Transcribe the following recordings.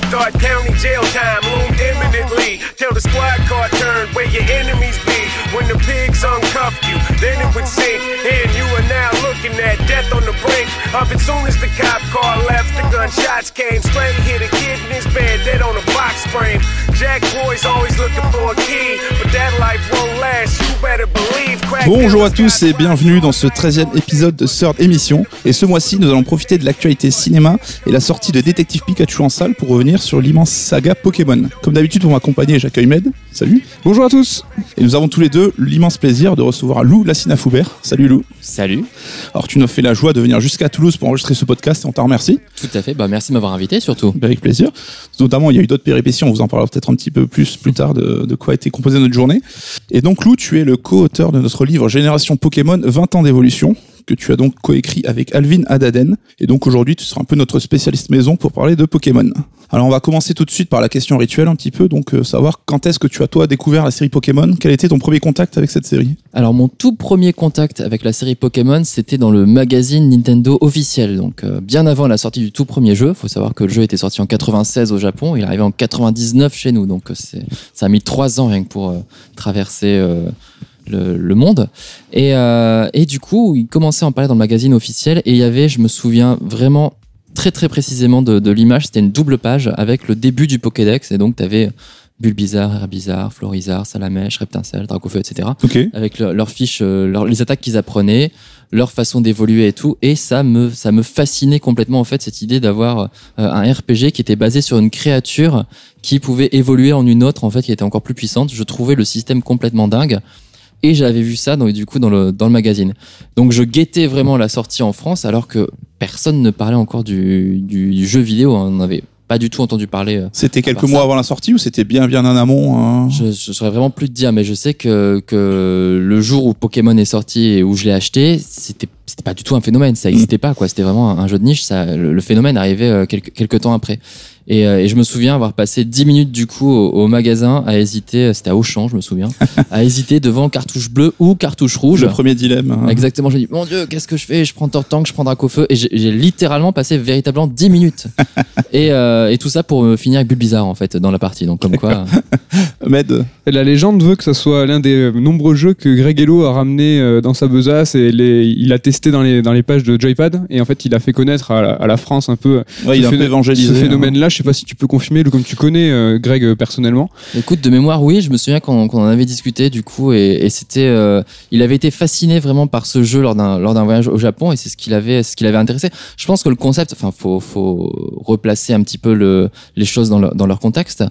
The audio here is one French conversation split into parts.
Stark County jail time loomed imminently. Till the squad car turned where your enemies be. When the pigs uncuffed you, then it would sink. And you are now looking at death on the brink of it. Soon as the cop car left, the gunshots came. Straight hit a kid in his bed, dead on a box frame. Jack boys always looking for a key, but that life won't last. You better believe. Bonjour à tous et bienvenue dans ce 13e épisode de Third Émission. Et ce mois-ci, nous allons profiter de l'actualité cinéma et la sortie de Détective Pikachu en salle pour revenir sur l'immense saga Pokémon. Comme d'habitude, pour m'accompagner, j'accueille Med. Salut. Bonjour à tous. Et nous avons tous les deux l'immense plaisir de recevoir Lou Lassina-Foubert. Salut Lou. Salut. Alors tu nous as fait la joie de venir jusqu'à Toulouse pour enregistrer ce podcast et on t'en remercie. Tout à fait, merci de m'avoir invité surtout. Avec plaisir. Notamment, il y a eu d'autres péripéties, on vous en parlera peut-être un petit peu plus tard de quoi a été composée notre journée. Et donc Lou, tu es le co-auteur de notre livre Génération Pokémon, 20 ans d'évolution, que tu as donc coécrit avec Alvin Adaden. Et donc aujourd'hui, tu seras un peu notre spécialiste maison pour parler de Pokémon. Alors on va commencer tout de suite par la question rituelle un petit peu, donc savoir quand est-ce que tu as toi découvert la série Pokémon, quel était ton premier contact avec cette série? Alors mon tout premier contact avec la série Pokémon, c'était dans le magazine Nintendo officiel, donc bien avant la sortie du tout premier jeu. Faut savoir que le jeu était sorti en 96 au Japon, il est arrivé en 99 chez nous, donc ça a mis 3 ans rien que pour traverser le monde. Et du coup, il commençait à en parler dans le magazine officiel et il y avait, je me souviens vraiment très très précisément de l'image, c'était une double page avec le début du Pokédex et donc tu avais Bulbizarre, Herbizarre, Florizarre, Salamèche, Reptincelle, Dracofeu, etc. Okay. Avec leurs fiches, les attaques qu'ils apprenaient, leur façon d'évoluer et tout, et ça me fascinait complètement en fait cette idée d'avoir un RPG qui était basé sur une créature qui pouvait évoluer en une autre en fait qui était encore plus puissante. Je trouvais le système complètement dingue. Et j'avais vu ça dans le magazine. Donc je guettais vraiment la sortie en France alors que personne ne parlait encore du jeu vidéo. On n'avait pas du tout entendu parler. C'était quelques mois avant la sortie ou c'était bien en amont hein? Je saurais vraiment plus te dire, mais je sais que le jour où Pokémon est sorti et où je l'ai acheté, c'était pas du tout un phénomène. Ça n'existait pas, quoi. C'était vraiment un jeu de niche. Le phénomène arrivait quelques temps après. Et je me souviens avoir passé 10 minutes du coup au magasin à hésiter, c'était à Auchan je me souviens, à hésiter devant cartouche bleue ou cartouche rouge. Le premier dilemme. Hein. Exactement, je me dis mon Dieu qu'est-ce que je fais, je prends Tortank, je prends Dracofeu et j'ai littéralement passé véritablement 10 minutes. et tout ça pour finir avec Bulbizarre en fait dans la partie, donc comme quoi... Med. La légende veut que ça soit l'un des nombreux jeux que Greg Hello a ramené dans sa besace et il a testé dans les pages de Joypad et en fait il a fait connaître à la France un peu il a un peu évangélisé ce phénomène-là. Je sais pas si tu peux confirmer, comme tu connais Greg personnellement. Écoute, de mémoire, oui, je me souviens qu'on en avait discuté du coup et c'était, il avait été fasciné vraiment par ce jeu lors d'un voyage au Japon et c'est ce qui l'avait intéressé. Je pense que le concept, enfin, faut replacer un petit peu les choses dans leur contexte.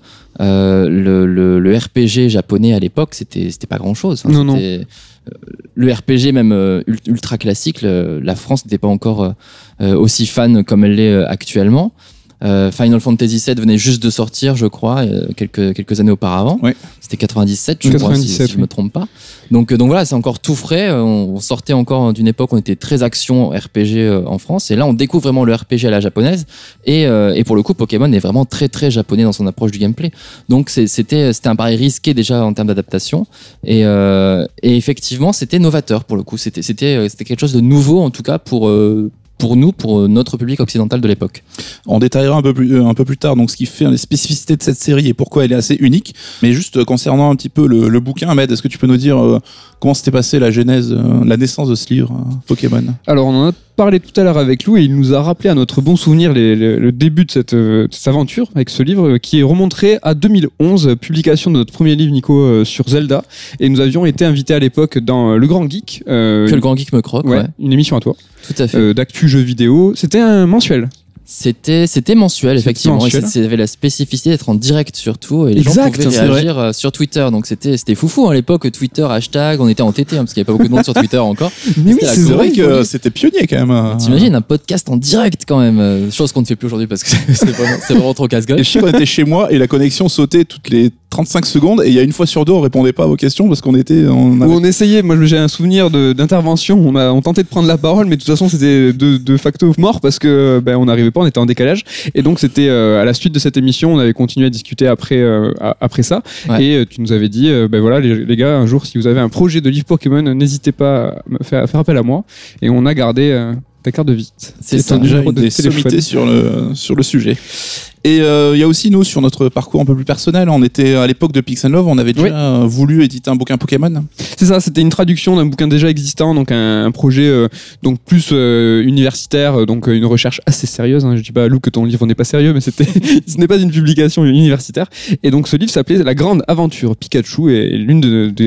Le RPG japonais à l'époque, c'était pas grand chose. Enfin, non. Le RPG même ultra classique, la France n'était pas encore aussi fan comme elle l'est actuellement. Final Fantasy VII venait juste de sortir, je crois, quelques années auparavant. Oui. C'était 97, je crois, si je me trompe pas. Donc voilà, c'est encore tout frais. On sortait encore d'une époque où on était très action RPG en France, et là on découvre vraiment le RPG à la japonaise. Et pour le coup, Pokémon est vraiment très très japonais dans son approche du gameplay. Donc c'était un pari risqué déjà en termes d'adaptation. Et effectivement, c'était novateur pour le coup. C'était quelque chose de nouveau en tout cas pour notre public occidental de l'époque. On détaillera un peu plus tard donc ce qui fait les spécificités de cette série et pourquoi elle est assez unique. Mais juste concernant un petit peu le bouquin, Ahmed, est-ce que tu peux nous dire comment s'était passée la genèse, la naissance de ce livre, Pokémon? Alors on en a parlé tout à l'heure avec Lou et il nous a rappelé à notre bon souvenir le début de cette aventure avec ce livre qui est remonté à 2011, publication de notre premier livre Nico sur Zelda, et nous avions été invités à l'époque dans Le Grand Geek. Que Le Grand Geek me croque, ouais. Une émission à toi. Tout à fait. D'actu jeux vidéo. C'était un mensuel. C'était mensuel, effectivement. Mensuel. Et ça avait la spécificité d'être en direct surtout. Et les gens pouvaient réagir sur Twitter. Donc c'était foufou à l'époque. Twitter, hashtag, on était en TT, parce qu'il n'y avait pas beaucoup de monde sur Twitter encore. Mais oui, c'est vrai que c'était pionnier quand même. T'imagines un podcast en direct quand même. Chose qu'on ne fait plus aujourd'hui parce que c'est vraiment trop casse-gueule. Et je sais qu'on était chez moi et la connexion sautait toutes les 35 secondes et il y a une fois sur deux on répondait pas à vos questions parce qu'on était... On essayait, moi j'ai un souvenir d'intervention, on tentait de prendre la parole mais de toute façon c'était de facto mort parce que on n'arrivait pas, on était en décalage et donc c'était à la suite de cette émission on avait continué à discuter après ça, ouais. Et tu nous avais dit voilà les gars, un jour si vous avez un projet de livre Pokémon n'hésitez pas à faire appel à moi, et on a gardé ta carte de visite. C'est ça, déjà des sommités sur le sujet. Et il y a aussi nous sur notre parcours un peu plus personnel, on était à l'époque de Pix and Love, on avait déjà voulu éditer un bouquin Pokémon. C'est ça, c'était une traduction d'un bouquin déjà existant, donc un projet donc plus universitaire, donc une recherche assez sérieuse. Hein. Je dis pas à Lou que ton livre n'est pas sérieux, mais ce n'est pas une publication universitaire. Et donc ce livre s'appelait La Grande Aventure Pikachu, et l'une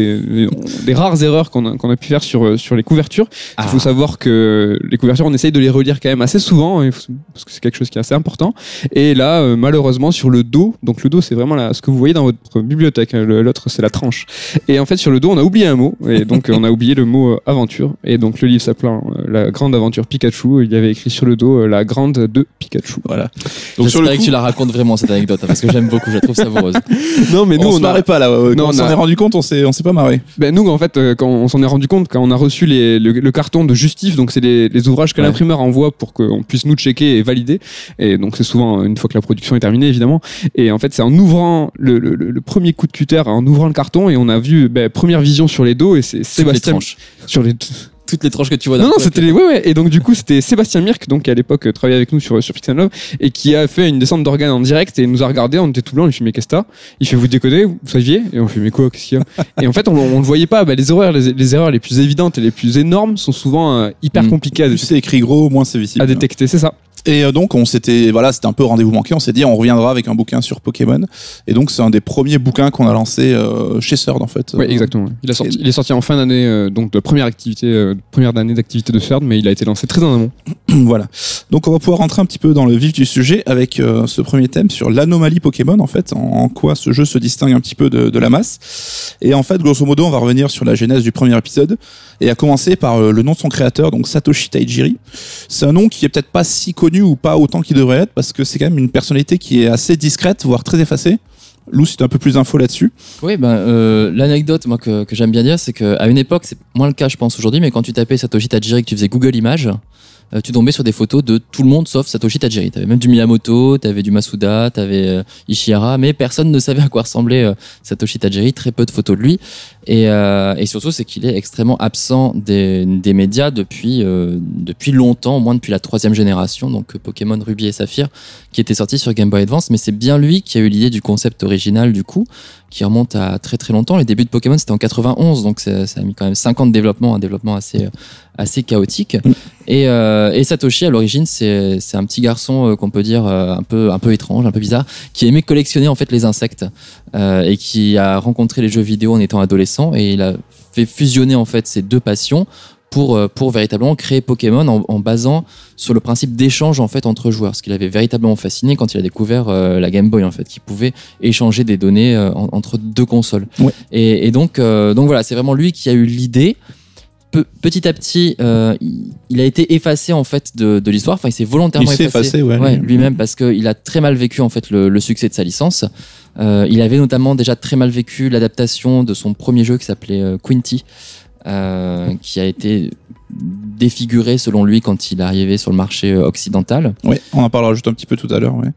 des rares erreurs qu'on a pu faire sur les couvertures. Il faut savoir que les couvertures, on essaye de les relire quand même assez souvent, hein, parce que c'est quelque chose qui est assez important. Et là, malheureusement, sur le dos, donc le dos, c'est vraiment ce que vous voyez dans votre bibliothèque. L'autre, c'est la tranche. Et en fait, sur le dos, on a oublié un mot. Et donc, on a oublié le mot aventure. Et donc, le livre s'appelait La Grande Aventure Pikachu. Il y avait écrit sur le dos La Grande de Pikachu. Voilà. Donc, j'espère que tu la racontes vraiment, cette anecdote, hein, parce que j'aime beaucoup, je la trouve savoureuse. Non, mais nous, on se marrait pas là. Quand on s'en est rendu compte, on s'est pas marré. Ben, nous, en fait, quand on s'en est rendu compte, quand on a reçu le carton de Justif, donc c'est les ouvrages que l'imprimeur envoie pour qu'on puisse nous checker et valider. Et donc, c'est souvent une fois que la production est terminée, évidemment. Et en fait, c'est en ouvrant le premier coup de cutter, en ouvrant le carton, et on a vu première vision sur les dos, et c'est Sébastien sur les toutes les tranches que tu vois. Non, c'était et donc du coup c'était Sébastien Mirk, donc qui à l'époque travaillait avec nous sur Pix and Love, et qui a fait une descente d'organes en direct et nous a regardé, on était tout blanc, il fait mais qu'est-ce que t'as ? Il fait vous déconnez, vous saviez ? Et on fait mais quoi, qu'est-ce qu'il y a ? Et en fait on le voyait pas, les erreurs les plus évidentes et les plus énormes sont souvent hyper compliquées à détecter. C'est écrit gros, moins c'est visible. À détecter, c'est ça. Et donc c'était un peu rendez-vous manqué, on s'est dit on reviendra avec un bouquin sur Pokémon, et donc c'est un des premiers bouquins qu'on a lancé chez Third en fait. Oui, exactement. Il est sorti en fin d'année, donc de première année d'activité de Third, mais il a été lancé très en amont. Voilà. Donc on va pouvoir rentrer un petit peu dans le vif du sujet avec ce premier thème sur l'anomalie Pokémon, en fait, en quoi ce jeu se distingue un petit peu de la masse. Et en fait, grosso modo, on va revenir sur la genèse du premier épisode, et à commencer par le nom de son créateur, donc Satoshi Tajiri. C'est un nom qui est peut-être pas si connu ou pas autant qu'il devrait être, parce que c'est quand même une personnalité qui est assez discrète, voire très effacée. Lou, si tu as un peu plus d'infos là-dessus. Oui, l'anecdote moi que j'aime bien dire, c'est qu'à une époque, c'est moins le cas je pense aujourd'hui, mais quand tu tapais Satoshi Tajiri, que tu faisais Google Images, tu tombais sur des photos de tout le monde sauf Satoshi Tajiri. T'avais même du Miyamoto, t'avais du Masuda, t'avais Ishihara, mais personne ne savait à quoi ressemblait Satoshi Tajiri. Très peu de photos de lui, et surtout c'est qu'il est extrêmement absent des médias depuis longtemps, au moins depuis la 3e génération, donc Pokémon Ruby et Saphir, qui était sorti sur Game Boy Advance. Mais c'est bien lui qui a eu l'idée du concept original, du coup, qui remonte à très très longtemps. Les débuts de Pokémon c'était en 91, donc ça a mis quand même 5 ans de développement, un développement assez chaotique. Et Satoshi à l'origine c'est un petit garçon qu'on peut dire un peu étrange, un peu bizarre, qui aimait collectionner en fait les insectes, et qui a rencontré les jeux vidéo en étant adolescent, et il a fait fusionner en fait ces deux passions pour véritablement créer Pokémon en basant sur le principe d'échange en fait entre joueurs, ce qui l'avait véritablement fasciné quand il a découvert la Game Boy en fait, qui pouvait échanger des données entre deux consoles. Ouais. Et donc voilà, c'est vraiment lui qui a eu l'idée. Petit à petit, il a été effacé en fait de l'histoire. Enfin, il s'est volontairement effacé lui-même, parce qu'il a très mal vécu en fait le succès de sa licence. Il avait notamment déjà très mal vécu l'adaptation de son premier jeu qui s'appelait Quinty, qui a été défiguré selon lui quand il est arrivé sur le marché occidental. Oui, on en parlera juste un petit peu tout à l'heure. Ouais.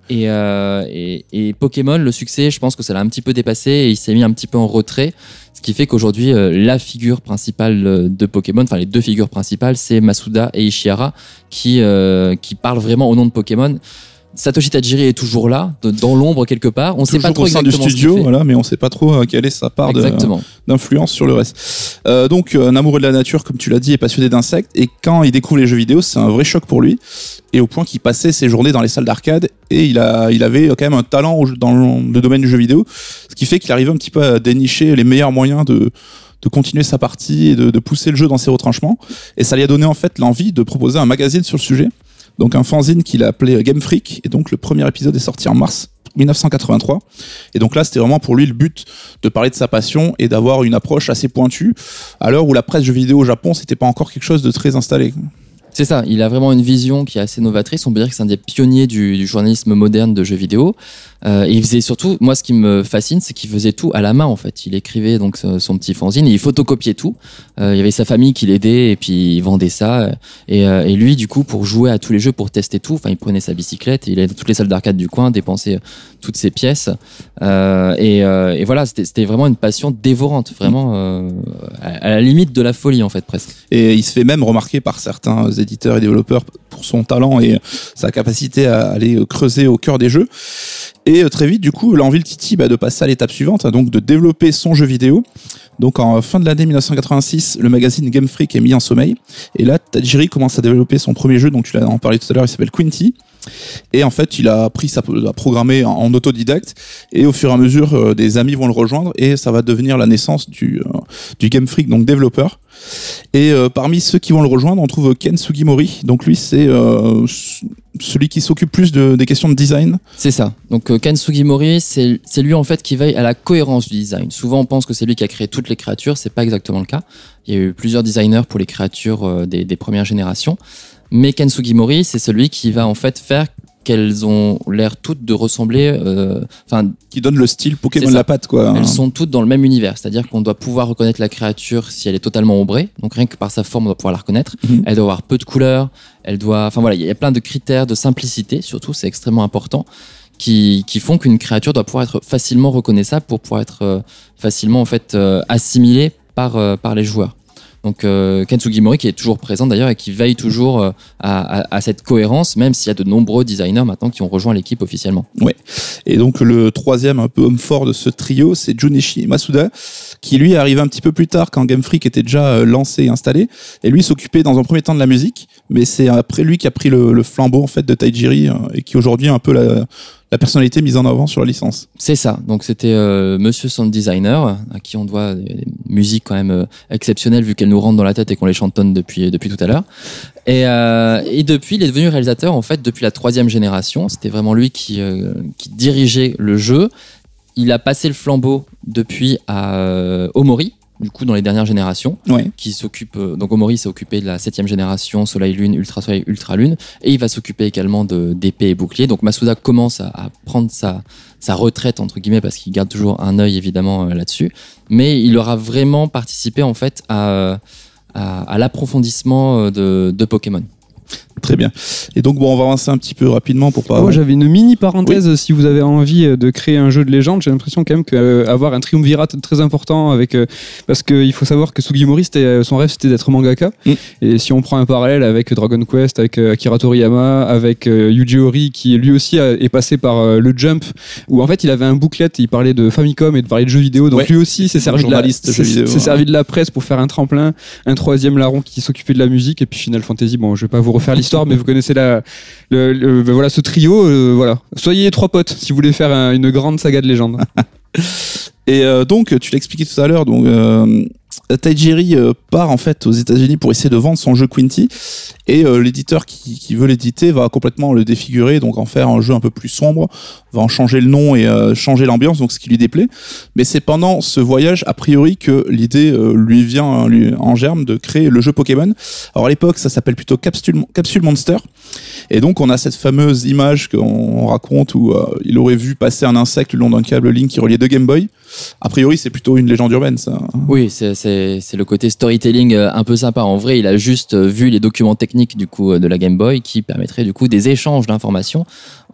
Et Pokémon, le succès, je pense que ça l'a un petit peu dépassé, et il s'est mis un petit peu en retrait. Ce qui fait qu'aujourd'hui, la figure principale de Pokémon, enfin les deux figures principales, c'est Masuda et Ishihara, qui parlent vraiment au nom de Pokémon. Satoshi Tajiri est toujours là, dans l'ombre quelque part. On ne sait pas trop exactement du studio, voilà, mais on ne sait pas trop quelle est sa part d'influence sur le reste. Donc, un amoureux de la nature, comme tu l'as dit, est passionné d'insectes, et quand il découvre les jeux vidéo, c'est un vrai choc pour lui, et au point qu'il passait ses journées dans les salles d'arcade, et il avait quand même un talent dans le domaine du jeu vidéo, ce qui fait qu'il arrivait un petit peu à dénicher les meilleurs moyens de continuer sa partie et de pousser le jeu dans ses retranchements. Et ça lui a donné en fait l'envie de proposer un magazine sur le sujet. Donc un fanzine qu'il a appelé Game Freak, et donc le premier épisode est sorti en mars 1983. Et donc là, c'était vraiment pour lui le but de parler de sa passion et d'avoir une approche assez pointue à l'heure où la presse jeux vidéo au Japon, c'était pas encore quelque chose de très installé. C'est ça, il a vraiment une vision qui est assez novatrice. On peut dire que c'est un des pionniers du journalisme moderne de jeux vidéo. Et il faisait surtout, moi ce qui me fascine, c'est qu'il faisait tout à la main en fait. Il écrivait donc son petit fanzine et il photocopiait tout. Il y avait sa famille qui l'aidait, et puis il vendait ça. Et lui du coup, pour jouer à tous les jeux, pour tester tout, enfin il prenait sa bicyclette, et il allait dans toutes les salles d'arcade du coin, dépensait toutes ses pièces. Et voilà, c'était vraiment une passion dévorante, vraiment à la limite de la folie en fait presque. Et il se fait même remarquer par certains éditeurs et développeurs pour son talent et sa capacité à aller creuser au cœur des jeux. Et très vite, du coup, il a envie le Titi de passer à l'étape suivante, donc de développer son jeu vidéo. Donc en fin de l'année 1986, le magazine Game Freak est mis en sommeil. Et là, Tajiri commence à développer son premier jeu, donc tu l'as en parlé tout à l'heure, il s'appelle Quinty. Et en fait, il a appris à programmer en autodidacte. Et au fur et à mesure, des amis vont le rejoindre et ça va devenir la naissance du Game Freak, donc développeur. Et parmi ceux qui vont le rejoindre, on trouve Ken Sugimori. Donc lui, c'est celui qui s'occupe plus des questions de design. C'est ça. Donc Ken Sugimori, c'est lui en fait qui veille à la cohérence du design. Souvent, on pense que c'est lui qui a créé toutes les créatures. C'est pas exactement le cas. Il y a eu plusieurs designers pour les créatures des premières générations. Mais Ken Sugimori, c'est celui qui va en fait faire qu'elles ont l'air toutes de ressembler, qui donne le style Pokémon la patte, quoi. Elles sont toutes dans le même univers, c'est-à-dire qu'on doit pouvoir reconnaître la créature si elle est totalement ombrée, donc rien que par sa forme on doit pouvoir la reconnaître. Elle doit avoir peu de couleurs, il y a plein de critères de simplicité, surtout c'est extrêmement important, qui font qu'une créature doit pouvoir être facilement reconnaissable pour pouvoir être facilement en fait assimilée par les joueurs. Donc Ken Sugimori qui est toujours présent d'ailleurs et qui veille toujours à cette cohérence, même s'il y a de nombreux designers maintenant qui ont rejoint l'équipe officiellement. Ouais. Et donc le troisième un peu homme fort de ce trio, c'est Junichi Masuda, qui lui est arrivé un petit peu plus tard quand Game Freak était déjà lancé et installé. Et lui s'occupait dans un premier temps de la musique, mais c'est après lui qui a pris le flambeau en fait de Tajiri et qui aujourd'hui est un peu la personnalité mise en avant sur la licence. C'est ça. Donc c'était Monsieur Sound Designer, à qui on doit des musiques quand même exceptionnelles vu qu'elles nous rentrent dans la tête et qu'on les chantonne depuis tout à l'heure. Et depuis, il est devenu réalisateur en fait depuis la 3e génération. C'était vraiment lui qui dirigeait le jeu. Il a passé le flambeau depuis à Omori. Du coup, dans les dernières générations, qui s'occupe. Donc, Omori s'est occupé de la 7e génération, Soleil-Lune, Ultra-Soleil, Ultra-Lune, et il va s'occuper également d'épée et bouclier. Donc, Masuda commence à prendre sa retraite entre guillemets parce qu'il garde toujours un œil évidemment là-dessus, mais il aura vraiment participé en fait à l'approfondissement de Pokémon. Très bien. Et donc on va avancer un petit peu rapidement pour pas... Moi j'avais une mini parenthèse, si vous avez envie de créer un jeu de légende, j'ai l'impression quand même qu'avoir un triumvirat très important avec parce qu'il faut savoir que Sugimori son rêve c'était d'être mangaka, et si on prend un parallèle avec Dragon Quest, avec Akira Toriyama, avec Yuji Horii qui lui aussi est passé par le Jump, où en fait il avait un booklet, il parlait de Famicom et de parler de jeux vidéo, donc lui aussi s'est servi de la presse pour faire un tremplin, un troisième larron qui s'occupait de la musique, et puis Final Fantasy, bon je vais pas vous refaire l'histoire, mais vous connaissez voilà ce trio. Voilà, soyez 3 potes si vous voulez faire une grande saga de légende. Et donc tu l'as expliqué tout à l'heure, donc Tajiri part en fait aux États-Unis pour essayer de vendre son jeu Quinty, et l'éditeur qui veut l'éditer va complètement le défigurer, donc en faire un jeu un peu plus sombre, va en changer le nom et changer l'ambiance, donc ce qui lui déplaît. Mais c'est pendant ce voyage a priori que l'idée lui vient en germe de créer le jeu Pokémon. Alors à l'époque ça s'appelle plutôt Capsule Monster, et donc on a cette fameuse image qu'on raconte où il aurait vu passer un insecte le long d'un câble Link qui reliait 2 Game Boy. A priori c'est plutôt une légende urbaine ça. Oui, c'est le côté storytelling un peu sympa. En vrai, il a juste vu les documents techniques du coup de la Game Boy qui permettraient du coup des échanges d'informations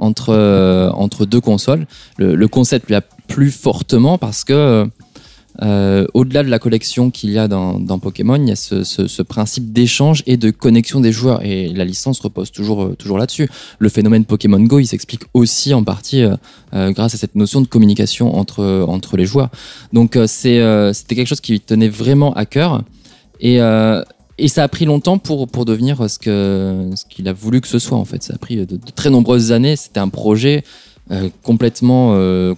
entre 2 consoles. Le concept lui a plu fortement parce que au-delà de la collection qu'il y a dans Pokémon, il y a ce principe d'échange et de connexion des joueurs, et la licence repose toujours là-dessus. Le phénomène Pokémon Go, il s'explique aussi en partie grâce à cette notion de communication entre les joueurs. Donc c'était quelque chose qui lui tenait vraiment à cœur, et ça a pris longtemps pour devenir ce qu'il a voulu que ce soit en fait. Ça a pris de très nombreuses années. C'était un projet complètement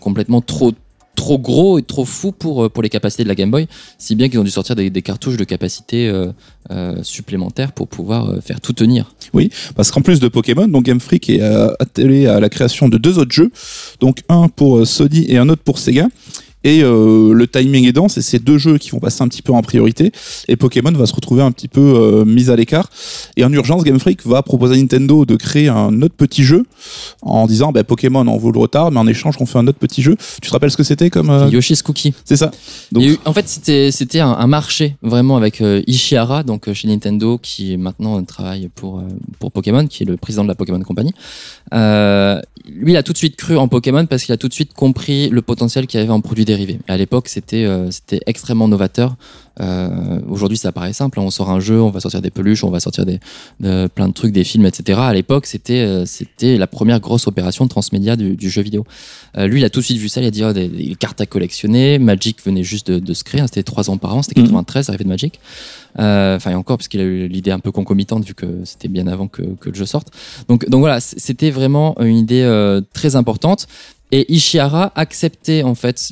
trop gros et trop fou pour les capacités de la Game Boy, si bien qu'ils ont dû sortir des cartouches de capacité supplémentaires pour pouvoir faire tout tenir. Oui, parce qu'en plus de Pokémon, donc Game Freak est attelé à la création de 2 autres jeux, donc un pour Sony et un autre pour Sega. Et le timing aidant, c'est ces 2 jeux qui vont passer un petit peu en priorité, et Pokémon va se retrouver un petit peu mis à l'écart. Et en urgence, Game Freak va proposer à Nintendo de créer un autre petit jeu en disant Pokémon, on vous le retarde, mais en échange, on fait un autre petit jeu. Tu te rappelles ce que c'était comme Yoshi's Cookie. C'est ça. Donc... en fait, c'était un marché vraiment avec Ishihara, donc chez Nintendo, qui maintenant travaille pour Pokémon, qui est le président de la Pokémon Company. Lui, il a tout de suite cru en Pokémon parce qu'il a tout de suite compris le potentiel qu'il y avait en produits dérivés. À l'époque, c'était extrêmement novateur Aujourd'hui, ça paraît simple. On sort un jeu, on va sortir des peluches, on va sortir plein de trucs, des films, etc. À l'époque, c'était la première grosse opération de transmédia du jeu vidéo. Lui, il a tout de suite vu ça. Il a dit des cartes à collectionner. Magic venait juste de se créer. Hein, c'était 3 ans par an. C'était 93, l'arrivée de Magic. Enfin, et encore, parce qu'il a eu l'idée un peu concomitante vu que c'était bien avant que le jeu sorte. Donc voilà, c'était vraiment une idée très importante. Et Ishihara acceptait en fait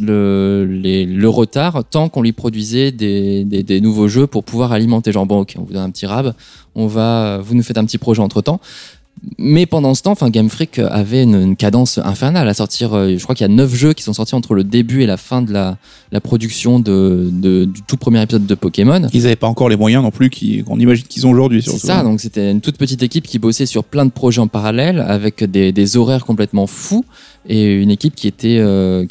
le retard tant qu'on lui produisait des nouveaux jeux pour pouvoir alimenter. Genre bon, ok, on vous donne un petit rab, vous nous faites un petit projet entre temps. Mais pendant ce temps, Game Freak avait une cadence infernale à sortir. Je crois qu'il y a 9 jeux qui sont sortis entre le début et la fin de la production du tout premier épisode de Pokémon. Ils n'avaient pas encore les moyens non plus qu'on imagine qu'ils ont aujourd'hui. C'est ça, donc c'était une toute petite équipe qui bossait sur plein de projets en parallèle avec des horaires complètement fous et une équipe qui était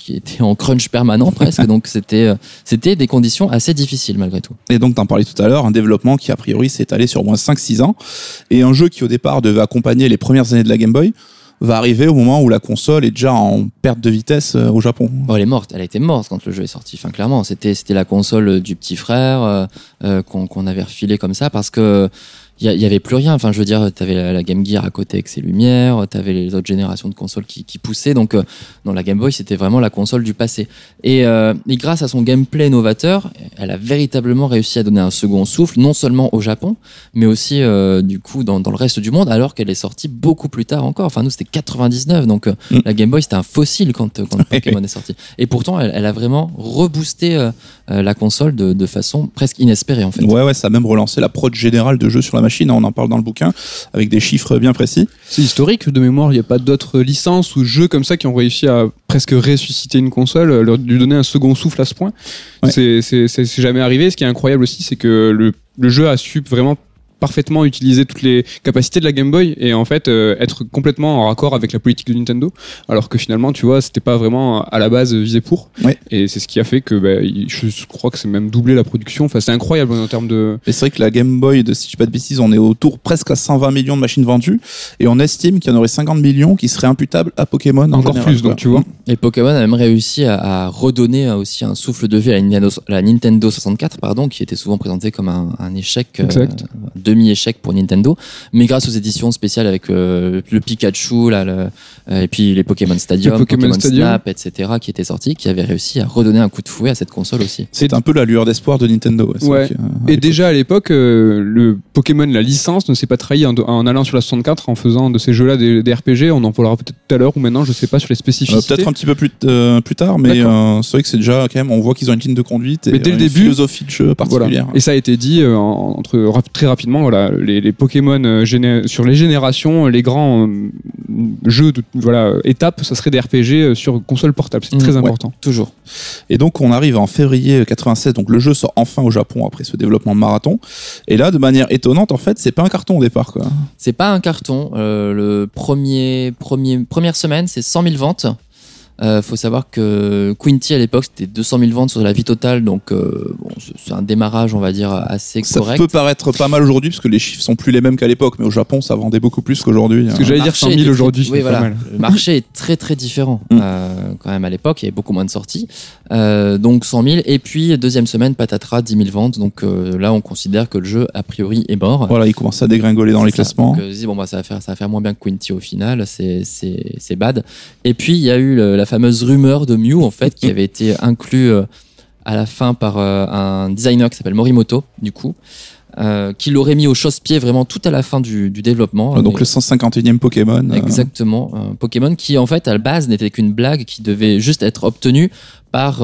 en crunch permanent presque. Donc c'était des conditions assez difficiles malgré tout. Et donc t'en parlais tout à l'heure, un développement qui a priori s'est étalé sur au moins 5-6 ans et un jeu qui au départ devait accompagner les premières années de la Game Boy va arriver au moment où la console est déjà en perte de vitesse au Japon. Bon, elle est morte, elle a été morte quand le jeu est sorti. Enfin, clairement, c'était la console du petit frère qu'on avait refilé comme ça parce que il y avait plus rien. Enfin, je veux dire, t'avais la Game Gear à côté avec ses lumières, t'avais les autres générations de consoles qui poussaient. Donc, dans la Game Boy, c'était vraiment la console du passé. Et grâce à son gameplay novateur, elle a véritablement réussi à donner un second souffle, non seulement au Japon, mais aussi du coup dans le reste du monde, alors qu'elle est sortie beaucoup plus tard encore. Enfin, nous, c'était 99, donc la Game Boy, c'était un fossile quand Pokémon est sorti. Et pourtant, elle a vraiment reboosté la console de façon presque inespérée en fait. Ouais, ça a même relancé l'approche générale de jeu sur la machine. On en parle dans le bouquin avec des chiffres bien précis. C'est historique de mémoire. Il n'y a pas d'autres licences ou jeux comme ça qui ont réussi à presque ressusciter une console, lui donner un second souffle à ce point. Ouais. C'est jamais arrivé. Ce qui est incroyable aussi, c'est que le jeu a su vraiment parfaitement utiliser toutes les capacités de la Game Boy et en fait être complètement en raccord avec la politique de Nintendo, alors que finalement tu vois c'était pas vraiment à la base visé pour. Ouais. Et c'est ce qui a fait que je crois que c'est même doublé la production. Enfin c'est incroyable en termes de. Et c'est vrai que la Game Boy, si je dis pas de bêtises, on est autour presque à 120 millions de machines vendues et on estime qu'il y en aurait 50 millions qui seraient imputables à Pokémon. Encore général, plus donc tu vois. Et Pokémon a même réussi à redonner aussi un souffle de vie à la Nintendo 64 qui était souvent présentée comme un échec. Demi-échec pour Nintendo, mais grâce aux éditions spéciales avec le Pikachu et puis les Pokémon Stadium, Pokémon Snap, etc. qui étaient sortis, qui avaient réussi à redonner un coup de fouet à cette console aussi. C'est un peu la lueur d'espoir de Nintendo. Ouais. Et déjà à l'époque, le Pokémon, la licence ne s'est pas trahi en allant sur la 64 en faisant de ces jeux-là des RPG. On en parlera peut-être tout à l'heure ou maintenant, je sais pas, sur les spécificités. Peut-être un petit peu plus tard, mais c'est vrai que c'est déjà quand même, on voit qu'ils ont une ligne de conduite et dès le une début, philosophie de jeu particulière. Voilà. Et ça a été dit très rapidement, voilà. Les Pokémon sur les générations, les grands jeux étapes, ça serait des RPG sur console portable. C'est très important. Toujours. Et donc on arrive en février 96, donc le jeu sort enfin au Japon après ce développement de marathon. Et là, de manière étonnante, en fait, c'est pas un carton au départ, quoi. C'est pas un carton. Le première semaine, c'est 100 000 ventes. Faut savoir que Quinty à l'époque c'était 200 000 ventes sur la vie totale, donc c'est un démarrage on va dire assez correct. Ça peut paraître pas mal aujourd'hui parce que les chiffres sont plus les mêmes qu'à l'époque, mais au Japon ça vendait beaucoup plus qu'aujourd'hui. Parce que j'allais dire 100 000 aujourd'hui. Oui, voilà. Le marché est très très différent quand même à l'époque, il y avait beaucoup moins de sorties. Donc 100 000 et puis deuxième semaine patatras 10 000 ventes, donc là on considère que le jeu a priori est mort. Voilà, il commence à dégringoler dans les classements. Donc ça va faire moins bien que Quinty au final, c'est bad. Et puis il y a eu la fameuse rumeur de Mew en fait qui avait été inclus à la fin par un designer qui s'appelle Morimoto du coup qui l'aurait mis au chausse-pied vraiment tout à la fin du développement. Donc le 151e Pokémon. Exactement, un Pokémon qui en fait à la base n'était qu'une blague qui devait juste être obtenue par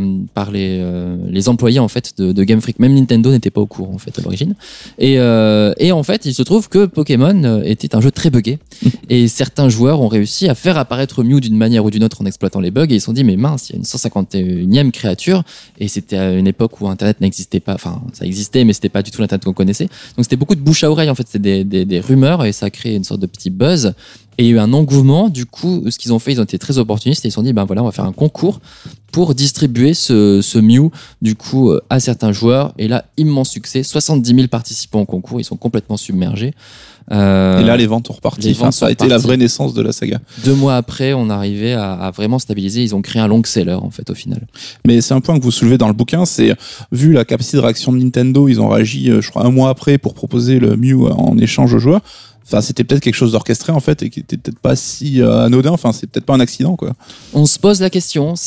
les employés en fait de Game Freak. Même Nintendo n'était pas au courant en fait à l'origine. Et en fait, il se trouve que Pokémon était un jeu très buggé et certains joueurs ont réussi à faire apparaître Mew d'une manière ou d'une autre en exploitant les bugs et ils se sont dit mais mince, il y a une 151e créature et c'était à une époque où Internet n'existait pas. Enfin, ça existait mais c'était pas du tout l'Internet qu'on connaissait. Donc c'était beaucoup de bouche à oreille en fait, c'était des rumeurs et ça a créé une sorte de petit buzz. Et il y a eu un engouement. Du coup, ce qu'ils ont fait, ils ont été très opportunistes et ils se sont dit, ben voilà, on va faire un concours pour distribuer ce Mew, du coup, à certains joueurs. Et là, immense succès. 70 000 participants au concours. Ils sont complètement submergés. Et là, les ventes ont reparti. Ça a été la vraie naissance de la saga. 2 mois après, on arrivait à vraiment stabiliser. Ils ont créé un long seller, en fait, au final. Mais c'est un point que vous soulevez dans le bouquin, c'est, vu la capacité de réaction de Nintendo, ils ont réagi, je crois, 1 mois après pour proposer le Mew en échange aux joueurs. Enfin, c'était peut-être quelque chose d'orchestré, en fait, et qui était peut-être pas si anodin. Enfin, c'est peut-être pas un accident, quoi. On se pose la question.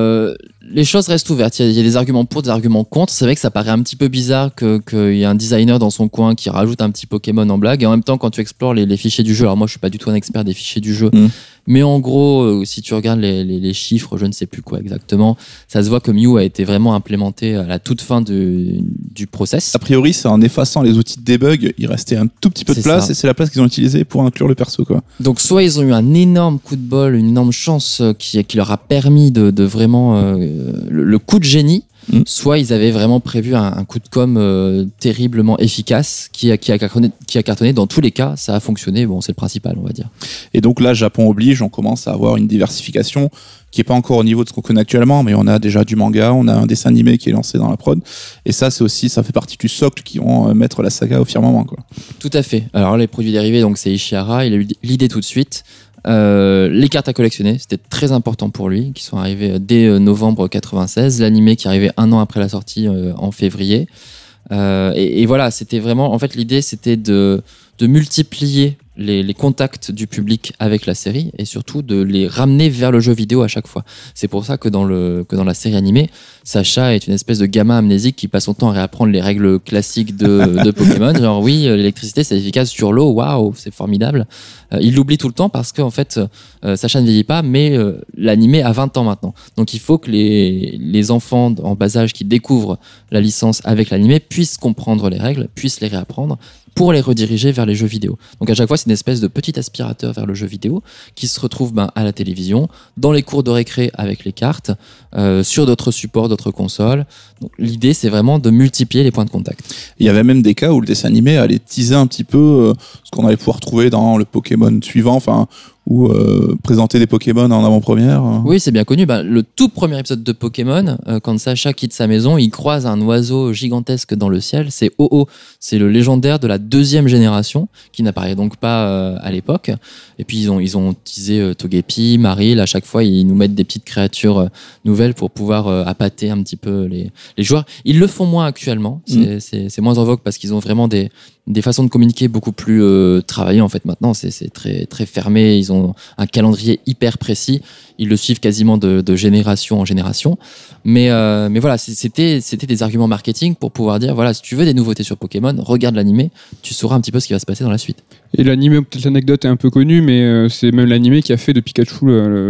Les choses restent ouvertes. Il y a des arguments pour, des arguments contre. C'est vrai que ça paraît un petit peu bizarre qu'il y ait un designer dans son coin qui rajoute un petit Pokémon en blague. Et en même temps, quand tu explores les fichiers du jeu, alors moi, je suis pas du tout un expert des fichiers du jeu, mais en gros, si tu regardes les chiffres, je ne sais plus quoi exactement, ça se voit que Mew a été vraiment implémenté à la toute fin du process. A priori, c'est en effaçant les outils de debug, il restait un tout petit peu de place, et c'est la place qu'ils ont utilisée pour inclure le perso, quoi. Donc, soit ils ont eu un énorme coup de bol, une énorme chance qui leur a permis de vraiment le coup de génie, soit ils avaient vraiment prévu un coup de com terriblement efficace qui a cartonné. Dans tous les cas, ça a fonctionné. Bon, c'est le principal, on va dire. Et donc là, Japon oblige, on commence à avoir une diversification qui est pas encore au niveau de ce qu'on connaît actuellement, mais on a déjà du manga, on a un dessin animé qui est lancé dans la prod, et ça fait partie du socle qui vont mettre la saga au firmament, quoi. Tout à fait. Alors les produits dérivés, donc c'est Ishihara, il a eu l'idée tout de suite. Les cartes à collectionner, c'était très important pour lui, qui sont arrivées dès novembre 96, l'animé qui arrivait 1 an après la sortie en février. Et voilà, c'était vraiment, en fait, l'idée c'était de multiplier les contacts du public avec la série et surtout de les ramener vers le jeu vidéo à chaque fois. C'est pour ça que dans la série animée, Sacha est une espèce de gamin amnésique qui passe son temps à réapprendre les règles classiques de Pokémon. Genre oui, l'électricité c'est efficace sur l'eau, waouh, c'est formidable. Il l'oublie tout le temps parce qu'en fait, Sacha ne vieillit pas, mais l'animé a 20 ans maintenant. Donc il faut que les enfants en bas âge qui découvrent la licence avec l'animé puissent comprendre les règles, puissent les réapprendre pour les rediriger vers les jeux vidéo. Donc à chaque fois, c'est une espèce de petit aspirateur vers le jeu vidéo qui se retrouve à la télévision, dans les cours de récré avec les cartes, sur d'autres supports, d'autres consoles. Donc l'idée, c'est vraiment de multiplier les points de contact. Il y avait même des cas où le dessin animé allait teaser un petit peu ce qu'on allait pouvoir trouver dans le Pokémon suivant, enfin, ou présenter des Pokémon en avant-première. Oui, c'est bien connu. Le tout premier épisode de Pokémon, quand Sacha quitte sa maison, il croise un oiseau gigantesque dans le ciel. C'est Ho-Oh. C'est le légendaire de la 2e génération, qui n'apparaît donc pas à l'époque. Et puis ils ont teasé Togepi, Marill. À chaque fois, ils nous mettent des petites créatures nouvelles pour pouvoir appâter un petit peu les joueurs. Ils le font moins actuellement. C'est moins en vogue parce qu'ils ont vraiment des façons de communiquer beaucoup plus travaillées en fait maintenant. C'est très très fermé. Ils ont un calendrier hyper précis. Ils le suivent quasiment de génération en génération. Mais voilà, c'était des arguments marketing pour pouvoir dire voilà, si tu veux des nouveautés sur Pokémon, regarde l'animé, tu sauras un petit peu ce qui va se passer dans la suite. Et l'animé, peut-être l'anecdote est un peu connue, mais c'est même l'animé qui a fait de Pikachu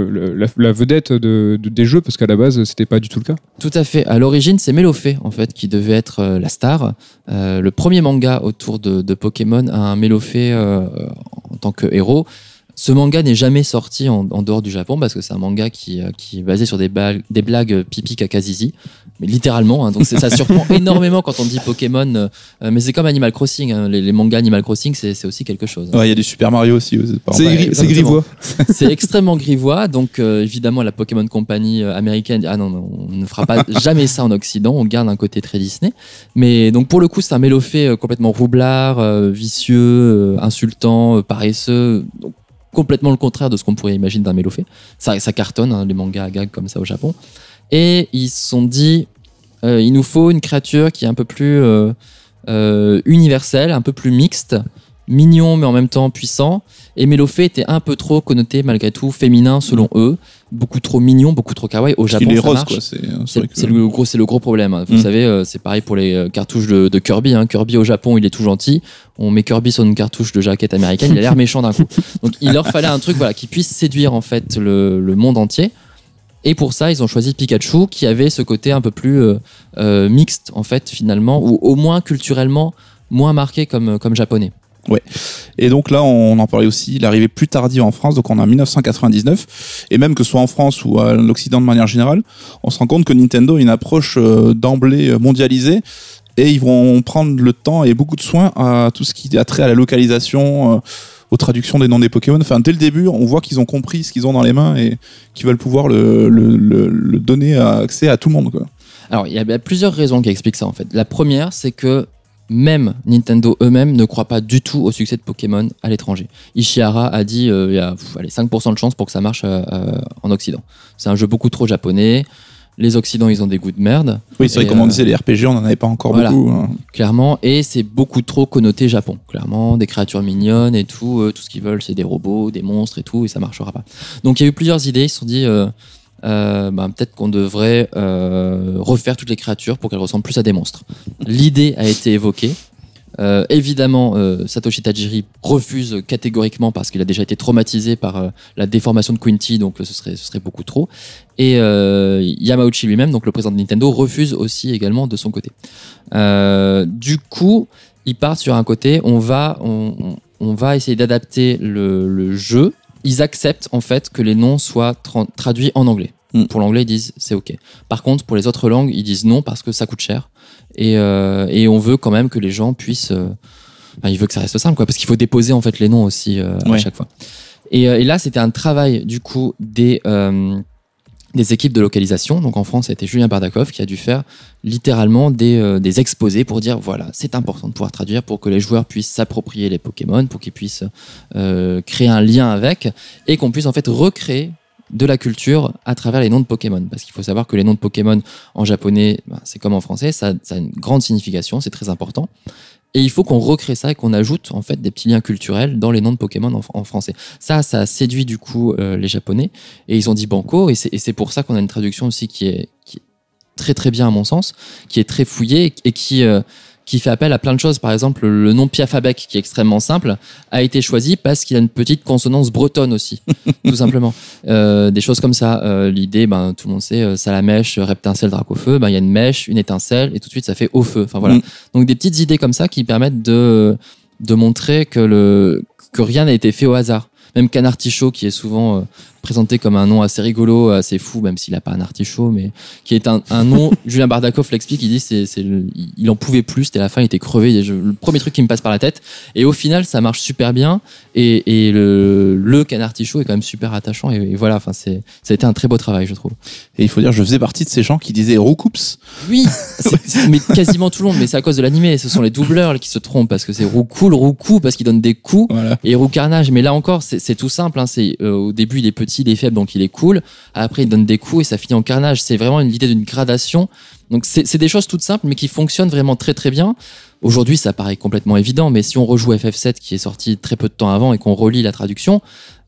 la vedette des jeux, parce qu'à la base, c'était pas du tout le cas. Tout à fait. À l'origine, c'est Melofé, en fait, qui devait être la star. Le premier manga autour de Pokémon a un Melofé en tant que héros. Ce manga n'est jamais sorti en dehors du Japon parce que c'est un manga qui est basé sur des blagues pipi caca zizi, mais littéralement. Hein, donc ça surprend énormément quand on dit Pokémon. Mais c'est comme Animal Crossing. Hein, les mangas Animal Crossing, c'est aussi quelque chose. Ouais, il y a du Super Mario aussi. C'est grivois. C'est extrêmement grivois. Donc évidemment, la Pokémon Company américaine, on ne fera pas jamais ça en Occident. On garde un côté très Disney. Mais donc pour le coup, c'est un Melofé complètement roublard, vicieux, insultant, paresseux. Donc, complètement le contraire de ce qu'on pourrait imaginer d'un Melofé. Ça cartonne, hein, les mangas à gag comme ça au Japon. Et ils se sont dit, il nous faut une créature qui est un peu plus universelle, un peu plus mixte, mignon mais en même temps puissant. Et Melofé était un peu trop connoté malgré tout féminin selon eux, beaucoup trop mignon, beaucoup trop kawaii. Au Japon, ça marche. Quoi, c'est le gros problème. Hein. Vous savez, c'est pareil pour les cartouches de Kirby. Hein. Kirby au Japon, il est tout gentil. On met Kirby sur une cartouche de jaquette américaine, il a l'air méchant d'un coup. Donc il leur fallait un truc qui puisse séduire en fait le monde entier. Et pour ça, ils ont choisi Pikachu, qui avait ce côté un peu plus mixte en fait finalement, ou au moins culturellement moins marqué comme japonais. Ouais. Et donc là, on en parlait aussi, l'arrivée plus tardive en France, donc on est en 1999, et même que ce soit en France ou à l'Occident de manière générale, on se rend compte que Nintendo a une approche d'emblée mondialisée, et ils vont prendre le temps et beaucoup de soin à tout ce qui a trait à la localisation, aux traductions des noms des Pokémon. Enfin, dès le début, on voit qu'ils ont compris ce qu'ils ont dans les mains et qu'ils veulent pouvoir le donner accès à tout le monde, quoi. Alors, il y a plusieurs raisons qui expliquent ça, en fait. La première, c'est que même Nintendo eux-mêmes ne croient pas du tout au succès de Pokémon à l'étranger. Ishihara a dit il y a 5% de chance pour que ça marche en Occident. C'est un jeu beaucoup trop japonais. Les Occidents, ils ont des goûts de merde. Oui, c'est vrai, comme on disait, les RPG, on n'en avait pas encore beaucoup. Hein. Clairement, et c'est beaucoup trop connoté Japon. Clairement, des créatures mignonnes et tout. Tout ce qu'ils veulent, c'est des robots, des monstres et tout, et ça marchera pas. Donc, il y a eu plusieurs idées. Ils se sont dit peut-être qu'on devrait refaire toutes les créatures pour qu'elles ressemblent plus à des monstres. L'idée a été évoquée. Évidemment, Satoshi Tajiri refuse catégoriquement parce qu'il a déjà été traumatisé par la déformation de Quinty, donc ce serait beaucoup trop. Et Yamauchi lui-même, donc le président de Nintendo, refuse aussi également de son côté. Du coup, ils partent sur un côté, on va essayer d'adapter le jeu. Ils acceptent en fait que les noms soient traduits en anglais. Pour l'anglais, ils disent c'est ok. Par contre, pour les autres langues, ils disent non parce que ça coûte cher. Et on veut quand même que les gens puissent. Il veut que ça reste simple, quoi, parce qu'il faut déposer en fait les noms aussi à chaque fois. Et là, c'était un travail du coup des équipes de localisation. Donc en France, ça a été Julien Bardakov qui a dû faire littéralement des exposés pour dire voilà, c'est important de pouvoir traduire pour que les joueurs puissent s'approprier les Pokémon, pour qu'ils puissent créer un lien avec et qu'on puisse en fait recréer de la culture à travers les noms de Pokémon. Parce qu'il faut savoir que les noms de Pokémon en japonais, c'est comme en français, ça a une grande signification, c'est très important. Et il faut qu'on recrée ça et qu'on ajoute en fait des petits liens culturels dans les noms de Pokémon en français. Ça a séduit du coup les Japonais et ils ont dit banco, et c'est pour ça qu'on a une traduction aussi qui est très très bien à mon sens, qui est très fouillée et qui fait appel à plein de choses. Par exemple, le nom Piafabek, qui est extrêmement simple, a été choisi parce qu'il a une petite consonance bretonne aussi, tout simplement. Des choses comme ça. L'idée, tout le monde sait, Salamèche, Reptincelle, Dracofeu, il y a une mèche, une étincelle, et tout de suite, ça fait au feu. Enfin, voilà. Donc, des petites idées comme ça qui permettent de montrer que rien n'a été fait au hasard. Même Canartichaud, qui est souvent présenté comme un nom assez rigolo, assez fou, même s'il n'a pas un artichaut, mais qui est un nom. Julien Bardakov l'explique, il dit il en pouvait plus, c'était la fin, il était crevé. Le premier truc qui me passe par la tête. Et au final, ça marche super bien. Et le Canartichaud est quand même super attachant. Et voilà, enfin, ça a été un très beau travail, je trouve. Et il faut dire, je faisais partie de ces gens qui disaient Roucoups. Oui, mais quasiment tout le monde. Mais c'est à cause de l'animé. Ce sont les doubleurs qui se trompent parce que c'est Roucoule, Roucou parce qu'il donne des coups. Voilà. Et Roucarnage. Mais là encore, c'est tout simple. Hein. Au début, il est petit, il est faible, donc il est cool. Après, il donne des coups et ça finit en carnage. C'est vraiment l'idée d'une gradation. Donc, c'est des choses toutes simples, mais qui fonctionnent vraiment très très bien. Aujourd'hui, ça paraît complètement évident, mais si on rejoue FF7, qui est sorti très peu de temps avant, et qu'on relit la traduction,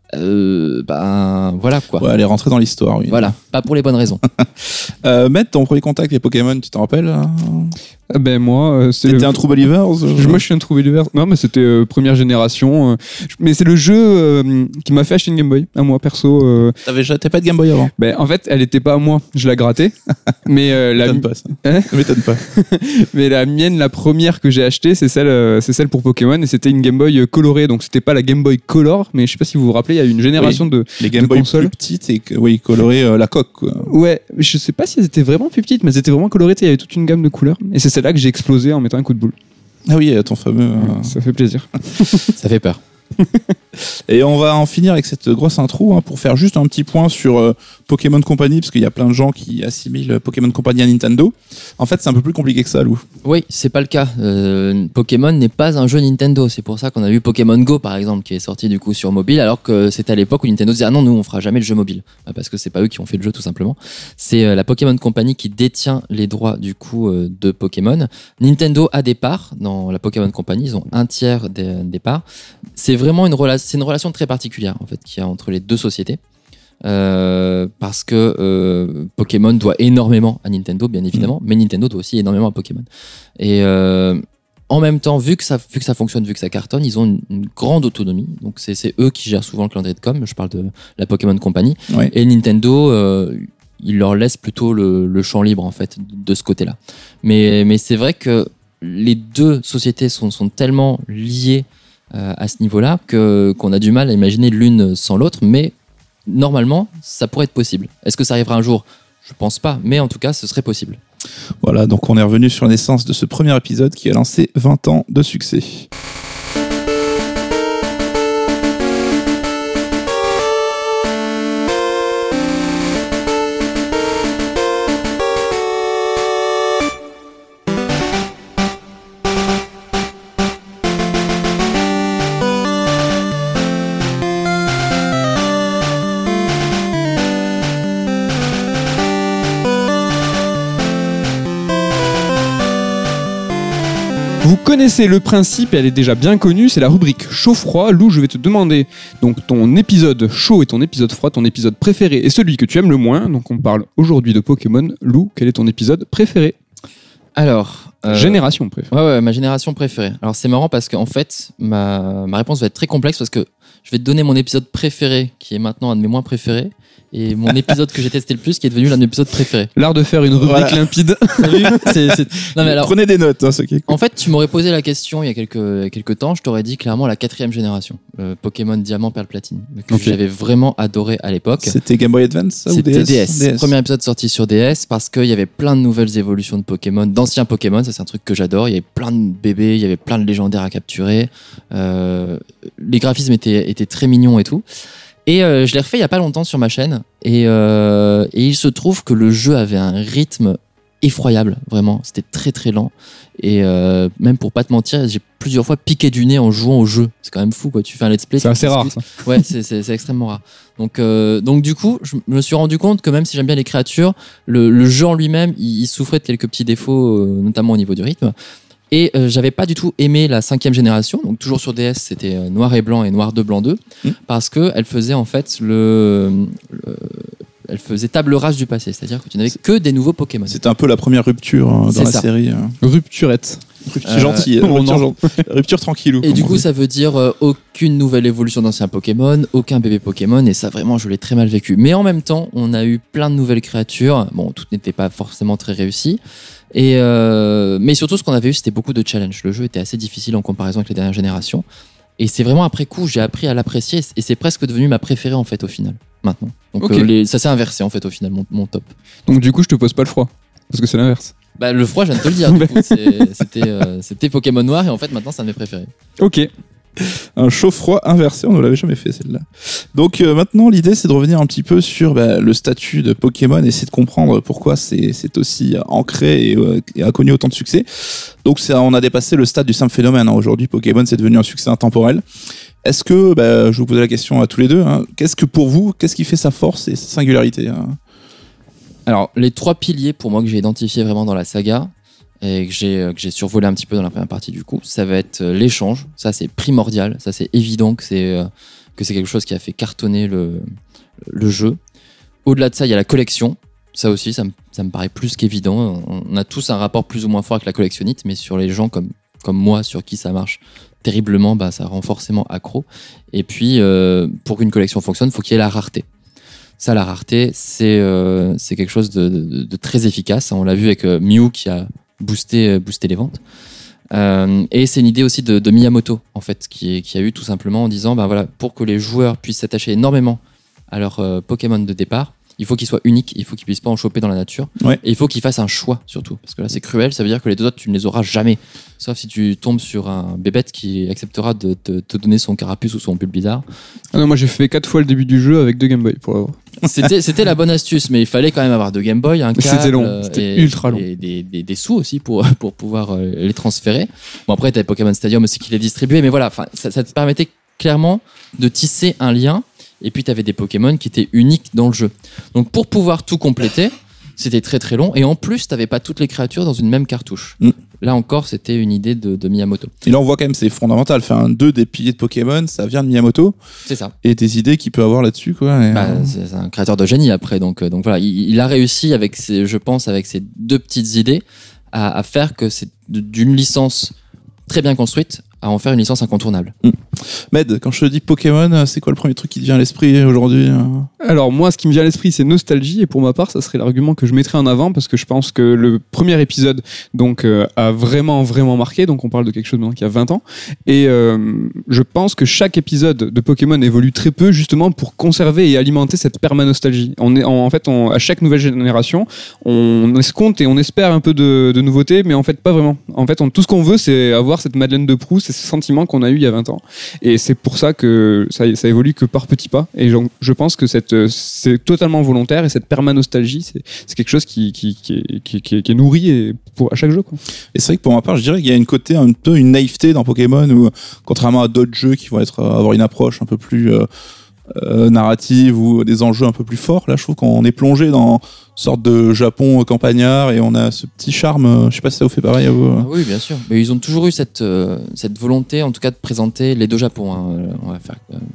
voilà quoi. Ouais, elle est rentrée dans l'histoire, oui. Voilà, pas pour les bonnes raisons. Matt, ton premier contact avec les Pokémon, tu t'en rappelles? Moi, c'était un True Believers? Moi, je suis un True Believers. Non, mais c'était première génération. Mais c'est le jeu qui m'a fait acheter une Game Boy, à moi, perso. T'avais pas de Game Boy avant? En fait, elle était pas à moi. Je la grattais. Mais ça m'étonne pas, ça. Ça m'étonne pas. Mais la mienne, la première que j'ai achetée, c'est celle pour Pokémon, et c'était une Game Boy colorée. Donc, c'était pas la Game Boy Color, mais je sais pas si vous vous rappelez, il y a eu une génération de les Game Boy plus petites et colorées la coque, quoi. Ouais, je sais pas si elles étaient vraiment plus petites, mais elles étaient vraiment colorées. Il y avait toute une gamme de couleurs. Et c'est là que j'ai explosé en mettant un coup de boule. Ah oui, ton fameux... Ça fait plaisir. Ça fait peur. Et on va en finir avec cette grosse intro pour faire juste un petit point sur Pokémon Company, parce qu'il y a plein de gens qui assimilent Pokémon Company à Nintendo. En fait, c'est un peu plus compliqué que ça, Lou. Oui, c'est pas le cas. Pokémon n'est pas un jeu Nintendo. C'est pour ça qu'on a eu Pokémon Go, par exemple, qui est sorti du coup sur mobile, alors que c'était à l'époque où Nintendo disait ah non, nous on fera jamais le jeu mobile, parce que c'est pas eux qui ont fait le jeu, tout simplement. C'est la Pokémon Company qui détient les droits du coup de Pokémon. Nintendo a des parts dans la Pokémon Company. Ils ont un tiers des parts. C'est vraiment une relation très particulière en fait qu'il y a entre les deux sociétés, parce que Pokémon doit énormément à Nintendo, bien évidemment, mais Nintendo doit aussi énormément à Pokémon. Et en même temps, vu que ça fonctionne, vu que ça cartonne, ils ont une grande autonomie. Donc c'est eux qui gèrent souvent le calendrier de com. Je parle de la Pokémon Company. Ouais. Et Nintendo, il leur laisse plutôt le champ libre en fait de ce côté-là. Mais c'est vrai que les deux sociétés sont tellement liées à ce niveau-là qu'on a du mal à imaginer l'une sans l'autre, mais normalement ça pourrait être possible. Est-ce que ça arrivera un jour? Je pense pas, mais en tout cas ce serait possible. Voilà, donc on est revenu sur la naissance de ce premier épisode qui a lancé 20 ans de succès. Vous connaissez le principe, elle est déjà bien connue, c'est la rubrique chaud-froid. Lou, je vais te demander donc ton épisode chaud et ton épisode froid, ton épisode préféré et celui que tu aimes le moins. Donc on parle aujourd'hui de Pokémon. Lou, quel est ton épisode préféré ? Alors, Génération préférée. Ouais, ma génération préférée. Alors c'est marrant parce qu'en fait, ma réponse va être très complexe parce que je vais te donner mon épisode préféré qui est maintenant un de mes moins préférés et mon épisode que j'ai testé le plus qui est devenu l'un de mes épisodes préférés. L'art de faire une rubrique limpide. Non, mais alors, Prenez des notes, ce qui est cool. en fait, tu m'aurais posé la question il y a quelques temps, je t'aurais dit clairement la 4e génération, Pokémon Diamant, Perle, Platine, que j'avais vraiment adoré à l'époque. C'était Game Boy Advance, ça, ou C'était DS? DS. Premier épisode sorti sur DS parce qu'il y avait plein de nouvelles évolutions de Pokémon, d'anciens Pokémon, ça c'est un truc que j'adore. Il y avait plein de bébés, il y avait plein de légendaires à capturer. Les graphismes étaient très mignons et tout. Et je l'ai refait il y a pas longtemps sur ma chaîne et il se trouve que le jeu avait un rythme effroyable, vraiment. C'était très très lent et même pour pas te mentir, j'ai plusieurs fois piqué du nez en jouant au jeu. C'est quand même fou quoi. Tu fais un let's play. C'est assez rare ça. Ouais, c'est extrêmement rare. Donc du coup, je me suis rendu compte que même si j'aime bien les créatures, le jeu en lui-même, il souffrait de quelques petits défauts, notamment au niveau du rythme. Et j'avais pas du tout aimé la 5e génération, donc toujours sur DS, c'était noir et blanc et noir 2, blanc 2, parce que elle faisait en fait elle faisait table rase du passé, c'est-à-dire que tu n'avais que des nouveaux Pokémon. C'était un peu la première rupture dans la série. Rupturette. Rupture gentille, rupture tranquillou. Et du coup, ça veut dire aucune nouvelle évolution d'anciens Pokémon, aucun bébé Pokémon, et ça vraiment, je l'ai très mal vécu. Mais en même temps, on a eu plein de nouvelles créatures. Bon, toutes n'étaient pas forcément très réussies. Mais surtout, ce qu'on avait eu, c'était beaucoup de challenges. Le jeu était assez difficile en comparaison avec les dernières générations. Et c'est vraiment après coup, j'ai appris à l'apprécier, et c'est presque devenu ma préférée en fait au final. Maintenant. Donc Okay. ça s'est inversé en fait au final, mon top. Donc du coup, je te pose pas le froid. Parce que c'est l'inverse. Bah, le froid, je viens de te le dire. Du coup, c'était Pokémon Noir et en fait maintenant c'est un de mes préférés. Ok. Un chaud-froid inversé, on ne l'avait jamais fait celle-là. Donc maintenant l'idée c'est de revenir un petit peu sur le statut de Pokémon et essayer de comprendre pourquoi c'est aussi ancré et a connu autant de succès. Donc on a dépassé le stade du simple phénomène. Aujourd'hui Pokémon c'est devenu un succès intemporel. Est-ce que, je vous pose la question à tous les deux, qu'est-ce qui fait sa force et sa singularité Alors les 3 piliers pour moi que j'ai identifiés vraiment dans la saga et que j'ai survolé un petit peu dans la première partie du coup, ça va être l'échange, ça c'est primordial, ça c'est évident que c'est quelque chose qui a fait cartonner le jeu. Au-delà de ça, il y a la collection, ça aussi ça me paraît plus qu'évident. On a tous un rapport plus ou moins fort avec la collectionnite, mais sur les gens comme moi, sur qui ça marche terriblement, ça rend forcément accro. Et puis pour qu'une collection fonctionne, il faut qu'il y ait la rareté. Ça, la rareté, c'est quelque chose de très efficace. On l'a vu avec Mew qui a boosté les ventes. Et c'est une idée aussi de Miyamoto, en fait, qui a eu tout simplement en disant, voilà, pour que les joueurs puissent s'attacher énormément à leur Pokémon de départ, il faut qu'ils soient uniques, il faut qu'ils puissent pas en choper dans la nature. Ouais. Et il faut qu'ils fassent un choix, surtout. Parce que là, c'est cruel, ça veut dire que les deux autres, tu ne les auras jamais. Sauf si tu tombes sur un bébête qui acceptera de te donner son carapuce ou son Bulbizarre. Ah non, moi j'ai fait 4 fois le début du jeu avec 2 Game Boy pour l'avoir. C'était la bonne astuce, mais il fallait quand même avoir 2 Game Boy, un câble, C'était long, c'était ultra long. Et des sous aussi pour pouvoir les transférer. Bon, après, t'avais Pokémon Stadium aussi qui les distribuait, mais voilà, ça te permettait clairement de tisser un lien. Et puis, tu avais des Pokémon qui étaient uniques dans le jeu. Donc, pour pouvoir tout compléter, c'était très très long. Et en plus, tu n'avais pas toutes les créatures dans une même cartouche. Là encore, c'était une idée de Miyamoto. Et là, on voit quand même, c'est fondamental. Enfin, 2 des piliers de Pokémon, ça vient de Miyamoto. C'est ça. Et des idées qu'il peut avoir là-dessus, quoi. C'est un créateur de génie après. Donc voilà, il a réussi avec ses 2 petites idées à faire que c'est d'une licence très bien construite à en faire une licence incontournable. Med, quand je te dis Pokémon, c'est quoi le premier truc qui te vient à l'esprit aujourd'hui ? Alors moi, ce qui me vient à l'esprit, c'est nostalgie, et pour ma part, ça serait l'argument que je mettrais en avant, parce que je pense que le premier épisode donc a vraiment marqué. Donc on parle de quelque chose maintenant qui a 20 ans, et je pense que chaque épisode de Pokémon évolue très peu, justement pour conserver et alimenter cette perma-nostalgie. À chaque nouvelle génération, on escompte et on espère un peu de nouveautés, mais en fait pas vraiment. En fait, tout ce qu'on veut, c'est avoir cette Madeleine de Proust, c'est ce sentiment qu'on a eu il y a 20 ans. Et c'est pour ça que ça évolue que par petits pas. Et je pense que c'est totalement volontaire, et cette perma-nostalgie, c'est quelque chose qui est nourri à chaque jeu, quoi. Et c'est vrai que pour ma part, je dirais qu'il y a un peu une naïveté dans Pokémon, où contrairement à d'autres jeux qui vont avoir une approche un peu plus narrative ou des enjeux un peu plus forts. Là, je trouve qu'on est plongé dans une sorte de Japon campagnard et on a ce petit charme. Je sais pas si ça vous fait pareil à vous. Ah oui, bien sûr. Mais ils ont toujours eu cette volonté, en tout cas, de présenter les deux Japons. Hein. On va faire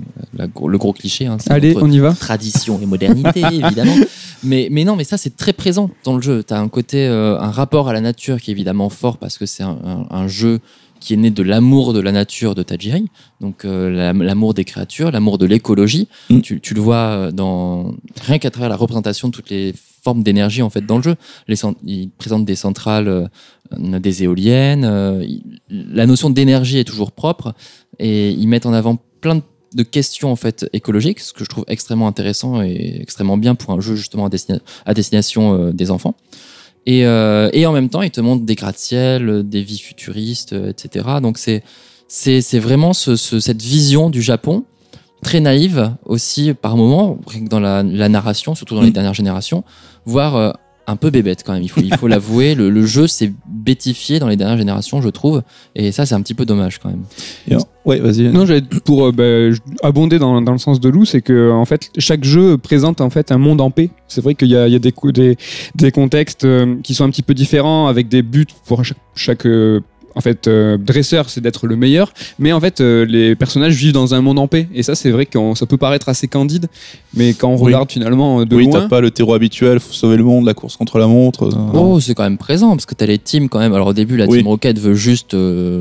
le gros cliché. Hein. Allez, on y va. Tradition et modernité, évidemment. Mais non, mais ça, c'est très présent dans le jeu. T'as un côté, un rapport à la nature qui est évidemment fort parce que c'est un jeu qui est né de l'amour de la nature de Tajiri, donc l'amour des créatures, l'amour de l'écologie. Tu le vois rien qu'à travers la représentation de toutes les formes d'énergie en fait dans le jeu. Il présente des centrales, des éoliennes. La notion d'énergie est toujours propre et ils mettent en avant plein de questions en fait écologiques, ce que je trouve extrêmement intéressant et extrêmement bien pour un jeu justement à destination des enfants. Et en même temps, il te montre des gratte-ciel, des vies futuristes, etc. Donc c'est vraiment cette vision du Japon, très naïve aussi par moments, dans la narration, surtout dans les dernières générations, voire un peu bébête quand même. Il faut l'avouer, le jeu s'est bêtifié dans les dernières générations, je trouve, et ça c'est un petit peu dommage quand même. Ouais, vas-y. Non, j'allais pour abonder dans le sens de Lou, c'est que en fait chaque jeu présente en fait un monde en paix. C'est vrai qu'il y a des contextes qui sont un petit peu différents avec des buts pour chaque en fait, dresseur, c'est d'être le meilleur, mais en fait, les personnages vivent dans un monde en paix. Et ça, c'est vrai que ça peut paraître assez candide, mais quand on regarde finalement de loin... t'as pas le terreau habituel, faut sauver le monde, la course contre la montre... Oh, c'est quand même présent, parce que t'as les teams quand même. Alors au début, la Team Rocket veut juste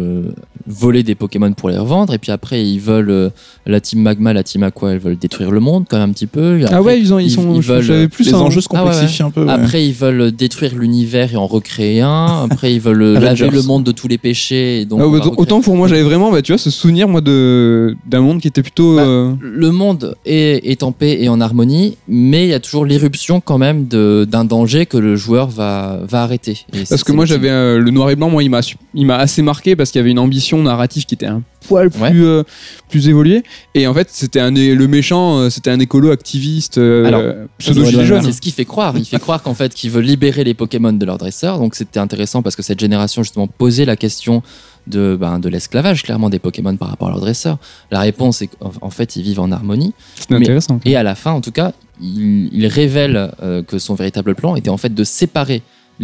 voler des Pokémon pour les revendre, et puis après, ils veulent... la Team Magma, la Team Aqua, elles veulent détruire le monde quand même un petit peu. Après, ah ouais, ils veulent plus les enjeux se complexifient un peu. Ouais. Après, ils veulent détruire l'univers et en recréer un. Après, ils veulent laver le monde de tous les péchés. Et donc autant pour moi, j'avais vraiment ce souvenir moi d'un monde qui était plutôt... Le monde est en paix et en harmonie, mais il y a toujours l'éruption quand même d'un danger que le joueur va arrêter. Parce que moi, j'avais le noir et blanc, moi, il m'a assez marqué parce qu'il y avait une ambition narrative qui était un poil plus évolué, et en fait c'était le méchant, c'était un écolo activiste pseudo-gilet jaune. C'est ce qu'il fait croire. Il fait croire qu'en fait qu'il veut libérer les Pokémon de leurs dresseurs. Donc c'était intéressant parce que cette génération justement posait la question de l'esclavage clairement des Pokémon par rapport à leurs dresseurs. La réponse est qu'en fait ils vivent en harmonie. C'est intéressant. Et à la fin en tout cas il révèle que son véritable plan était en fait de séparer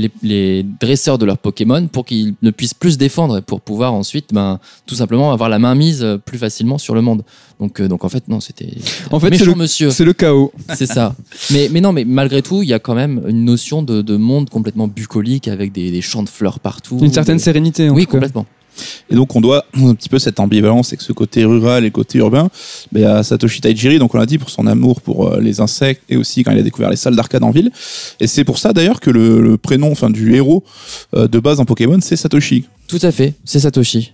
les dresseurs de leurs Pokémon pour qu'ils ne puissent plus se défendre et pour pouvoir ensuite tout simplement avoir la main mise plus facilement sur le monde. Donc en fait non, c'était méchant monsieur. C'est le chaos. C'est ça. Mais non, mais malgré tout, il y a quand même une notion de monde complètement bucolique avec des champs de fleurs partout. Une certaine sérénité. Oui, complètement. Et donc on doit un petit peu cette ambivalence avec ce côté rural et le côté urbain à Satoshi Tajiri, donc on l'a dit, pour son amour pour les insectes et aussi quand il a découvert les salles d'arcade en ville. Et c'est pour ça d'ailleurs que le prénom du héros de base en Pokémon, c'est Satoshi. Tout à fait, c'est Satoshi.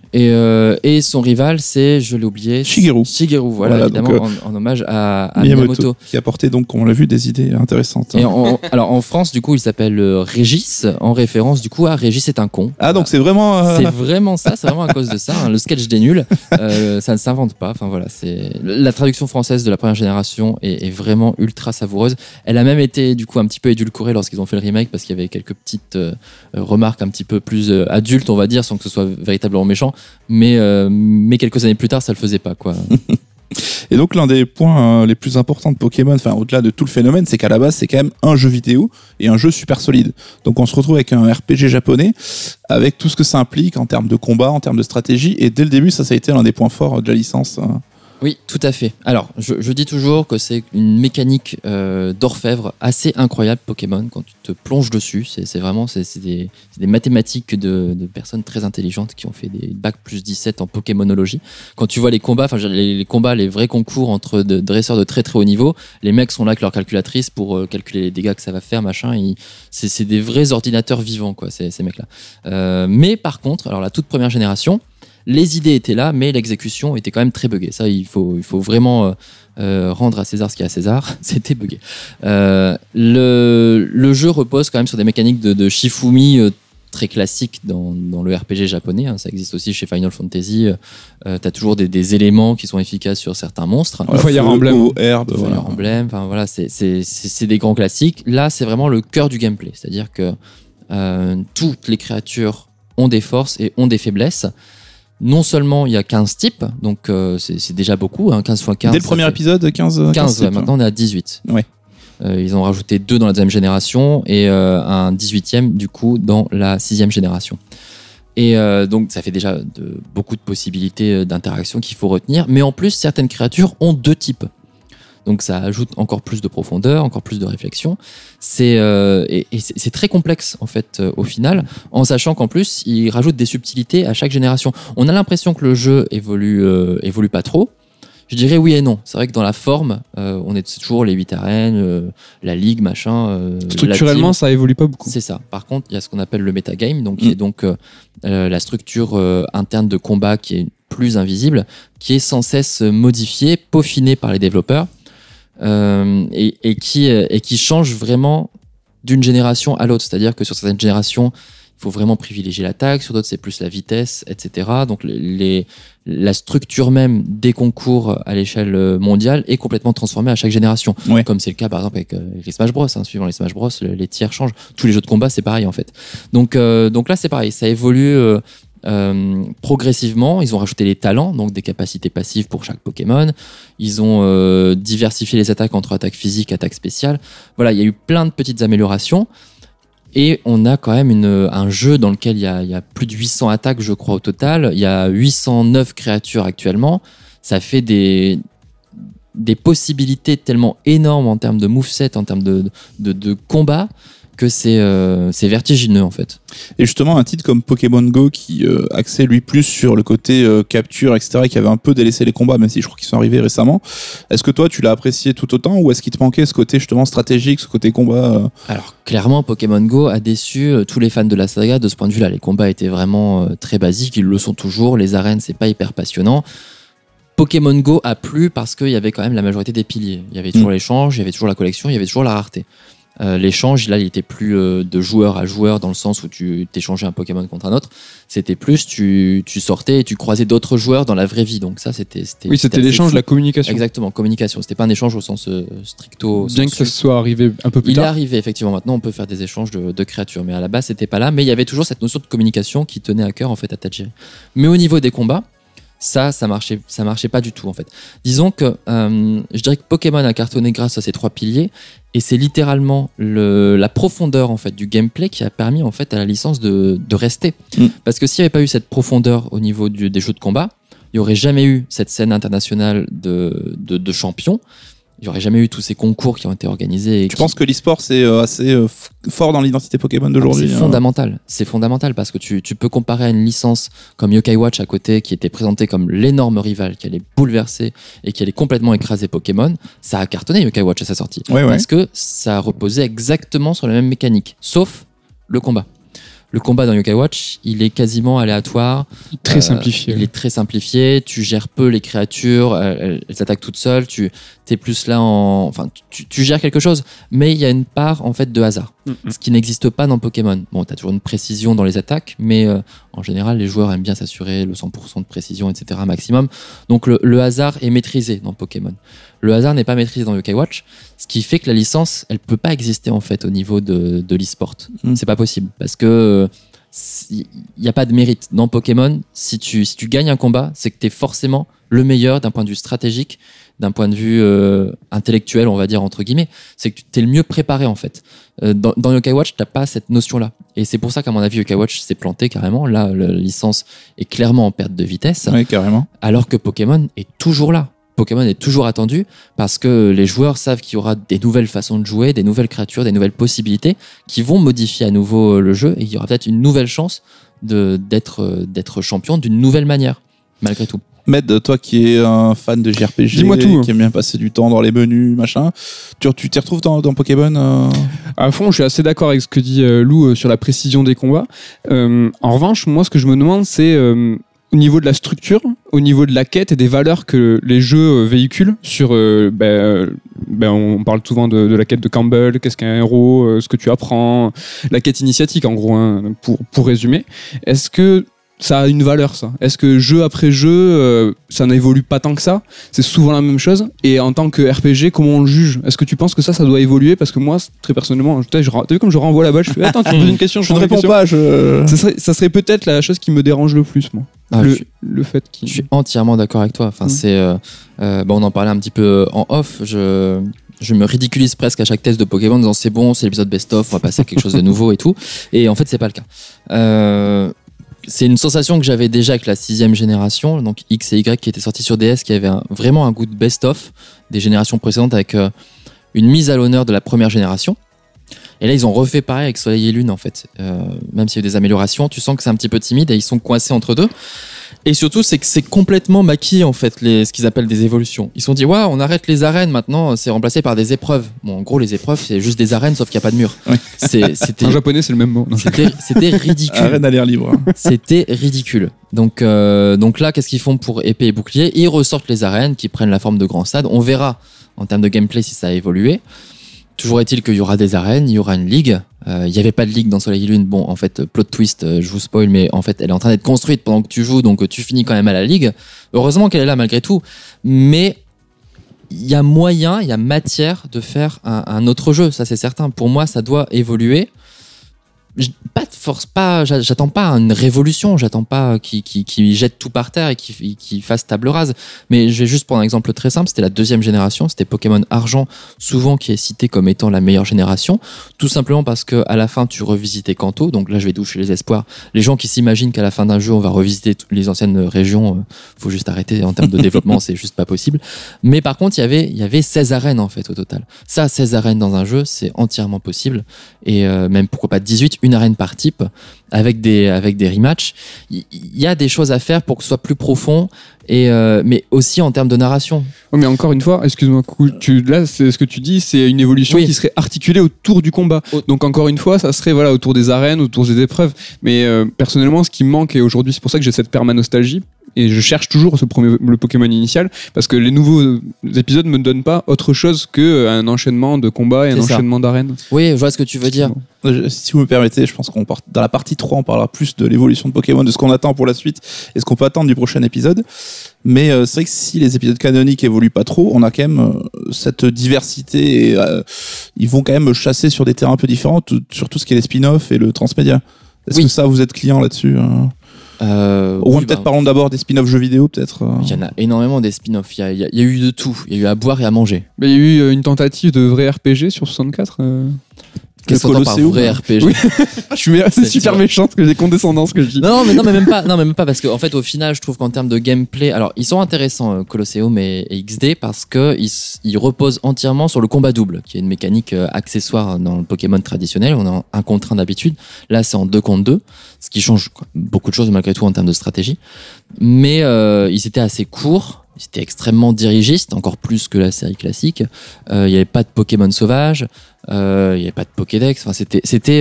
Et son rival, c'est, je l'ai oublié, Shigeru, voilà évidemment, donc, en hommage à Miyamoto. Qui a apporté, donc, comme on l'a vu, des idées intéressantes. Et alors en France, du coup, il s'appelle Régis, en référence du coup à Régis est un con. Ah, donc c'est vraiment... C'est vraiment ça, c'est vraiment à cause de ça. Hein, le sketch des nuls, ça ne s'invente pas. Enfin voilà, la traduction française de la première génération est vraiment ultra savoureuse. Elle a même été du coup un petit peu édulcorée lorsqu'ils ont fait le remake parce qu'il y avait quelques petites remarques un petit peu plus adultes, on va dire, sans que ce soit véritablement méchant, mais quelques années plus tard ça le faisait pas quoi. Et donc l'un des points les plus importants de Pokémon, au-delà de tout le phénomène, c'est qu'à la base c'est quand même un jeu vidéo et un jeu super solide. Donc on se retrouve avec un RPG japonais avec tout ce que ça implique en termes de combat, en termes de stratégie, et dès le début ça a été l'un des points forts de la licence. Oui, tout à fait. Alors, je dis toujours que c'est une mécanique d'orfèvre assez incroyable, Pokémon, quand tu te plonges dessus. C'est vraiment des mathématiques de personnes très intelligentes qui ont fait des bacs plus 17 en Pokémonologie. Quand tu vois les combats, les combats, les vrais concours entre dresseurs de très très haut niveau, les mecs sont là avec leur calculatrice pour calculer les dégâts que ça va faire, machin. C'est des vrais ordinateurs vivants, quoi, ces mecs-là. Mais par contre, alors la toute première génération, les idées étaient là, mais l'exécution était quand même très buggée. Ça, il faut vraiment rendre à César ce qu'il y a à César. C'était buggé. Le jeu repose quand même sur des mécaniques de Shifumi très classiques dans le RPG japonais. Hein. Ça existe aussi chez Final Fantasy. T'as toujours des éléments qui sont efficaces sur certains monstres. Fire Emblem, herbe, Fire Emblem. Enfin voilà, c'est des grands classiques. Là, c'est vraiment le cœur du gameplay. C'est-à-dire que toutes les créatures ont des forces et ont des faiblesses. non seulement il y a 15 types, donc c'est déjà beaucoup, 15 x 15. Dès le premier épisode, 15 15 types. maintenant on est à 18. Ouais. Ils ont rajouté 2 dans la deuxième génération et un 18e du coup dans la 6e génération. Et donc ça fait déjà beaucoup de possibilités d'interaction qu'il faut retenir. Mais en plus, certaines créatures ont 2 types. Donc ça ajoute encore plus de profondeur, encore plus de réflexion. C'est très complexe en fait au final, en sachant qu'en plus, ils rajoutent des subtilités à chaque génération. On a l'impression que le jeu évolue pas trop. Je dirais oui et non. C'est vrai que dans la forme, on est toujours les 8 arènes, la ligue, machin. Structurellement, ça évolue pas beaucoup. C'est ça. Par contre, il y a ce qu'on appelle le metagame, donc qui est donc la structure interne de combat qui est plus invisible, qui est sans cesse modifiée, peaufinée par les développeurs, et qui change vraiment d'une génération à l'autre. C'est-à-dire que sur certaines générations, il faut vraiment privilégier l'attaque, sur d'autres c'est plus la vitesse, etc. Donc la structure même des concours à l'échelle mondiale est complètement transformée à chaque génération. Ouais. Comme c'est le cas par exemple avec les Smash Bros. Suivant les Smash Bros, les tiers changent. Tous les jeux de combat c'est pareil en fait. Donc là c'est pareil, ça évolue progressivement. Ils ont rajouté les talents, donc des capacités passives pour chaque Pokémon. Ils ont diversifié les attaques entre attaques physiques et attaques spéciales. Voilà, il y a eu plein de petites améliorations. Et on a quand même un jeu dans lequel il y a plus de 800 attaques, je crois, au total. Il y a 809 créatures actuellement. Ça fait des possibilités tellement énormes en termes de moveset, en termes de combat, que c'est vertigineux, en fait. Et justement, un titre comme Pokémon Go qui axait lui plus sur le côté capture, etc., et qui avait un peu délaissé les combats, même si je crois qu'ils sont arrivés récemment. Est-ce que toi, tu l'as apprécié tout autant, ou est-ce qu'il te manquait ce côté justement stratégique, ce côté combat Alors, clairement, Pokémon Go a déçu tous les fans de la saga de ce point de vue-là. Les combats étaient vraiment très basiques, ils le sont toujours. Les arènes, c'est pas hyper passionnant. Pokémon Go a plu parce qu'il y avait quand même la majorité des piliers. Il y avait toujours l'échange, il y avait toujours la collection, il y avait toujours la rareté. L'échange, là, il était plus de joueur à joueur dans le sens où tu t'échangeais un Pokémon contre un autre. C'était plus, tu sortais et tu croisais d'autres joueurs dans la vraie vie. Donc ça, c'était l'échange, la communication. Exactement, communication. C'était pas un échange au sens stricto. Bien que ça soit arrivé un peu plus tard. Il est arrivé, effectivement. Maintenant, on peut faire des échanges de créatures. Mais à la base, c'était pas là. Mais il y avait toujours cette notion de communication qui tenait à cœur, en fait, à Tajiri. Mais au niveau des combats, ça marchait pas du tout en fait. Disons que je dirais que Pokémon a cartonné grâce à ces 3 piliers et c'est littéralement la profondeur en fait du gameplay qui a permis en fait à la licence de rester. Parce que s'il n'y avait pas eu cette profondeur au niveau des jeux de combat, il n'y aurait jamais eu cette scène internationale de champions. Il n'y aurait jamais eu tous ces concours qui ont été organisés. Tu penses que l'e-sport c'est assez fort dans l'identité Pokémon d'aujourd'hui? C'est fondamental. C'est fondamental parce que tu peux comparer à une licence comme Yokai Watch à côté qui était présentée comme l'énorme rival qui allait bouleverser et qui allait complètement écraser Pokémon. Ça a cartonné Yokai Watch à sa sortie. Ouais. Parce que ça reposait exactement sur la même mécanique, sauf le combat. Le combat dans Yokai Watch, il est quasiment aléatoire. Très simplifié. Il est très simplifié. Tu gères peu les créatures. Elles s'attaquent toutes seules. Tu es plus là tu gères quelque chose. Mais il y a une part, en fait, de hasard. Ce qui n'existe pas dans Pokémon. Bon, t'as toujours une précision dans les attaques. Mais en général, les joueurs aiment bien s'assurer le 100% de précision, etc. maximum. Donc, le hasard est maîtrisé dans Pokémon. Le hasard n'est pas maîtrisé dans Yokai Watch. Ce qui fait que la licence, elle peut pas exister, en fait, au niveau de l'e-sport. C'est pas possible. Parce que il n'y a pas de mérite. Dans Pokémon, si tu gagnes un combat, c'est que tu es forcément le meilleur d'un point de vue stratégique, d'un point de vue intellectuel, on va dire, entre guillemets. C'est que tu es le mieux préparé, en fait. Dans Yokai Watch, tu n'as pas cette notion-là. Et c'est pour ça qu'à mon avis, Yokai Watch s'est planté carrément. Là, la licence est clairement en perte de vitesse. Oui, carrément. Alors que Pokémon est toujours là. Pokémon est toujours attendu parce que les joueurs savent qu'il y aura des nouvelles façons de jouer, des nouvelles créatures, des nouvelles possibilités qui vont modifier à nouveau le jeu et il y aura peut-être une nouvelle chance d'être champion d'une nouvelle manière, malgré tout. Med, toi qui es un fan de JRPG, dis-moi tout. Qui aime bien passer du temps dans les menus, machin, tu t'y retrouves dans Pokémon À fond, je suis assez d'accord avec ce que dit Lou sur la précision des combats. En revanche, moi, ce que je me demande, c'est au niveau de la structure, au niveau de la quête et des valeurs que les jeux véhiculent sur... on parle souvent de la quête de Campbell, qu'est-ce qu'un héros, ce que tu apprends, la quête initiatique en gros, hein, pour résumer. Est-ce que ça a une valeur, ça? Est-ce que jeu après jeu, ça n'évolue pas tant que ça? C'est souvent la même chose. Et en tant que RPG, comment on le juge? Est-ce que tu penses que ça doit évoluer? Parce que moi, très personnellement, t'as vu comme je renvoie la balle, je fais attends, tu me poses une question, je ne réponds pas. Ça serait peut-être la chose qui me dérange le plus, moi. Le fait Je suis entièrement d'accord avec toi. Enfin, on en parlait un petit peu en off. Je me ridiculise presque à chaque test de Pokémon en disant c'est bon, c'est l'épisode best-of, on va passer à quelque chose de nouveau et tout. Et en fait, c'est pas le cas. C'est une sensation que j'avais déjà avec la 6e génération, donc X et Y qui étaient sortis sur DS, qui avait vraiment un goût de best-of des générations précédentes avec une mise à l'honneur de la première génération. Et là, ils ont refait pareil avec Soleil et Lune, en fait. Même s'il y a eu des améliorations, tu sens que c'est un petit peu timide et ils sont coincés entre deux. Et surtout, c'est que c'est complètement maquillé, en fait, ce qu'ils appellent des évolutions. Ils se sont dit, ouais, on arrête les arènes, maintenant, c'est remplacé par des épreuves. Bon, en gros, les épreuves, c'est juste des arènes, sauf qu'il n'y a pas de mur. Oui. En japonais, c'est le même mot. C'était ridicule. Arène à l'air libre. C'était ridicule. Donc là, qu'est-ce qu'ils font pour épée et bouclier ? Ils ressortent les arènes qui prennent la forme de grands stades. On verra, en termes de gameplay, si ça a évolué. Toujours est-il qu'il y aura des arènes, il y aura une ligue. Il n'y avait pas de ligue dans Soleil et Lune. Bon, en fait, plot twist, je vous spoil, mais en fait, elle est en train d'être construite pendant que tu joues, donc tu finis quand même à la ligue. Heureusement qu'elle est là malgré tout. Mais il y a moyen, il y a matière de faire un autre jeu, ça c'est certain. Pour moi, ça doit évoluer. Pas de force, j'attends pas une révolution, j'attends pas qu'il jette tout par terre et qu'il fasse table rase. Mais je vais juste prendre un exemple très simple, c'était la 2e génération, c'était Pokémon Argent, souvent qui est cité comme étant la meilleure génération, tout simplement parce que à la fin tu revisitais Kanto, donc là je vais toucher les espoirs. Les gens qui s'imaginent qu'à la fin d'un jeu on va revisiter les anciennes régions, faut juste arrêter en termes de développement, c'est juste pas possible. Mais par contre il y avait 16 arènes en fait au total. Ça, 16 arènes dans un jeu, c'est entièrement possible et même pourquoi pas 18, une arène par type avec des rematchs. Il y a des choses à faire pour que ce soit plus profond mais aussi en termes de narration. Oui, mais encore une fois, excuse-moi, là, c'est ce que tu dis, c'est une évolution qui serait articulée autour du combat. Donc encore une fois, ça serait autour des arènes, autour des épreuves. Mais personnellement, ce qui me manque, et aujourd'hui, c'est pour ça que j'ai cette perma-nostalgie, et je cherche toujours le Pokémon initial, parce que les nouveaux épisodes me donnent pas autre chose qu'un enchaînement de combats et un enchaînement d'arènes. Oui, je vois ce que tu veux dire. Si vous me permettez, je pense dans la partie 3, on parlera plus de l'évolution de Pokémon, de ce qu'on attend pour la suite et ce qu'on peut attendre du prochain épisode. Mais c'est vrai que si les épisodes canoniques évoluent pas trop, on a quand même cette diversité et ils vont quand même chasser sur des terrains un peu différents, sur tout ce qui est les spin-offs et le transmédia. Est-ce que ça, vous êtes client là-dessus parlons d'abord des spin-offs jeux vidéo, peut-être. Il y en a énormément des spin-offs. Il y a eu de tout. Il y a eu à boire et à manger. Mais il y a eu une tentative de vrai RPG sur 64. Qu'est-ce qu'on entend par vrai RPG? Oui. C'est super méchant, parce que j'ai condescendance que je dis. Non, mais même pas. Non, même pas, parce qu'en fait, au final, je trouve qu'en termes de gameplay, alors ils sont intéressants, Colosseum et XD, parce que ils reposent entièrement sur le combat double, qui est une mécanique accessoire dans le Pokémon traditionnel. On a un contre 1 d'habitude. Là, c'est en 2 contre 2, ce qui change beaucoup de choses malgré tout en termes de stratégie. Mais ils étaient assez courts. C'était extrêmement dirigiste, encore plus que la série classique. Il n'y avait pas de Pokémon sauvages, il n'y avait pas de Pokédex. Enfin, c'était.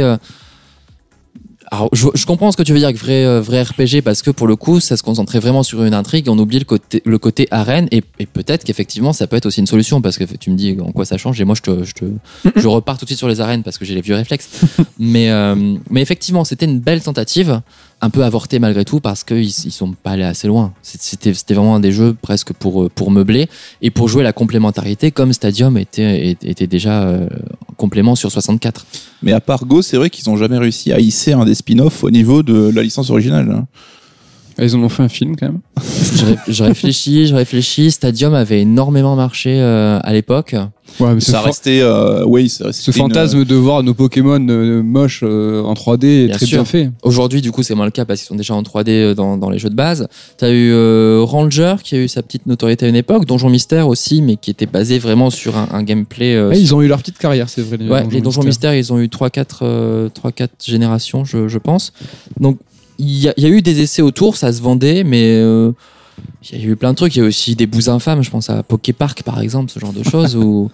Alors, je comprends ce que tu veux dire avec vrai RPG, parce que pour le coup, ça se concentrait vraiment sur une intrigue et on oublie le côté arène, et peut-être qu'effectivement, ça peut être aussi une solution, parce que tu me dis en quoi ça change, et moi, je repars tout de suite sur les arènes parce que j'ai les vieux réflexes. Mais effectivement, c'était une belle tentative, un peu avortée malgré tout, parce qu'ils sont pas allés assez loin. C'était vraiment un des jeux presque pour meubler et pour jouer la complémentarité, comme Stadium était déjà complément sur 64. Mais à part Go, c'est vrai qu'ils n'ont jamais réussi à hisser un des spin-offs au niveau de la licence originale. Ils en ont fait un film quand même. Je réfléchis. Stadium avait énormément marché à l'époque. Ouais, mais ça restait. Ce fantasme de voir nos Pokémon moches en 3D est très bien fait. Aujourd'hui, du coup, c'est moins le cas parce qu'ils sont déjà en 3D dans les jeux de base. T'as eu Ranger qui a eu sa petite notoriété à une époque, Donjon Mystère aussi, mais qui était basé vraiment sur un gameplay. Ils ont eu leur petite carrière, c'est vrai. Les Donjon Mystère, ils ont eu 3-4 générations, je pense. Donc, il y a eu des essais autour, ça se vendait, mais il y a eu plein de trucs. Il y a aussi des bouts infâmes, je pense à Poképark par exemple, ce genre de choses.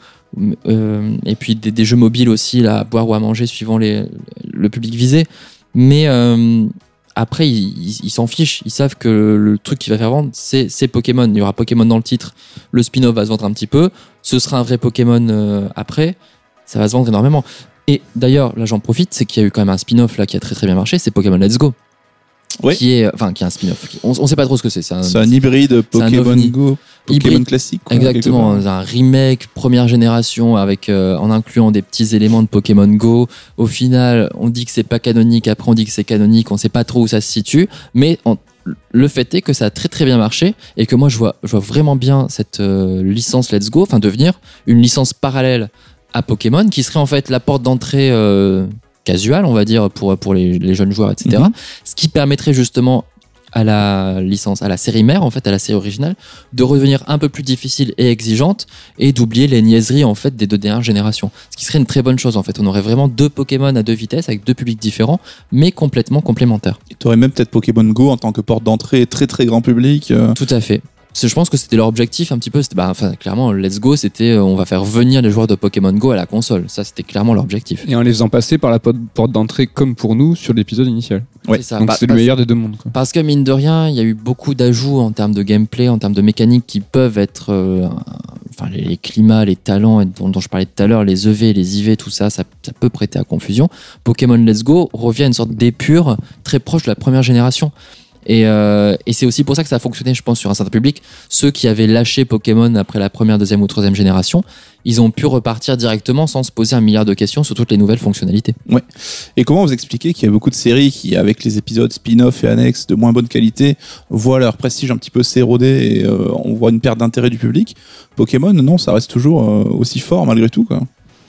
Et puis des jeux mobiles aussi, là, à boire ou à manger suivant le public visé. Mais après, ils s'en fichent. Ils savent que le truc qui va faire vendre, c'est Pokémon. Il y aura Pokémon dans le titre. Le spin-off va se vendre un petit peu. Ce sera un vrai Pokémon après. Ça va se vendre énormément. Et d'ailleurs, là j'en profite, c'est qu'il y a eu quand même un spin-off là qui a très très bien marché, c'est Pokémon Let's Go. Oui. Qui est un spin-off. On sait pas trop ce que c'est. C'est un hybride Pokémon Go, Pokémon classique. Quoi, exactement, un remake première génération avec en incluant des petits éléments de Pokémon Go. Au final, on dit que c'est pas canonique, après on dit que c'est canonique, on sait pas trop où ça se situe, mais le fait est que ça a très très bien marché et que moi je vois vraiment bien cette licence Let's Go devenir une licence parallèle à Pokémon qui serait en fait la porte d'entrée casual, on va dire, pour les jeunes joueurs, etc. Ce qui permettrait justement à la licence, à la série mère, en fait, à la série originale, de redevenir un peu plus difficile et exigeante et d'oublier les niaiseries, en fait, des deux dernières générations. Ce qui serait une très bonne chose, en fait. On aurait vraiment 2 Pokémon à 2 vitesses avec 2 publics différents, mais complètement complémentaires. Et tu aurais même peut-être Pokémon Go en tant que porte d'entrée très très grand public. Tout à fait. Je pense que c'était leur objectif un petit peu. Clairement, Let's Go, c'était on va faire venir les joueurs de Pokémon Go à la console. Ça, c'était clairement leur objectif. Et en les faisant passer par la porte d'entrée comme pour nous sur l'épisode initial. Ouais. C'est ça. Donc c'est le meilleur des deux mondes, quoi. Parce que mine de rien, il y a eu beaucoup d'ajouts en termes de gameplay, en termes de mécanique qui peuvent être, les climats, les talents dont je parlais tout à l'heure, les EV, les IV, tout ça, ça peut prêter à confusion. Pokémon Let's Go revient à une sorte d'épure très proche de la première génération. Et c'est aussi pour ça que ça a fonctionné, je pense, sur un certain public. Ceux qui avaient lâché Pokémon après la première, deuxième ou troisième génération, ils ont pu repartir directement sans se poser 1 milliard de questions sur toutes les nouvelles fonctionnalités. Ouais. Et comment vous expliquez qu'il y a beaucoup de séries qui, avec les épisodes spin-off et annexes de moins bonne qualité, voient leur prestige un petit peu s'éroder et on voit une perte d'intérêt du public? Pokémon, non, ça reste toujours aussi fort malgré tout, quoi.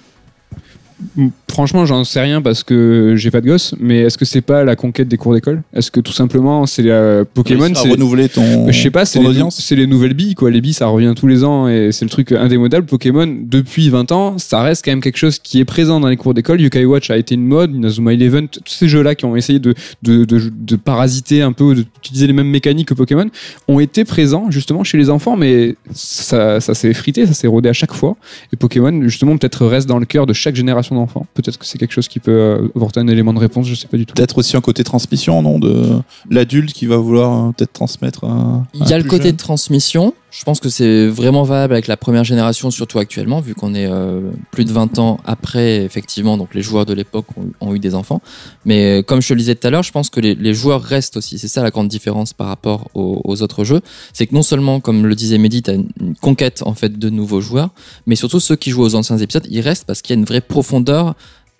Franchement, j'en sais rien parce que j'ai pas de gosse, mais est-ce que c'est pas la conquête des cours d'école? Est-ce que tout simplement c'est Pokémon, c'est renouveler ton je sais pas, c'est audience. C'est les nouvelles billes, quoi. Les billes, ça revient tous les ans et c'est le truc indémodable. Pokémon, depuis 20 ans, ça reste quand même quelque chose qui est présent dans les cours d'école. Yokai Watch a été une mode, Inazuma Eleven, tous ces jeux-là qui ont essayé de parasiter un peu, d'utiliser les mêmes mécaniques que Pokémon, ont été présents justement chez les enfants, mais ça s'est effrité, ça s'est érodé à chaque fois. Et Pokémon, justement, peut-être reste dans le cœur de chaque génération d'enfants. Peut-être que c'est quelque chose qui peut apporter un élément de réponse, je sais pas du tout. Peut-être aussi un côté transmission, non, de l'adulte qui va vouloir peut-être transmettre. Il y a le côté de transmission. Je pense que c'est vraiment valable avec la première génération, surtout actuellement, vu qu'on est plus de 20 ans après, effectivement, donc les joueurs de l'époque ont eu des enfants. Mais comme je te le disais tout à l'heure, je pense que les joueurs restent aussi. C'est ça la grande différence par rapport aux autres jeux. C'est que non seulement, comme le disait Mehdi, tu as une conquête en fait, de nouveaux joueurs, mais surtout ceux qui jouent aux anciens épisodes, ils restent parce qu'il y a une vraie profondeur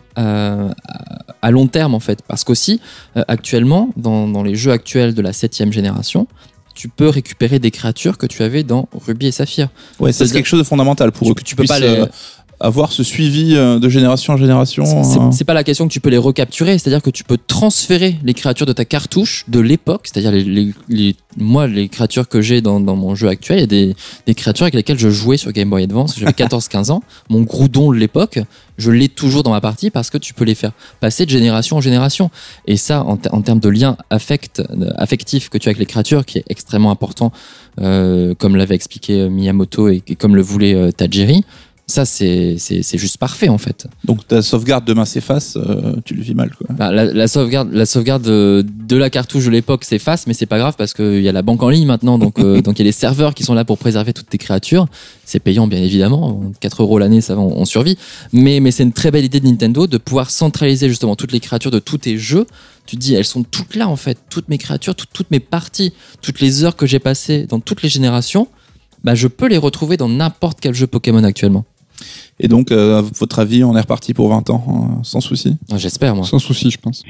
à long terme en fait. Parce qu'aussi, actuellement, dans les jeux actuels de la 7e génération, tu peux récupérer des créatures que tu avais dans Ruby et Saphir. Ouais, c'est quelque chose de fondamental pour que tu peux pas avoir ce suivi de génération en génération. C'est pas la question que tu peux les recapturer, c'est-à-dire que tu peux transférer les créatures de ta cartouche de l'époque, c'est-à-dire moi, les créatures que j'ai dans mon jeu actuel, il y a des créatures avec lesquelles je jouais sur Game Boy Advance, j'avais 14-15 ans, mon Groudon de l'époque, je l'ai toujours dans ma partie parce que tu peux les faire passer de génération en génération. Et ça, en termes de lien affectif que tu as avec les créatures, qui est extrêmement important, comme l'avait expliqué Miyamoto et comme le voulait Tajiri, ça, c'est juste parfait, en fait. Donc, ta sauvegarde demain s'efface, tu le vis mal, quoi. Bah, la sauvegarde de la cartouche de l'époque s'efface, mais c'est pas grave parce qu'il y a la banque en ligne maintenant, donc il y a les serveurs qui sont là pour préserver toutes tes créatures. C'est payant, bien évidemment. 4€ l'année, ça va, on survit. Mais c'est une très belle idée de Nintendo de pouvoir centraliser justement toutes les créatures de tous tes jeux. Tu te dis, elles sont toutes là, en fait. Toutes mes créatures, toutes mes parties, toutes les heures que j'ai passées dans toutes les générations, bah, je peux les retrouver dans n'importe quel jeu Pokémon actuellement. Et donc, à votre avis, on est reparti pour 20 ans, sans souci? J'espère, moi. Sans souci, je pense.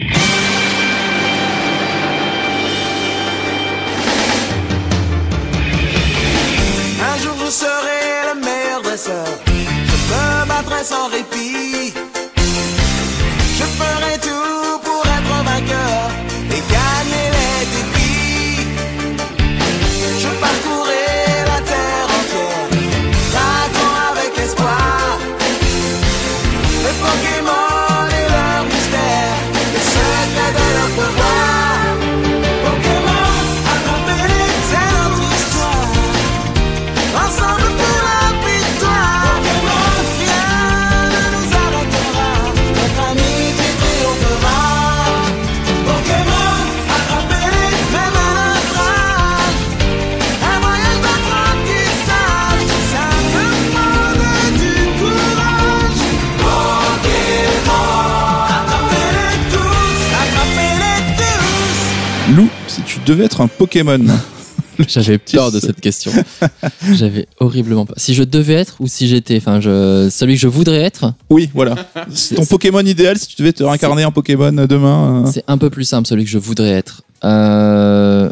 Un jour, je serai le meilleur dresseur. Je me battrai sans répit. Je ferai tout pour être vainqueur et gagner les défis. Je parcourrai la terre entière, traquant avec espoir les Pokémon et leur mystère, le secret de leur pouvoir. Pokémon, attrapez-les, c'est notre histoire. Ensemble pour la victoire. Pokémon, rien ne nous arrêtera. Notre amitié triomphera. Pokémon, attrapez-les, même à notre âge. Un voyage d'apprentissage, simplement du courage. Lou, si tu devais être un Pokémon, J'avais peur de cette question. J'avais horriblement peur. Si je devais être ou si j'étais, celui que je voudrais être. oui, voilà. Ton Pokémon idéal, si tu devais te réincarner en Pokémon demain. C'est un peu plus simple, celui que je voudrais être.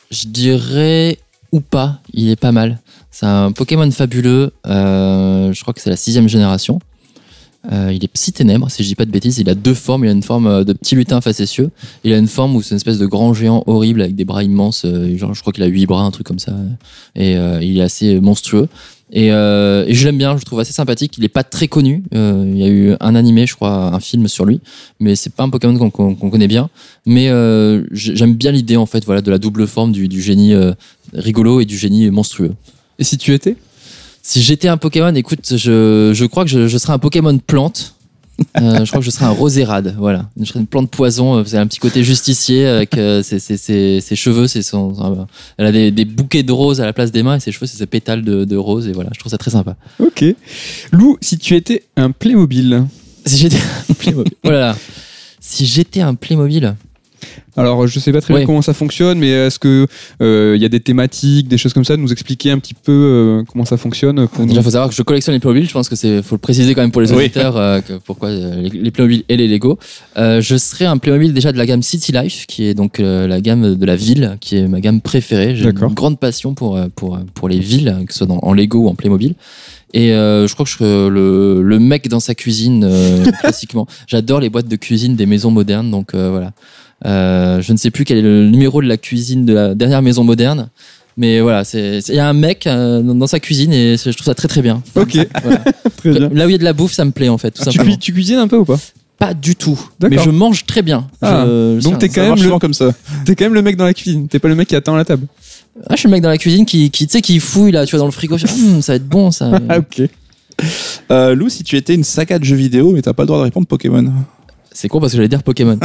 Je dirais ou pas, il est pas mal. C'est un Pokémon fabuleux. Je crois que c'est la 6e génération. Il est Psy-Ténèbres, si je dis pas de bêtises. Il a 2 formes. Il a une forme de petit lutin facétieux. Il a une forme où c'est une espèce de grand géant horrible avec des bras immenses. Genre, je crois qu'il a 8 bras, un truc comme ça. Et il est assez monstrueux. Et je l'aime bien, je le trouve assez sympathique. Il est pas très connu. Il y a eu un animé, je crois, un film sur lui. Mais c'est pas un Pokémon qu'on connaît bien. Mais j'aime bien l'idée, en fait, voilà, de la double forme du génie rigolo et du génie monstrueux. Et si tu étais ? Si j'étais un Pokémon, écoute, je crois que je serais un Pokémon plante. Je crois que je serais un Rosérade, voilà. Je serais une plante poison. C'est un petit côté justicier avec ses cheveux. Elle a des bouquets de roses à la place des mains et ses cheveux, c'est ses pétales de rose. Et voilà, je trouve ça très sympa. Ok. Lou, si tu étais un Playmobil. Si j'étais un Playmobil. Oh là là. Si j'étais un Playmobil. Alors, je sais pas très bien comment ça fonctionne, mais est-ce que y a des thématiques, des choses comme ça, nous expliquer un petit peu comment ça fonctionne pour Déjà, faut savoir que je collectionne les Playmobil. Je pense que faut le préciser quand même pour les auditeurs, pourquoi les Playmobil et les Lego. Je serais un Playmobil déjà de la gamme City Life, qui est donc la gamme de la ville, qui est ma gamme préférée. J'ai une grande passion pour les villes, que ce soit en Lego ou en Playmobil. Et je crois que je serais le mec dans sa cuisine, classiquement. J'adore les boîtes de cuisine des maisons modernes, donc voilà. Je ne sais plus quel est le numéro de la cuisine de la dernière maison moderne, mais voilà, il y a un mec dans sa cuisine et je trouve ça très très bien. Ok, voilà. Très bien. Là où il y a de la bouffe, ça me plaît en fait, tout simplement. Tu cuisines un peu ou pas ? Pas du tout, D'accord. mais je mange très bien. Donc t'es quand même comme ça. T'es quand même le mec dans la cuisine. T'es pas le mec qui attend à la table. Je suis le mec dans la cuisine qui fouille là, tu vois, dans le frigo. Ça va être bon ça. Ok. Lou, si tu étais une saga de jeux vidéo, mais t'as pas le droit de répondre Pokémon. C'est con parce que j'allais dire Pokémon.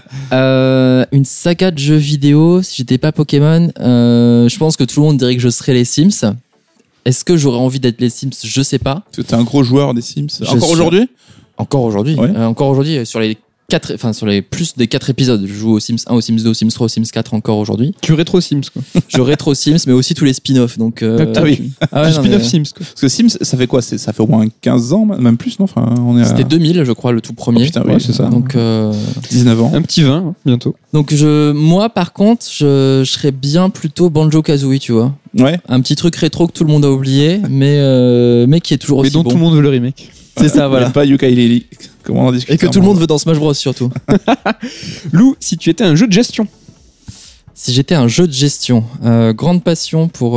Une saga de jeux vidéo, si j'étais pas Pokémon, je pense que tout le monde dirait que je serais les Sims. Est-ce que j'aurais envie d'être les Sims ? Je sais pas. Parce que t'es un gros joueur des Sims. Encore aujourd'hui ? Encore aujourd'hui. Ouais. Encore aujourd'hui, sur les plus des 4 épisodes. Je joue aux Sims 1, aux Sims 2, aux Sims 3, aux Sims 4 encore aujourd'hui. Tu rétro Sims quoi. Je rétro Sims, mais aussi tous les spin-offs. Donc, oui. Du spin-off Sims quoi. Parce que Sims, ça fait quoi ? Ça fait au moins 15 ans, même plus, non ? Enfin, on est C'était 2000, je crois, le tout premier. Oh, putain, oui, c'est ça. Donc, 19 ans. Un petit 20 hein, bientôt. Donc moi, par contre, je serais bien plutôt Banjo-Kazooie, tu vois. Ouais. Un petit truc rétro que tout le monde a oublié, mais qui est toujours aussi Mais dont bon. tout le monde veut le remake. C'est ça, voilà. Pas Yooka-Laylee. Comment on en discute ? Et que tout le monde veut dans Smash Bros surtout. Lou, si tu étais un jeu de gestion. Si j'étais un jeu de gestion, grande passion pour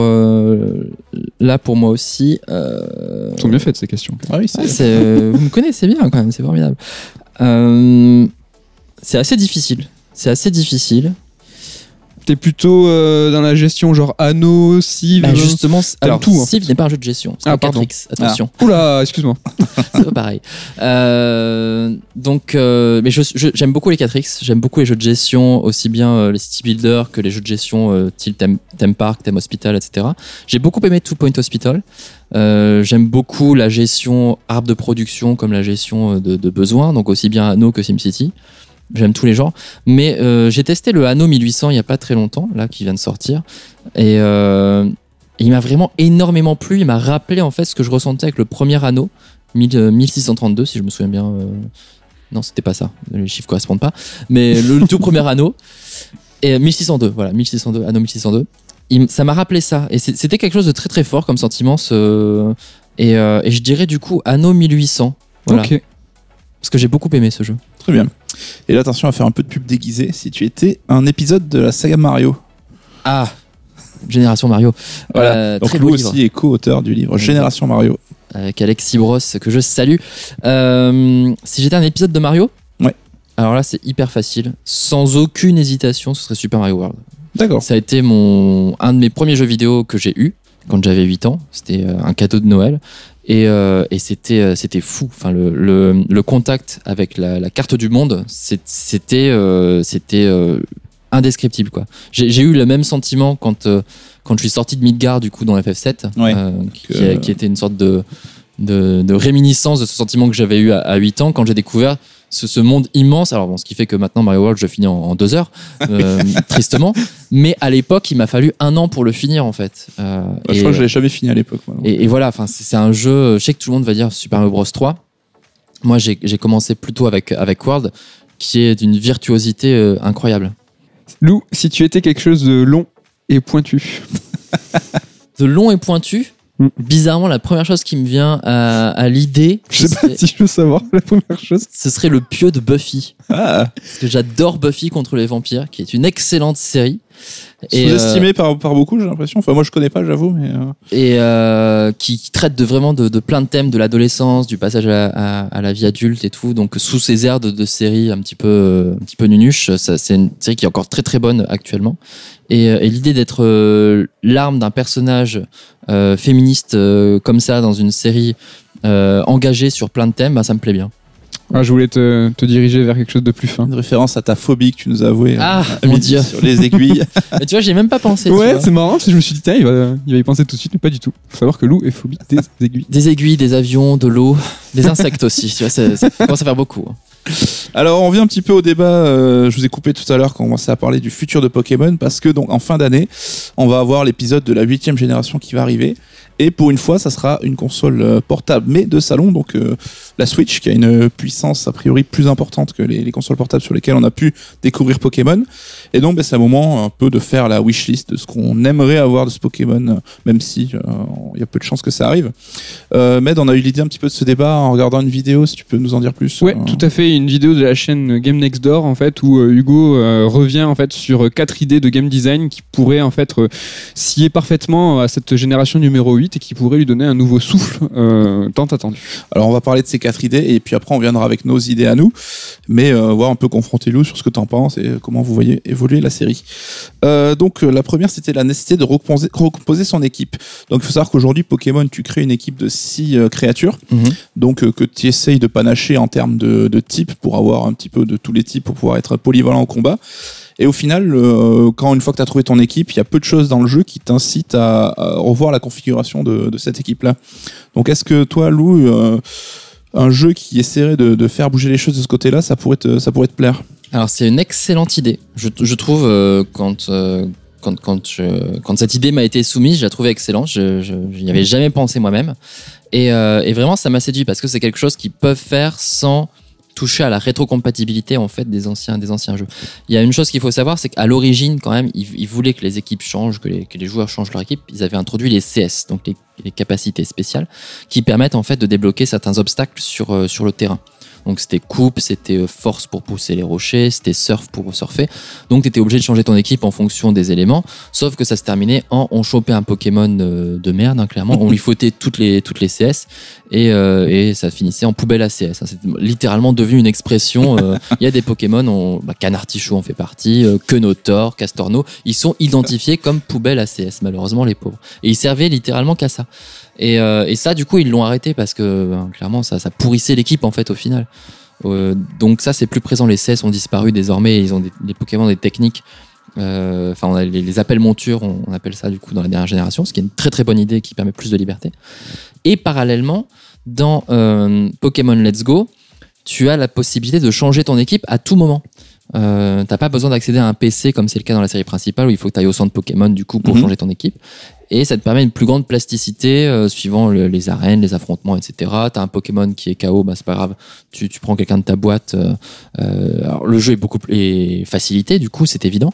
là pour moi aussi. Elles sont bien faites ces questions. Ah oui, Vous me connaissez bien quand même, c'est formidable. C'est assez difficile. T'es plutôt dans la gestion genre Anno, Civ. Justement, alors tout, en Civ n'est pas un jeu de gestion, c'est un 4X. Attention. Oula, excuse-moi. C'est pas pareil. Mais j'aime beaucoup les 4X. J'aime beaucoup les jeux de gestion, aussi bien les city builders que les jeux de gestion type Theme Park, Theme Hospital, etc. J'ai beaucoup aimé Two Point Hospital. J'aime beaucoup la gestion arbre de production comme la gestion de besoins, donc aussi bien Anno que SimCity. J'aime tous les genres, mais j'ai testé le Anno 1800 il y a pas très longtemps, là, qui vient de sortir, et il m'a vraiment énormément plu. Il m'a rappelé en fait ce que je ressentais avec le premier Anno 1632, si je me souviens bien. Non, c'était pas ça, les chiffres correspondent pas, mais le tout premier Anno et 1602, voilà, 1602, Anno 1602. Ça m'a rappelé ça, et c'était quelque chose de très très fort comme sentiment. Et je dirais du coup Anno 1800, voilà, Ok. parce que j'ai beaucoup aimé ce jeu. Très bien. Et là, attention à faire un peu de pub déguisée. Si tu étais un épisode de la saga Mario. Ah, Génération Mario. Voilà. Donc très Lou beau livre. aussi est co-auteur du livre Génération Mario. Avec Alexis Bros, que je salue. Si j'étais un épisode de Mario, ouais. Alors là, c'est hyper facile. Sans aucune hésitation, ce serait Super Mario World. D'accord. Ça a été un de mes premiers jeux vidéo que j'ai eu quand j'avais 8 ans. C'était un cadeau de Noël. Et c'était fou. Enfin, le contact avec la carte du monde, c'était indescriptible, quoi. J'ai eu le même sentiment quand je suis sorti de Midgard, du coup, dans FF7, ouais. qui était une sorte de réminiscence de ce sentiment que j'avais eu à 8 ans quand j'ai découvert ce monde immense. Alors bon, ce qui fait que maintenant Mario World je finis en 2 heures, tristement, mais à l'époque il m'a fallu 1 an pour le finir en fait. Je crois que je l'ai jamais fini à l'époque. Et voilà, enfin c'est un jeu, je sais que tout le monde va dire Super Mario Bros 3. Moi j'ai commencé plutôt avec World, qui est d'une virtuosité incroyable. Lou, si tu étais quelque chose de long et pointu. De long et pointu. Bizarrement, la première chose qui me vient à l'idée, Je sais pas si je veux savoir la première chose. ce serait le pieu de Buffy. Ah, Parce que j'adore Buffy contre les vampires, qui est une excellente série. sous-estimé par beaucoup, j'ai l'impression. Enfin, moi, je connais pas, j'avoue, mais. Qui traite vraiment de plein de thèmes de l'adolescence, du passage à la vie adulte et tout. Donc sous ces airs de série un petit peu nunuche, c'est une série qui est encore très très bonne actuellement. Et l'idée d'être l'arme d'un personnage féministe comme ça dans une série engagée sur plein de thèmes, bah, ça me plaît bien. Ah, je voulais te diriger vers quelque chose de plus fin. Une référence à ta phobie que tu nous as avouée Ah, à mon midi Dieu. sur les aiguilles. Mais tu vois, j'ai même pas pensé. tu Ouais, vois. c'est marrant, parce que je me suis dit, tiens, il va y penser tout de suite, mais pas du tout. Faut savoir que Lou est phobie des aiguilles. Des aiguilles, des avions, de l'eau, des insectes aussi. Tu vois, ça commence à faire beaucoup. Alors, on revient un petit peu au débat. Je vous ai coupé tout à l'heure quand on commençait à parler du futur de Pokémon, parce que donc en fin d'année, on va avoir l'épisode de la 8e génération qui va arriver. Et pour une fois, ça sera une console portable, mais de salon, donc la Switch, qui a une puissance a priori plus importante que les consoles portables sur lesquelles on a pu découvrir Pokémon. Et donc, c'est un moment un peu de faire la wishlist de ce qu'on aimerait avoir de ce Pokémon, même si il y a peu de chances que ça arrive. Med, on a eu l'idée un petit peu de ce débat en regardant une vidéo, si tu peux nous en dire plus. Ouais, tout à fait. Une vidéo de la chaîne Game Next Door, en fait, où Hugo revient en fait sur 4 idées de game design qui pourraient en fait scier parfaitement à cette génération numéro 8 et qui pourraient lui donner un nouveau souffle tant attendu. Alors on va parler de ces 4 idées et puis après on viendra avec nos idées à nous, mais voir un peu confronter Lou sur ce que tu en penses et comment vous voyez évoluer la série. Donc la première, c'était la nécessité de recomposer son équipe. Donc il faut savoir qu'aujourd'hui Pokémon, tu crées une équipe de 6 créatures, donc que tu essayes de panacher en termes de types pour avoir un petit peu de tous les types pour pouvoir être polyvalent au combat. Et au final, une fois que tu as trouvé ton équipe, il y a peu de choses dans le jeu qui t'incitent à revoir la configuration de cette équipe-là. Donc est-ce que toi, Lou, un jeu qui essaierait de faire bouger les choses de ce côté-là, ça pourrait te plaire? Alors c'est une excellente idée. Je trouve quand cette idée m'a été soumise, je la trouvais excellente. Je n'y avais jamais pensé moi-même. Et vraiment, ça m'a séduit parce que c'est quelque chose qu'ils peuvent faire sans toucher à la rétrocompatibilité en fait des anciens jeux. Il y a une chose qu'il faut savoir, c'est qu'à l'origine quand même, ils voulaient que les équipes changent, que les joueurs changent leur équipe. Ils avaient introduit les CS, donc les capacités spéciales, qui permettent en fait de débloquer certains obstacles sur le terrain. Donc c'était coupe, c'était force pour pousser les rochers, c'était surf pour surfer. Donc tu étais obligé de changer ton équipe en fonction des éléments. Sauf que ça se terminait on chopait un Pokémon de merde, hein, clairement. On lui fouettait toutes les CS et ça finissait en poubelle à CS. C'est littéralement devenu une expression. Il y a des Pokémon, Canartichaud en fait partie, Quenotor, Castorno. Ils sont identifiés comme poubelle à CS, malheureusement les pauvres. Et ils servaient littéralement qu'à ça. Et ça, du coup, ils l'ont arrêté parce que clairement, ça pourrissait l'équipe en fait au final. Donc ça, c'est plus présent. Les CS ont disparu désormais. Ils ont les Pokémon des techniques. On a les appels montures, on appelle ça du coup dans la dernière génération, ce qui est une très très bonne idée qui permet plus de liberté. Et parallèlement, dans Pokémon Let's Go, tu as la possibilité de changer ton équipe à tout moment. T'as pas besoin d'accéder à un PC comme c'est le cas dans la série principale où il faut que tu ailles au centre Pokémon du coup pour changer ton équipe. Et ça te permet une plus grande plasticité suivant les arènes, les affrontements, etc. T'as un Pokémon qui est KO, c'est pas grave. Tu prends quelqu'un de ta boîte. Alors le jeu est beaucoup plus facilité, du coup c'est évident.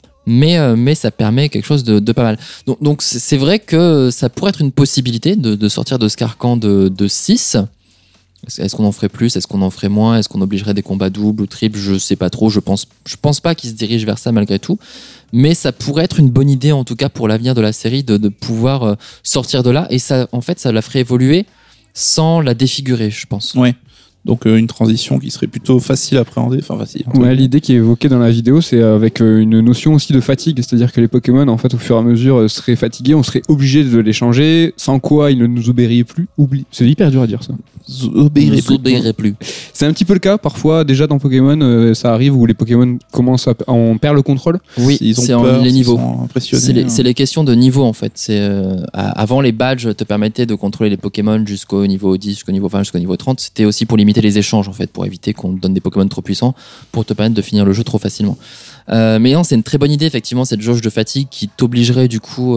Mais ça permet quelque chose de pas mal. Donc c'est vrai que ça pourrait être une possibilité de sortir de ce carcan de 6. Est-ce qu'on en ferait plus? Est-ce qu'on en ferait moins? Est-ce qu'on obligerait des combats doubles ou triples? Je sais pas trop. Je pense pas qu'ils se dirigent vers ça malgré tout. Mais ça pourrait être une bonne idée, en tout cas, pour l'avenir de la série, de pouvoir sortir de là. Et ça, en fait, ça la ferait évoluer sans la défigurer, je pense. Ouais. Donc une transition qui serait plutôt facile à appréhender, enfin facile. Ouais, l'idée qui est évoquée dans la vidéo, c'est avec une notion aussi de fatigue, c'est-à-dire que les Pokémon, en fait, au fur et à mesure, seraient fatigués, on serait obligé de les changer, sans quoi ils ne nous obéiraient plus. C'est hyper dur à dire ça. Obéirait plus. C'est un petit peu le cas parfois déjà dans Pokémon, ça arrive où les Pokémon commencent on perd le contrôle. Oui, ils ont c'est peur, les niveaux. C'est les questions de niveau en fait. Avant les badges te permettaient de contrôler les Pokémon jusqu'au niveau 10, jusqu'au niveau 20, jusqu'au niveau 30. C'était aussi pour limiter les échanges en fait, pour éviter qu'on te donne des Pokémon trop puissants pour te permettre de finir le jeu trop facilement. Mais non, c'est une très bonne idée effectivement cette jauge de fatigue qui t'obligerait du coup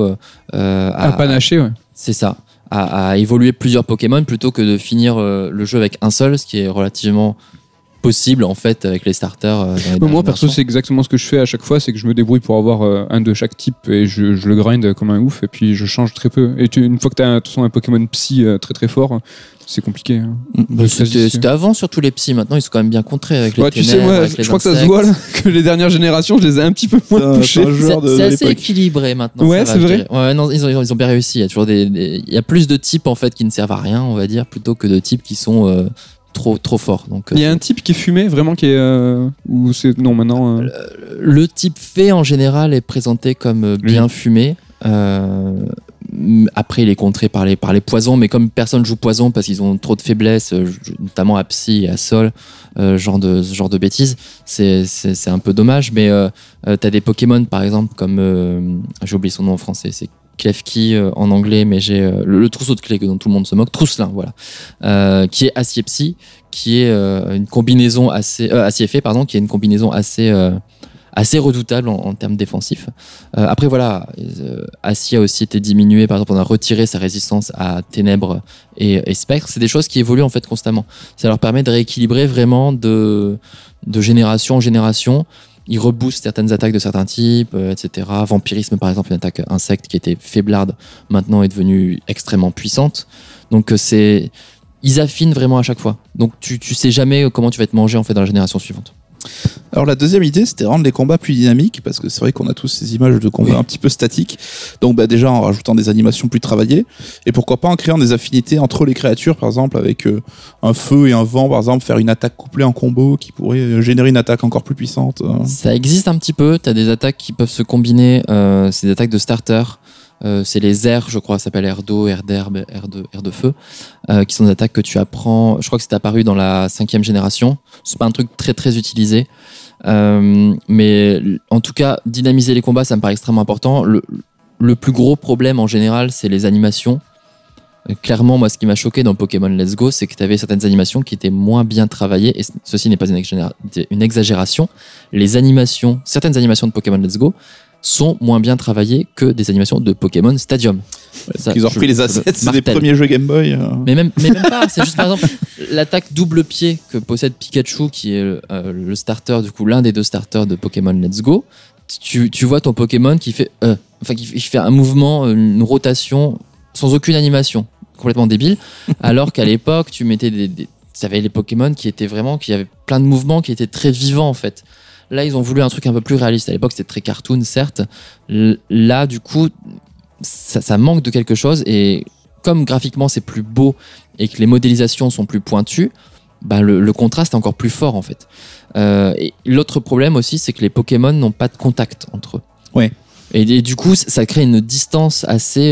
à panacher, ouais. C'est ça. À évoluer plusieurs Pokémon plutôt que de finir le jeu avec un seul, ce qui est relativement possible en fait avec les starters. Dans les dernières Moi perso, générations. c'est exactement ce que je fais à chaque fois, c'est que je me débrouille pour avoir un de chaque type et je le grind comme un ouf et puis je change très peu. Et une fois que t'as de toute façon un Pokémon Psy très très fort, c'est compliqué. Hein. C'était avant surtout les psys. Maintenant ils sont quand même bien contrés avec les Ouais, tu sais, ténèbres, moi, avec les je crois que ça se insectes. voit là, que les dernières générations, je les ai un petit peu moins touchés. C'est assez équilibré maintenant. Ouais, ça va, c'est je vrai. dirais. Ouais, non, ils ont bien réussi. Il y a toujours il y a plus de types en fait qui ne servent à rien, on va dire, plutôt que de types qui sont trop forts. Donc Il y a un type qui est fumé, vraiment, qui est. Ou c'est. Non, maintenant. le type fée en général est présenté comme bien fumé. Après, il est contré par les poisons, mais comme personne joue poison parce qu'ils ont trop de faiblesses, notamment à Psy et à Sol, ce genre de bêtises, c'est un peu dommage. Mais t'as des Pokémon par exemple comme j'ai oublié son nom en français, c'est Klefki en anglais, mais j'ai le trousseau de clés dont tout le monde se moque, Trousselin, voilà, qui est Acier Psy, qui est une combinaison Acier Fée, pardon, qui est une combinaison assez redoutable en termes défensifs. Après voilà, Acier a aussi été diminué, par exemple on a retiré sa résistance à Ténèbres et Spectre. C'est des choses qui évoluent en fait constamment. Ça leur permet de rééquilibrer vraiment de génération en génération. Ils reboostent certaines attaques de certains types, etc. Vampirisme par exemple, une attaque insecte qui était faiblarde, maintenant est devenue extrêmement puissante. Donc ils affinent vraiment à chaque fois. Donc tu sais jamais comment tu vas être mangé en fait dans la génération suivante. Alors la deuxième idée, c'était rendre les combats plus dynamiques, parce que c'est vrai qu'on a tous ces images de combats un petit peu statiques. Donc déjà en rajoutant des animations plus travaillées, et pourquoi pas en créant des affinités entre les créatures, par exemple avec un feu et un vent, par exemple faire une attaque couplée en combo qui pourrait générer une attaque encore plus puissante. Ça existe un petit peu, t'as des attaques qui peuvent se combiner, c'est des attaques de starter. C'est les airs, je crois, ça s'appelle air d'eau, air d'herbe, air de feu, qui sont des attaques que tu apprends. Je crois que c'est apparu dans la 5e génération. C'est pas un truc très très utilisé, mais en tout cas, dynamiser les combats, ça me paraît extrêmement important. Le plus gros problème en général, c'est les animations. Clairement, moi, ce qui m'a choqué dans Pokémon Let's Go, c'est que tu avais certaines animations qui étaient moins bien travaillées, et ceci n'est pas une exagération. Certaines animations de Pokémon Let's Go sont moins bien travaillées que des animations de Pokémon Stadium. Ça, ils ont repris les assets des premiers jeux Game Boy. Mais même pas, c'est juste par exemple l'attaque double pied que possède Pikachu, qui est le starter, du coup l'un des deux starters de Pokémon Let's Go. Tu vois ton Pokémon qui fait un mouvement, une rotation sans aucune animation, complètement débile, alors qu'à l'époque tu mettais t'avais les Pokémon qui avaient plein de mouvements qui étaient très vivants en fait. Là, ils ont voulu un truc un peu plus réaliste. À l'époque, c'était très cartoon, certes. Là, du coup, ça manque de quelque chose. Et comme graphiquement, c'est plus beau et que les modélisations sont plus pointues, bah, le contraste est encore plus fort, en fait. Et l'autre problème aussi, c'est que les Pokémon n'ont pas de contact entre eux. Ouais. Et du coup, ça crée une distance assez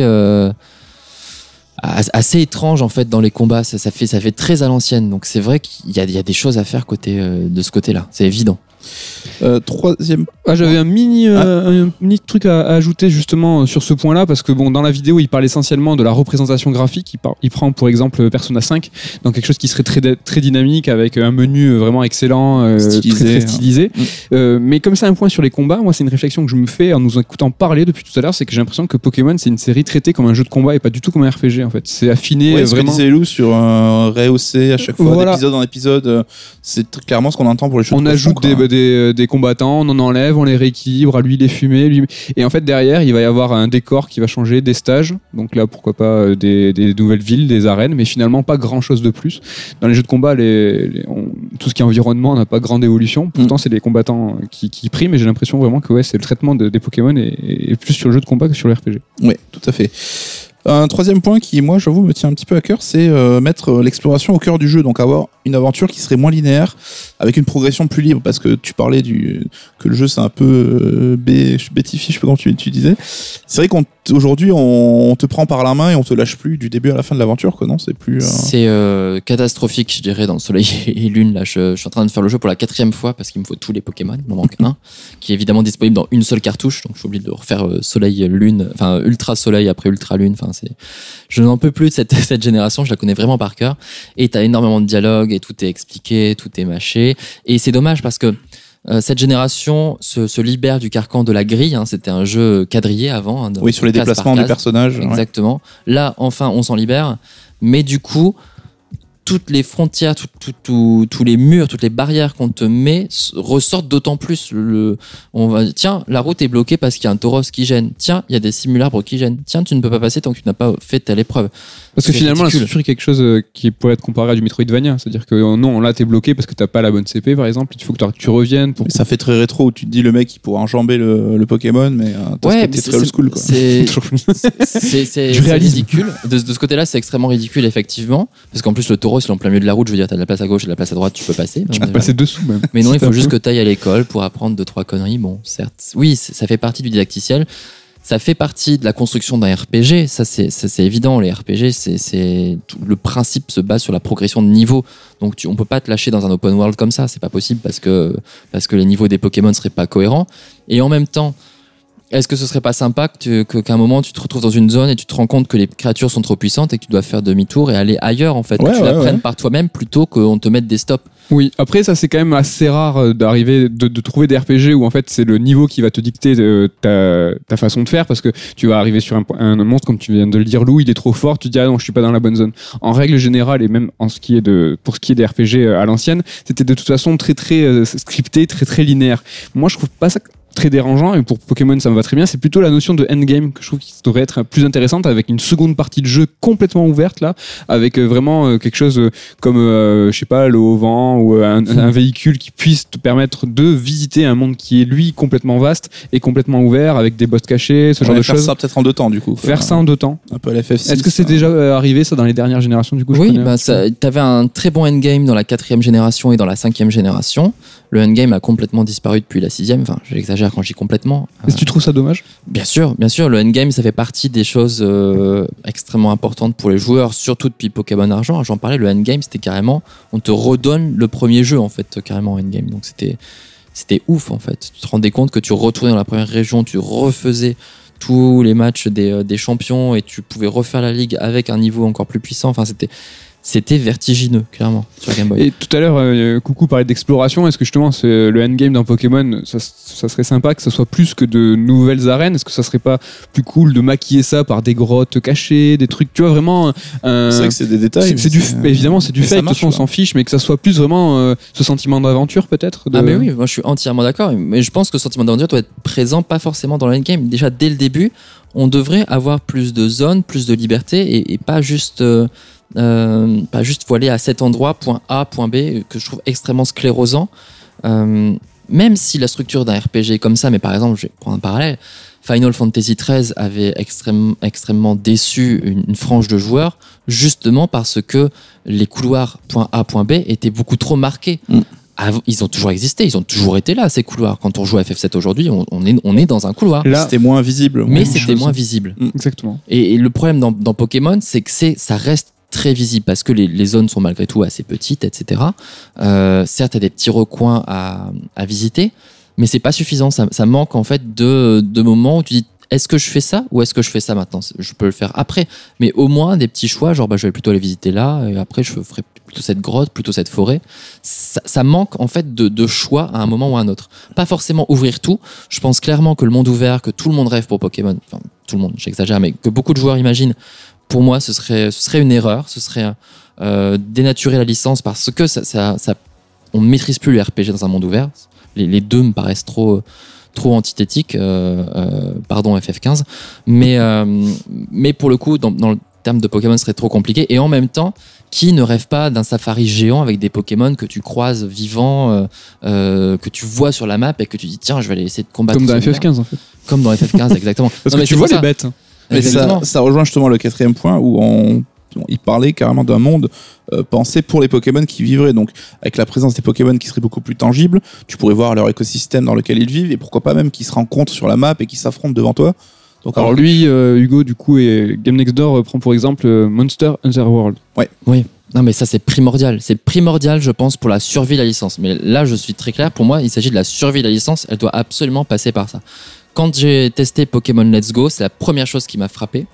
étrange en fait dans les combats. Ça fait très à l'ancienne. Donc c'est vrai qu'il y a des choses à faire de ce côté-là. C'est évident. Troisième. J'avais un mini truc à ajouter justement sur ce point-là, parce que bon, dans la vidéo, il parle essentiellement de la représentation graphique. Il prend pour exemple Persona 5, dans quelque chose qui serait très dynamique, avec un menu vraiment excellent, très stylisé. Mais comme ça, un point sur les combats, moi, c'est une réflexion que je me fais en nous écoutant parler depuis tout à l'heure, c'est que j'ai l'impression que Pokémon, c'est une série traitée comme un jeu de combat et pas du tout comme un RPG en fait. C'est affiné Ouais, vraiment. Ce que disait Lou sur un rehaussé à chaque fois, Voilà. d'épisode en épisode, c'est clairement ce qu'on entend pour les jeux de On cochon, ajoute quoi. des combattants, on en enlève, on les rééquilibre, lui il est fumé, et en fait derrière il va y avoir un décor qui va changer, des stages, donc là pourquoi pas des nouvelles villes, des arènes, mais finalement pas grand chose de plus. Dans les jeux de combat, tout ce qui est environnement n'a pas grande évolution, pourtant c'est les combattants qui priment, et j'ai l'impression vraiment que c'est le traitement des Pokémon et plus sur le jeu de combat que sur le RPG. Oui, tout à fait. Un troisième point qui, moi, j'avoue, me tient un petit peu à cœur, c'est mettre l'exploration au cœur du jeu. Donc avoir une aventure qui serait moins linéaire, avec une progression plus libre, parce que tu parlais que le jeu c'est un peu bêtifié, je sais pas comment tu disais. C'est vrai qu'aujourd'hui on te prend par la main et on te lâche plus du début à la fin de l'aventure, quoi, non? C'est plus. C'est catastrophique, je dirais, dans Soleil et Lune. Là, je suis en train de faire le jeu pour la 4e fois parce qu'il me faut tous les Pokémon. Il m'en manque un, qui est évidemment disponible dans une seule cartouche. Donc je suis obligé de refaire Soleil, Lune, enfin Ultra Soleil après Ultra Lune. Enfin je n'en peux plus de cette génération. Je la connais vraiment par cœur. Et t'as énormément de dialogues et tout est expliqué, tout est mâché. Et c'est dommage parce que cette génération se libère du carcan de la grille. C'était un jeu quadrillé avant. Oui, sur les déplacements du personnage. Exactement. Ouais. Là, enfin, on s'en libère. Mais du coup, toutes les frontières, tous les murs, toutes les barrières qu'on te met ressortent d'autant plus. On va dire, tiens, la route est bloquée parce qu'il y a un tauros qui gêne. Tiens, il y a des simulacres qui gênent. Tiens, tu ne peux pas passer tant que tu n'as pas fait telle épreuve. Parce que C'est finalement, ridicule. la structure est quelque chose qui pourrait être comparé à du Metroidvania. C'est-à-dire que non, là, t'es bloqué parce que t'as pas la bonne CP, par exemple. Il faut que tu reviennes pour. Et ça fait très rétro où tu te dis le mec il pourra enjamber le Pokémon, mais Ouais, c'est très old school quoi. c'est Du c'est réalisme. ridicule. De ce côté-là, c'est extrêmement ridicule, effectivement. Parce qu'en plus, le taureau, il est en plein milieu de la route. Je veux dire, t'as de la place à gauche et de la place à droite, tu peux passer. Tu peux passer dessous, même. Mais non, il C'est faut un juste peu- que tu ailles à l'école pour apprendre 2-3 conneries. Bon, certes. Oui, ça fait partie du didacticiel. Ça fait partie de la construction d'un RPG. Ça, c'est évident. Les RPG, le principe se base sur la progression de niveau. Donc, on peut pas te lâcher dans un open world comme ça. C'est pas possible parce que les niveaux des Pokémon seraient pas cohérents. Et en même temps, est-ce que ce serait pas sympa qu'à un moment tu te retrouves dans une zone et tu te rends compte que les créatures sont trop puissantes et que tu dois faire demi-tour et aller ailleurs en fait, Ouais, que tu ouais, l'apprennes ouais. par toi-même plutôt qu'on te mette des stops. Oui, après ça c'est quand même assez rare d'arriver de trouver des RPG où en fait c'est le niveau qui va te dicter ta façon de faire parce que tu vas arriver sur un monstre comme tu viens de le dire Lou, il est trop fort, tu te dis ah non je suis pas dans la bonne zone. En règle générale et même pour ce qui est des RPG à l'ancienne, c'était de toute façon très très scripté, très très linéaire. Moi je trouve pas ça très dérangeant et pour Pokémon ça me va très bien, c'est plutôt la notion de endgame que je trouve qui devrait être plus intéressante avec une seconde partie de jeu complètement ouverte là, avec vraiment quelque chose comme je sais pas le haut vent ou un véhicule qui puisse te permettre de visiter un monde qui est lui complètement vaste et complètement ouvert avec des boss cachés, ce genre de faire choses. ça peut-être en 2 temps du coup. Faire ça en 2 temps. un peu à la FF6. Est-ce que c'est déjà arrivé ça dans les dernières générations du coup? Oui, bah, t'avais un très bon endgame dans la 4e génération et dans la 5e génération. Le endgame a complètement disparu depuis la 6e. Enfin, j'exagère quand je dis complètement. Est-ce que tu trouves ça dommage? Bien sûr, le endgame, ça fait partie des choses extrêmement importantes pour les joueurs, surtout depuis Pokémon Argent. J'en parlais, le endgame, c'était carrément, on te redonne le premier jeu, en fait, carrément, endgame. Donc c'était ouf, en fait. Tu te rendais compte que tu retournais dans la première région, tu refaisais tous les matchs des champions et tu pouvais refaire la ligue avec un niveau encore plus puissant. Enfin, c'était vertigineux, clairement, sur Game Boy. Et tout à l'heure, Coucou parlait d'exploration. Est-ce que justement, le endgame d'un Pokémon, ça serait sympa que ça soit plus que de nouvelles arènes? Est-ce que ça serait pas plus cool de maquiller ça par des grottes cachées, des trucs, tu vois, vraiment. C'est vrai que c'est des détails. Évidemment, c'est du mais ça fake, de toute façon, on marche, s'en fiche, mais que ça soit plus vraiment ce sentiment d'aventure, peut-être. Ah mais oui, moi je suis entièrement d'accord, mais je pense que le sentiment d'aventure doit être présent pas forcément dans le endgame. Déjà dès le début, on devrait avoir plus de zones, plus de liberté et pas juste faut aller à cet endroit, point A, point B, que je trouve extrêmement sclérosant. Même si la structure d'un RPG est comme ça, mais par exemple, je vais prendre un parallèle, Final Fantasy XIII avait extrêmement déçu une frange de joueurs, justement parce que les couloirs point A, point B étaient beaucoup trop marqués. Ils ont toujours existé, ils ont toujours été là, ces couloirs. Quand on joue à FF7 aujourd'hui, on est dans un couloir. Là, C'était moins visible. Mais Ouais. c'était moins visible. exactement. Et le problème dans Pokémon, c'est que ça reste très visible parce que les zones sont malgré tout assez petites, etc. Certes, il y a des petits recoins à visiter, mais c'est pas suffisant. Ça manque en fait de moments où tu dis est-ce que je fais ça ou est-ce que je fais ça maintenant? Je peux le faire après, mais au moins des petits choix, genre je vais plutôt aller visiter là et après je ferai plutôt cette grotte, plutôt cette forêt. Ça manque en fait de choix à un moment ou à un autre. Pas forcément ouvrir tout. Je pense clairement que le monde ouvert, que tout le monde rêve pour Pokémon, enfin tout le monde, j'exagère, mais que beaucoup de joueurs imaginent, pour moi ce serait une erreur, ce serait dénaturer la licence parce que on ne maîtrise plus les RPG dans un monde ouvert. Les deux me paraissent trop antithétiques, pardon FF15, mais pour le coup dans le terme de Pokémon ce serait trop compliqué. Et en même temps, qui ne rêve pas d'un safari géant avec des Pokémon que tu croises vivants, que tu vois sur la map et que tu dis tiens je vais aller essayer de combattre Comme dans celui-là. FF15, en fait. Comme dans FF15 exactement. Parce Non, mais que tu c'est vois pour les ça. bêtes. Mais Exactement. ça rejoint justement le 4e point où il parlait carrément d'un monde pensé pour les Pokémon qui vivraient. Donc, avec la présence des Pokémon qui seraient beaucoup plus tangibles, tu pourrais voir leur écosystème dans lequel ils vivent et pourquoi pas même qu'ils se rencontrent sur la map et qu'ils s'affrontent devant toi. Donc, Alors lui, Hugo, du coup, et Game Next Door prend pour exemple Monster Hunter World. Oui. Non, mais ça, c'est primordial. C'est primordial, je pense, pour la survie de la licence. Mais là, je suis très clair. Pour moi, il s'agit de la survie de la licence. Elle doit absolument passer par ça. Quand j'ai testé Pokémon Let's Go, c'est la première chose qui m'a frappé.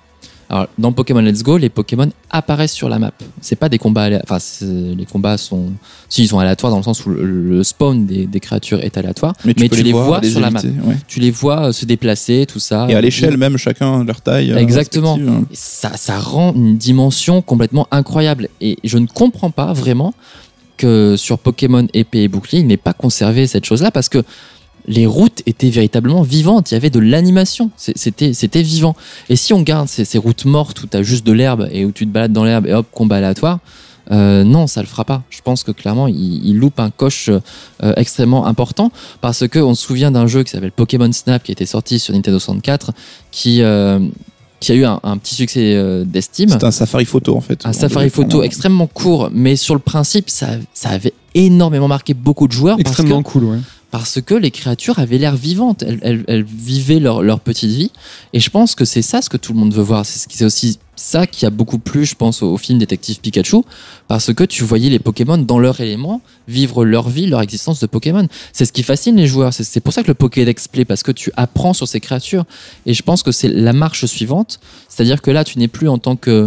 Alors, dans Pokémon Let's Go, les Pokémon apparaissent sur la map. C'est pas des combats les combats sont aléatoires dans le sens où le spawn des créatures est aléatoire, mais tu les vois sur la map. Ouais. Tu les vois se déplacer, tout ça. Et à l'échelle même, chacun leur taille. Exactement. respective. Ça rend une dimension complètement incroyable. Et je ne comprends pas vraiment que sur Pokémon Épée et Bouclier, il n'ait pas conservé cette chose-là, parce que les routes étaient véritablement vivantes. Il y avait de l'animation. C'était vivant. Et si on garde ces routes mortes où tu as juste de l'herbe et où tu te balades dans l'herbe et hop, combat aléatoire, non, ça le fera pas. Je pense que clairement, il loupe un coche extrêmement important, parce qu'on se souvient d'un jeu qui s'appelle Pokémon Snap qui était sorti sur Nintendo 64 qui a eu un petit succès d'estime. C'est un safari photo en fait. Un safari photo extrêmement court, mais sur le principe, ça avait énormément marqué beaucoup de joueurs. Extrêmement cool, ouais. Parce que les créatures avaient l'air vivantes, elles vivaient leur petite vie, et je pense que c'est ça ce que tout le monde veut voir. C'est aussi ça qui a beaucoup plu, je pense, au film Détective Pikachu, parce que tu voyais les Pokémon dans leur élément, vivre leur vie, leur existence de Pokémon. C'est ce qui fascine les joueurs, c'est pour ça que le Pokédex plaît, parce que tu apprends sur ces créatures, et je pense que c'est la marche suivante, c'est-à-dire que là tu n'es plus en tant que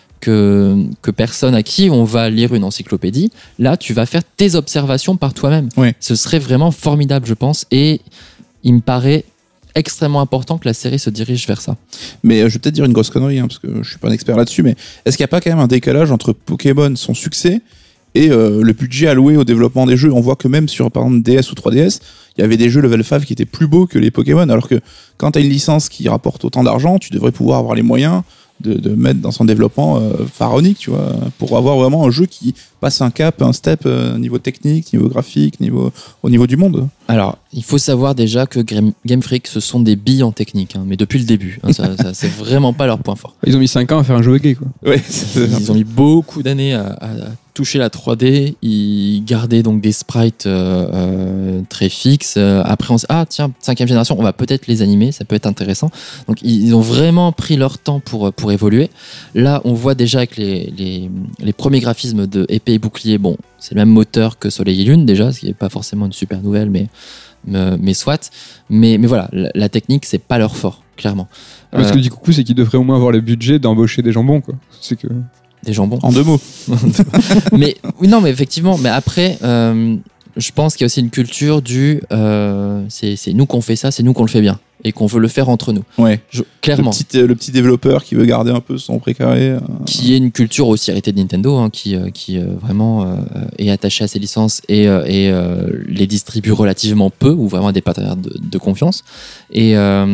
personne à qui on va lire une encyclopédie. Là, tu vas faire tes observations par toi-même. Ouais. Ce serait vraiment formidable, je pense, et il me paraît extrêmement important que la série se dirige vers ça. Mais je vais peut-être dire une grosse connerie, parce que je suis pas un expert là-dessus, mais est-ce qu'il n'y a pas quand même un décalage entre Pokémon, son succès, et le budget alloué au développement des jeux? On voit que même sur, par exemple, DS ou 3DS, il y avait des jeux level 5 qui étaient plus beaux que les Pokémon, alors que quand tu as une licence qui rapporte autant d'argent, tu devrais pouvoir avoir les moyens de mettre dans son développement pharaonique, tu vois, pour avoir vraiment un jeu qui passe un cap, un step niveau technique, niveau graphique, au niveau du monde. Alors, il faut savoir déjà que Game Freak, ce sont des billes en technique, mais depuis le début. Ça, c'est vraiment pas leur point fort. Ils ont mis 5 ans à faire un jeu gay, quoi. Ouais, Ils ont mis beaucoup d'années à toucher la 3D. Ils gardaient donc des sprites très fixes. Après, on se dit, ah tiens, 5e génération, on va peut-être les animer, ça peut être intéressant. Donc, ils ont vraiment pris leur temps pour évoluer. Là, on voit déjà que les premiers graphismes de Épée et Bouclier, bon, c'est le même moteur que Soleil et Lune déjà, ce qui n'est pas forcément une super nouvelle, mais soit. Mais voilà, la technique, c'est pas leur fort, clairement. Ce que dit Coucou, c'est qu'ils devraient au moins avoir le budget d'embaucher des jambons, quoi. C'est que... Des jambons. en 2 mots. Mais oui, non, mais effectivement, mais après, je pense qu'il y a aussi une culture c'est nous qu'on fait ça, c'est nous qu'on le fait bien et qu'on veut le faire entre nous. Ouais. Clairement. Le petit développeur qui veut garder un peu son précaré. Qui est une culture aussi héritée de Nintendo, qui vraiment est attachée à ses licences et les distribue relativement peu, ou vraiment à des partenaires de confiance. Et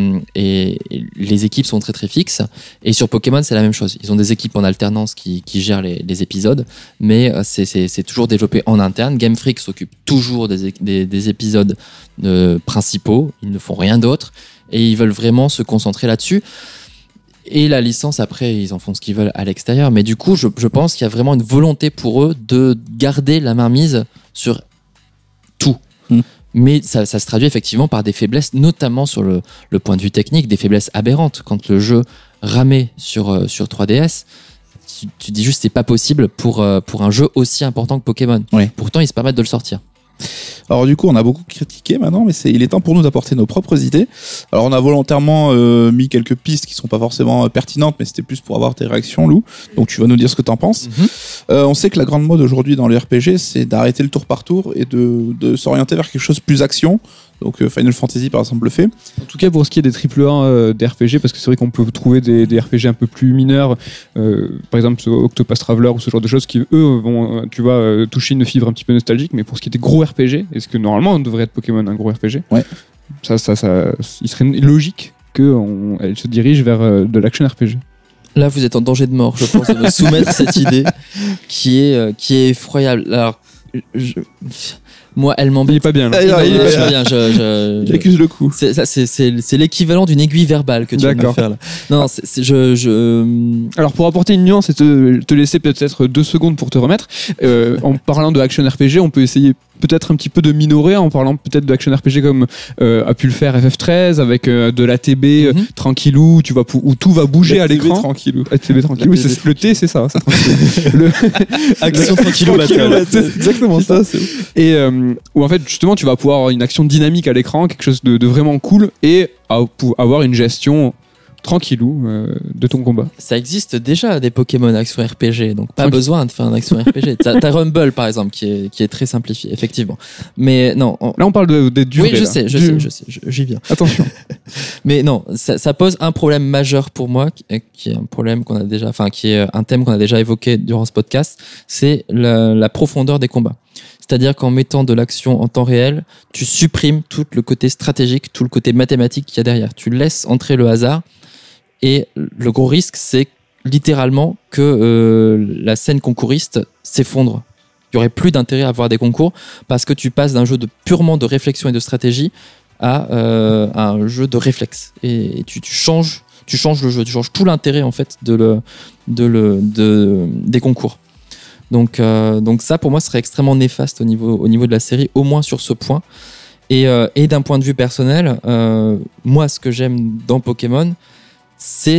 les équipes sont très très fixes. Et sur Pokémon, c'est la même chose. Ils ont des équipes en alternance qui gèrent les épisodes, mais c'est toujours développé en interne. Game Freak s'occupe toujours des épisodes principaux. Ils ne font rien d'autre. Et ils veulent vraiment se concentrer là-dessus. Et la licence, après, ils en font ce qu'ils veulent à l'extérieur. Mais du coup, je pense qu'il y a vraiment une volonté pour eux de garder la mainmise sur tout. Mais ça se traduit effectivement par des faiblesses, notamment sur le point de vue technique, des faiblesses aberrantes. Quand le jeu ramait sur 3DS, tu dis juste c'est pas possible pour un jeu aussi important que Pokémon. Ouais. Pourtant, ils se permettent de le sortir. Alors du coup, on a beaucoup critiqué maintenant, mais il est temps pour nous d'apporter nos propres idées. Alors on a volontairement mis quelques pistes qui sont pas forcément pertinentes, mais c'était plus pour avoir tes réactions, Lou. Donc tu vas nous dire ce que t'en penses. On sait que la grande mode aujourd'hui dans les RPG, c'est d'arrêter le tour par tour et de s'orienter vers quelque chose plus action. Donc Final Fantasy par exemple le fait. En tout cas pour ce qui est des AAA des RPG, parce que c'est vrai qu'on peut trouver des RPG un peu plus mineurs, par exemple Octopath Traveler ou ce genre de choses qui eux vont toucher une fibre un petit peu nostalgique, mais pour ce qui est des gros RPG, est-ce que normalement on devrait être Pokémon un gros RPG? Ouais. Ça il serait logique qu'elle se dirige vers de l'action RPG. Là, vous êtes en danger de mort, je pense, de me soumettre cette idée qui est effroyable. Alors, moi, elle m'embête. Il est pas bien là. Il est pas bien. Il accuse le coup. C'est l'équivalent d'une aiguille verbale que tu viens de me faire là. Non, Alors pour apporter une nuance et te laisser peut-être 2 secondes pour te remettre, en parlant de action RPG, on peut essayer peut-être un petit peu de minorer en parlant peut-être de action RPG comme a pu le faire FF13 avec de l'ATB tranquillou, tu vois, où tout va bouger à l'écran. Tranquillou. ATB tranquillou. Le T c'est ça. action tranquillou. C'est exactement ça. Et où en fait justement tu vas pouvoir avoir une action dynamique à l'écran, quelque chose de vraiment cool, et avoir une gestion tranquillou de ton combat. Ça existe déjà des Pokémon action RPG, donc pas Ok. besoin de faire un action RPG. T'as Rumble par exemple qui est très simplifié, effectivement. Mais non. Là, on parle des durées. Oui, je là. sais, j'y viens. Attention. Mais non, ça pose un problème majeur pour moi, qui est un problème qu'on a déjà, enfin qui est un thème qu'on a déjà évoqué durant ce podcast, c'est la profondeur des combats. C'est-à-dire qu'en mettant de l'action en temps réel, tu supprimes tout le côté stratégique, tout le côté mathématique qu'il y a derrière. Tu laisses entrer le hasard. Et le gros risque, c'est littéralement que la scène concouriste s'effondre. Il n'y aurait plus d'intérêt à avoir des concours parce que tu passes d'un jeu purement de réflexion et de stratégie à un jeu de réflexe. Et tu changes le jeu, tu changes tout l'intérêt en fait des concours. Donc ça, pour moi, serait extrêmement néfaste au niveau de la série, au moins sur ce point. Et d'un point de vue personnel, moi, ce que j'aime dans Pokémon, c'est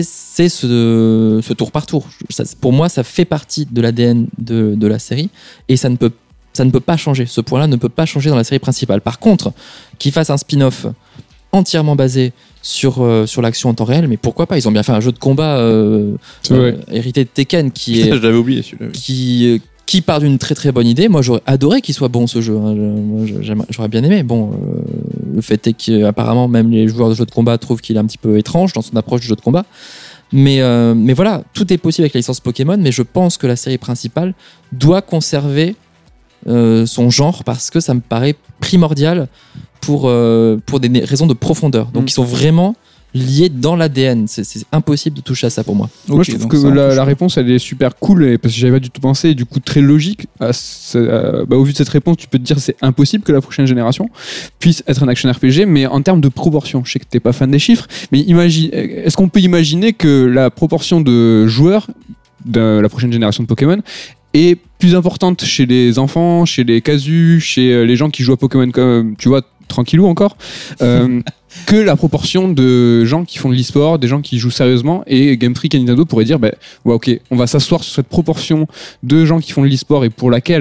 ce tour par tour. Pour moi, ça fait partie de l'ADN de la série et ça ne peut pas changer. Ce point-là ne peut pas changer dans la série principale. Par contre, qu'ils fassent un spin-off entièrement basé sur l'action en temps réel, mais pourquoi pas? Ils ont bien fait un jeu de combat hérité de Tekken qui est J'avais oublié celui-là. qui part d'une très très bonne idée. Moi, j'aurais adoré qu'il soit bon ce jeu. J'aurais bien aimé. Bon, le fait est qu'apparemment même les joueurs de jeux de combat trouvent qu'il est un petit peu étrange dans son approche du jeu de combat. Mais voilà, tout est possible avec la licence Pokémon. Mais je pense que la série principale doit conserver son genre parce que ça me paraît primordial pour des raisons de profondeur. Donc ils sont vraiment liés dans l'ADN. C'est impossible de toucher à ça pour moi. Moi, je trouve que la réponse, elle est super cool parce que j'avais pas du tout pensé et du coup très logique. Au vu de cette réponse, tu peux te dire c'est impossible que la prochaine génération puisse être un action RPG, mais en termes de proportion, je sais que t'es pas fan des chiffres, mais est-ce qu'on peut imaginer que la proportion de joueurs de la prochaine génération de Pokémon est plus importante chez les enfants, chez les casus, chez les gens qui jouent à Pokémon comme, tu vois, tranquillou encore, que la proportion de gens qui font de l'e-sport, des gens qui jouent sérieusement, et Game Freak et Nintendo pourraient dire ok, on va s'asseoir sur cette proportion de gens qui font de l'e-sport et pour laquelle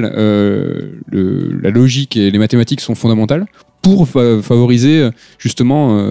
la logique et les mathématiques sont fondamentales pour favoriser justement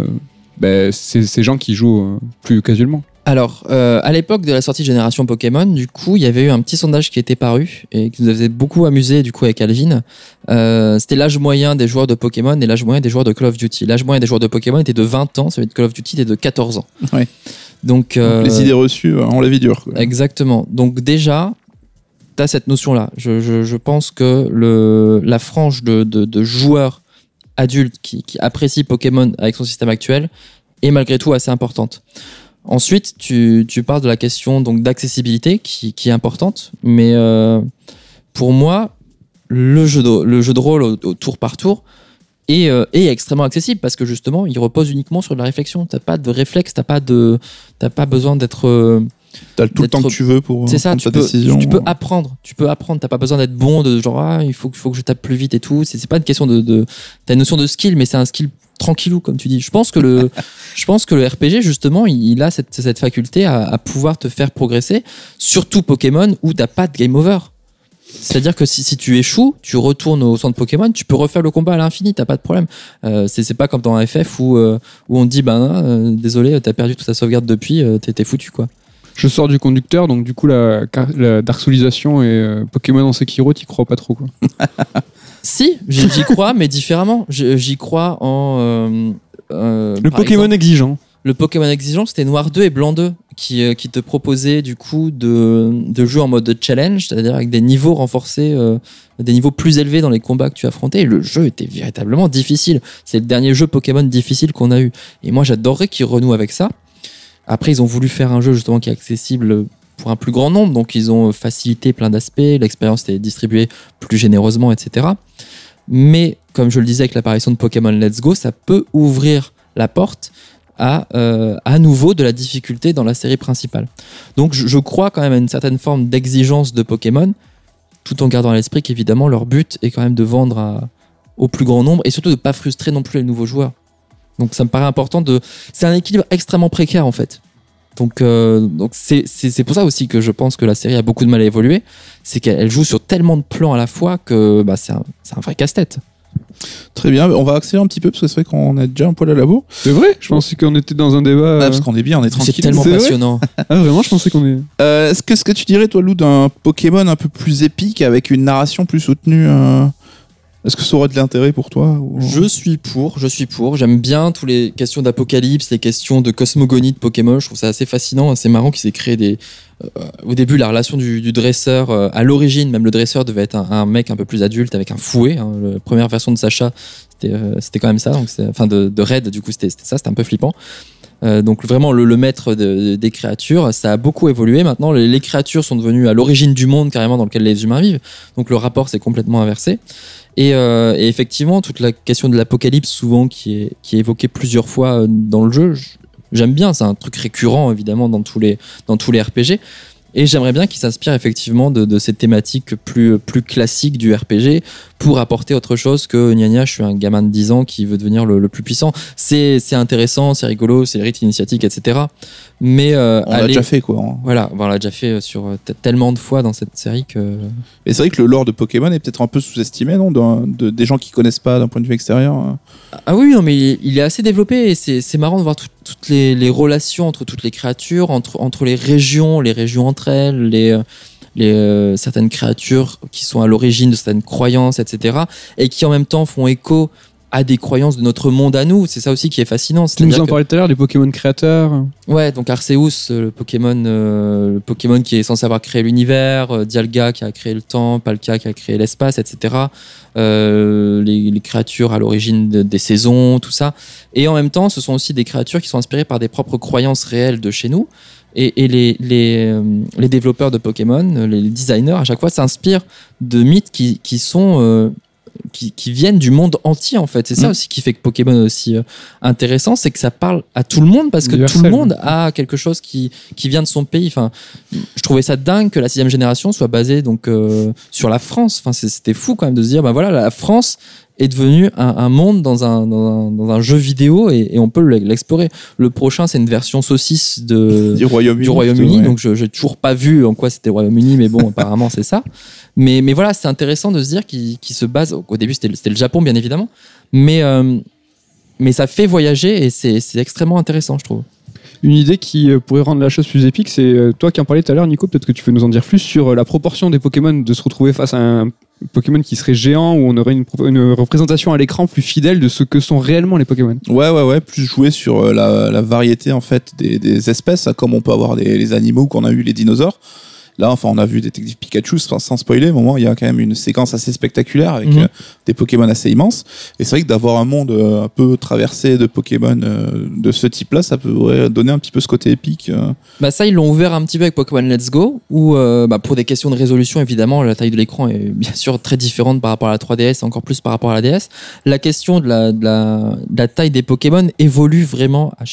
ces gens qui jouent plus casuellement. Alors, à l'époque de la sortie de Génération Pokémon, du coup, il y avait eu un petit sondage qui était paru et qui nous avait beaucoup amusé, du coup, avec Alvin. C'était l'âge moyen des joueurs de Pokémon et l'âge moyen des joueurs de Call of Duty. L'âge moyen des joueurs de Pokémon était de 20 ans, celui de Call of Duty était de 14 ans. Ouais. Donc, les idées reçues, on la vie dure. Quoi. Exactement. Donc déjà, tu as cette notion-là. Je pense que la frange de joueurs adultes qui apprécient Pokémon avec son système actuel est malgré tout assez importante. Ensuite, tu parles de la question donc d'accessibilité qui est importante, mais pour moi, le jeu de rôle au tour par tour est extrêmement accessible parce que justement, il repose uniquement sur de la réflexion. T'as pas de réflexe, t'as pas besoin d'être. T'as tout le temps que tu veux pour prendre ta décision. Tu peux apprendre. T'as pas besoin d'être bon de genre il faut que je tape plus vite et tout. C'est pas une question t'as une notion de skill, mais c'est un skill tranquillou comme tu dis. Je pense que le RPG justement il a cette faculté à pouvoir te faire progresser, surtout Pokémon où t'as pas de game over. C'est-à-dire que si tu échoues, tu retournes au centre Pokémon, tu peux refaire le combat à l'infini, t'as pas de problème. C'est pas comme dans FF où on te dit désolé, t'as perdu toute ta sauvegarde depuis, t'es foutu quoi. Je sors du conducteur, donc du coup la Dark Soulisation et Pokémon en Sekiro, t'y crois pas trop quoi. Si, j'y crois, mais différemment. J'y crois en... le Pokémon exigeant. Le Pokémon exigeant, c'était Noir 2 et Blanc 2 qui te proposait du coup de jouer en mode challenge, c'est-à-dire avec des niveaux renforcés, des niveaux plus élevés dans les combats que tu affrontais. Et le jeu était véritablement difficile. C'est le dernier jeu Pokémon difficile qu'on a eu. Et moi, j'adorerais qu'ils renouent avec ça. Après, ils ont voulu faire un jeu justement qui est accessible pour un plus grand nombre, donc ils ont facilité plein d'aspects, l'expérience était distribuée plus généreusement, etc. Mais, comme je le disais avec l'apparition de Pokémon Let's Go, ça peut ouvrir la porte à nouveau de la difficulté dans la série principale. Donc je crois quand même à une certaine forme d'exigence de Pokémon, tout en gardant à l'esprit qu'évidemment leur but est quand même de vendre au plus grand nombre et surtout de ne pas frustrer non plus les nouveaux joueurs. Donc ça me paraît important c'est un équilibre extrêmement précaire en fait. Donc c'est pour ça aussi que je pense que la série a beaucoup de mal à évoluer, c'est qu'elle joue sur tellement de plans à la fois que c'est un vrai casse-tête. Très bien, on va accélérer un petit peu parce que c'est vrai qu'on a déjà un poil à la bourre. C'est vrai? Je pensais qu'on était dans un débat. Parce qu'on est bien, on est tranquille. C'est tellement C'est vrai passionnant. Ah, vraiment, je pensais qu'on est. Est-ce que tu dirais, toi, Lou, d'un Pokémon un peu plus épique avec une narration plus soutenue est-ce que ça aurait de l'intérêt pour toi ou... Je suis pour. J'aime bien toutes les questions d'apocalypse, les questions de cosmogonie de Pokémon. Je trouve ça assez fascinant, assez marrant qu'il s'est créé des. Au début, la relation du dresseur, à l'origine, même le dresseur devait être un mec un peu plus adulte avec un fouet. Hein. La première version de Sacha, c'était quand même ça. Donc enfin, de Red, du coup, c'était ça. C'était un peu flippant. Donc vraiment le maître des créatures, ça a beaucoup évolué. Maintenant, les créatures sont devenues à l'origine du monde carrément dans lequel les humains vivent. Donc le rapport s'est complètement inversé. Et effectivement, toute la question de l'apocalypse, souvent qui est évoquée plusieurs fois dans le jeu, j'aime bien. C'est un truc récurrent évidemment dans tous les RPG. Et j'aimerais bien qu'il s'inspire effectivement de ces thématiques plus classiques du RPG pour apporter autre chose que gna gna, je suis un gamin de 10 ans qui veut devenir le plus puissant. C'est intéressant, c'est rigolo, c'est le rite initiatique, etc. Mais on l'a déjà fait, quoi. Voilà, on l'a déjà fait sur tellement de fois dans cette série que. Et c'est vrai que le lore de Pokémon est peut-être un peu sous-estimé, non, des gens qui connaissent pas d'un point de vue extérieur. Ah oui, non, mais il est assez développé et c'est marrant de voir toutes les relations entre toutes les créatures, entre les régions entre elles, certaines créatures qui sont à l'origine de certaines croyances, etc. et qui en même temps font écho à des croyances de notre monde à nous. C'est ça aussi qui est fascinant. Tu nous en parlais tout à l'heure, des Pokémon créateurs. Ouais, donc Arceus, le Pokémon qui est censé avoir créé l'univers, Dialga qui a créé le temps, Palkia qui a créé l'espace, etc. Les créatures à l'origine des saisons, tout ça. Et en même temps, ce sont aussi des créatures qui sont inspirées par des propres croyances réelles de chez nous. Et les développeurs de Pokémon, les designers, à chaque fois s'inspirent de mythes qui sont qui viennent du monde entier en fait. C'est ça aussi qui fait que Pokémon est aussi intéressant, c'est que ça parle à tout le monde parce que tout le monde a quelque chose qui vient de son pays. Enfin, je trouvais ça dingue que la 6e génération soit basée donc sur la France. Enfin, c'était fou quand même de se dire bah voilà, la France est devenu un monde dans un jeu vidéo et on peut l'explorer. Le prochain, c'est une version saucisse du Royaume-Uni. Donc je n'ai toujours pas vu en quoi c'était le Royaume-Uni, mais bon, apparemment c'est ça. Mais voilà, c'est intéressant de se dire qu'il se base. Au début, c'était le Japon, bien évidemment, mais ça fait voyager et c'est extrêmement intéressant, je trouve. Une idée qui pourrait rendre la chose plus épique, c'est toi qui en parlais tout à l'heure, Nico, peut-être que tu peux nous en dire plus sur la proportion des Pokémon, de se retrouver face à un Pokémon qui serait géant, où on aurait une représentation à l'écran plus fidèle de ce que sont réellement les Pokémon. Ouais, plus jouer sur la variété en fait des espèces, comme on peut avoir les animaux, qu'on a eu les dinosaures. Là, enfin, on a vu Détective Pikachu, sans spoiler, au moment, il y a quand même une séquence assez spectaculaire avec des Pokémon assez immenses. Et c'est vrai que d'avoir un monde un peu traversé de Pokémon de ce type-là, ça pourrait donner un petit peu ce côté épique. Bah ça, ils l'ont ouvert un petit peu avec Pokémon Let's Go, où pour des questions de résolution, évidemment, la taille de l'écran est bien sûr très différente par rapport à la 3DS, encore plus par rapport à la DS. La question de la taille des Pokémon évolue vraiment à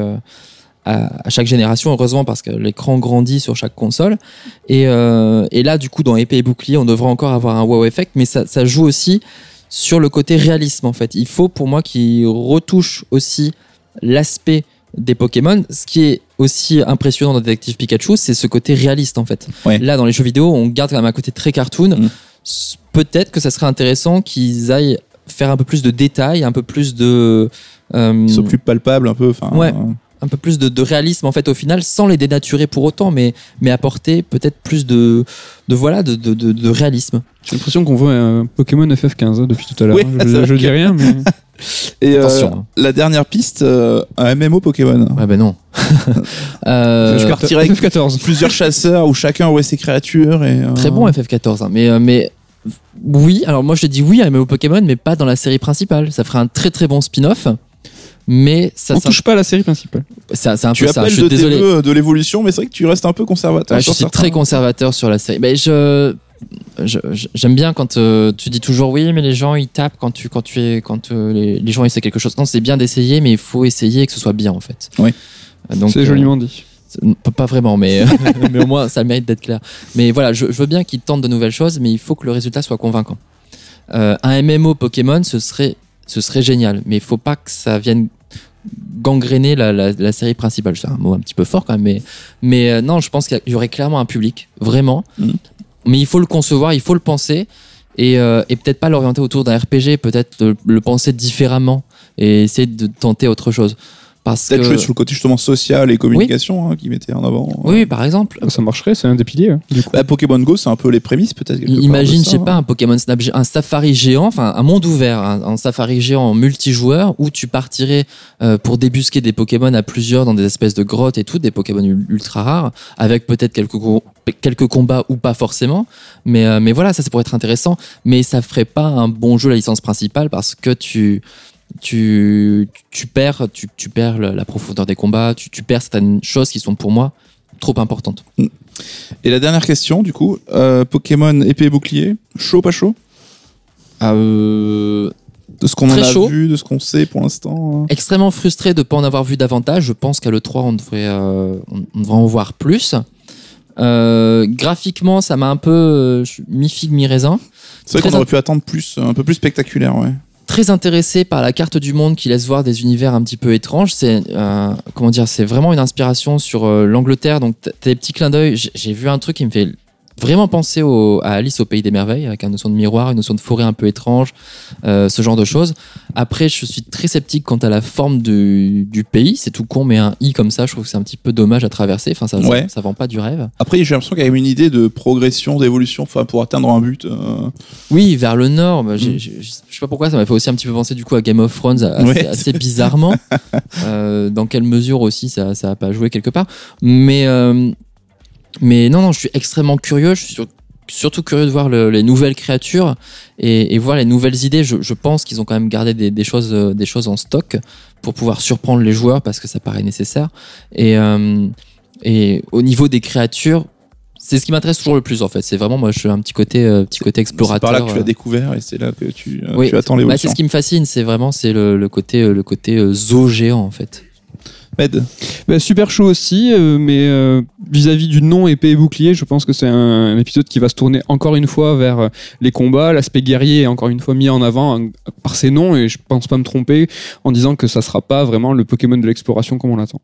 chaque génération, heureusement, parce que l'écran grandit sur chaque console. Et là, du coup, dans Épée et Bouclier, on devrait encore avoir un wow effect, mais ça joue aussi sur le côté réalisme, en fait. Il faut, pour moi, qu'ils retouchent aussi l'aspect des Pokémon. Ce qui est aussi impressionnant dans Détective Pikachu, c'est ce côté réaliste, en fait. Ouais. Là, dans les jeux vidéo, on garde quand même un côté très cartoon. Peut-être que ça serait intéressant qu'ils aillent faire un peu plus de détails, un peu plus de... Ils sont plus palpables, un peu. Ouais. Un peu plus de réalisme en fait au final, sans les dénaturer pour autant, mais apporter peut-être plus de réalisme. J'ai l'impression qu'on voit un Pokémon FF15 depuis tout à l'heure. Oui, je dis rien, mais... Et la dernière piste, un MMO Pokémon. Ouais, ben non. Je partirais avec FF14. Plusieurs chasseurs où chacun aurait ses créatures. Très bon FF14, hein, mais oui, alors moi je te dis oui à MMO Pokémon, mais pas dans la série principale. Ça ferait un très très bon spin-off. Mais ça touche pas à la série principale. C'est un tu peu ça. Je suis désolé de l'évolution, mais c'est vrai que tu restes un peu conservateur. Ouais, je suis très conservateur sur la série. Mais j'aime bien quand tu dis toujours oui, mais les gens ils tapent quand les gens essaient quelque chose. Non, c'est bien d'essayer, mais il faut essayer et que ce soit bien en fait. Oui. Donc, c'est joliment dit. Pas vraiment, mais au moins ça mérite d'être clair. Mais voilà, je veux bien qu'ils tentent de nouvelles choses, mais il faut que le résultat soit convaincant. Un MMO Pokémon, ce serait génial, mais il faut pas que ça vienne gangréner la série principale. C'est un mot un petit peu fort quand même, mais non, je pense qu'il y aurait clairement un public, vraiment. Mais il faut le concevoir, il faut le penser, et peut-être pas l'orienter autour d'un RPG, peut-être le penser différemment et essayer de tenter autre chose. Parce Peut-être que... jouer sur le côté justement social et communication qui mettait en avant. Oui, par exemple. Ça marcherait, c'est un des piliers. Du coup. Pokémon Go, c'est un peu les prémices peut-être. Imagine, je sais pas, un Pokémon Snap, un safari géant, enfin un monde ouvert, un safari géant multijoueur où tu partirais pour débusquer des Pokémon à plusieurs dans des espèces de grottes et tout, des Pokémon ultra rares, avec peut-être quelques combats ou pas forcément, mais voilà, ça pourrait être intéressant, mais ça ferait pas un bon jeu la licence principale parce que tu perds la profondeur des combats, tu perds certaines choses qui sont pour moi trop importantes. Et la dernière question, du coup, Pokémon épée et bouclier, chaud pas chaud De ce qu'on en a vu, de ce qu'on sait pour l'instant. Extrêmement frustré de ne pas en avoir vu davantage. Je pense qu'à l'E3, on devrait en voir plus. Graphiquement, ça m'a un peu mi-figue, mi-raisin. C'est vrai qu'on aurait pu attendre plus, un peu plus spectaculaire, ouais. Très intéressé par la carte du monde qui laisse voir des univers un petit peu étranges. C'est c'est vraiment une inspiration sur l'Angleterre. Donc t'as des petits clins d'œil. J'ai vu un truc qui me fait vraiment penser à Alice au Pays des Merveilles, avec une notion de miroir, une notion de forêt un peu étrange, ce genre de choses. Après, je suis très sceptique quant à la forme du pays. C'est tout con, mais un i comme ça, je trouve que c'est un petit peu dommage à traverser. Enfin, ça vend pas du rêve. Après, j'ai l'impression qu'il y a une idée de progression, d'évolution, pour atteindre un but. Oui, vers le nord. Je sais pas pourquoi, ça m'a fait aussi un petit peu penser du coup à Game of Thrones, assez bizarrement. Dans quelle mesure aussi ça a pas joué quelque part. Mais non, je suis extrêmement curieux. Je suis surtout curieux de voir les nouvelles créatures et voir les nouvelles idées. Je pense qu'ils ont quand même gardé des choses en stock pour pouvoir surprendre les joueurs parce que ça paraît nécessaire. Et au niveau des créatures, c'est ce qui m'intéresse toujours le plus en fait. C'est vraiment, moi, je suis un petit côté explorateur. C'est par là que tu l'as découvert et c'est là que tu attends l'évolution. C'est ce qui me fascine. C'est vraiment le côté zoo géant en fait. Super chaud aussi, mais vis-à-vis du non épée et bouclier, je pense que c'est un épisode qui va se tourner encore une fois vers les combats. L'aspect guerrier est encore une fois mis en avant par ses noms et je pense pas me tromper en disant que ça sera pas vraiment le Pokémon de l'exploration comme on l'attend.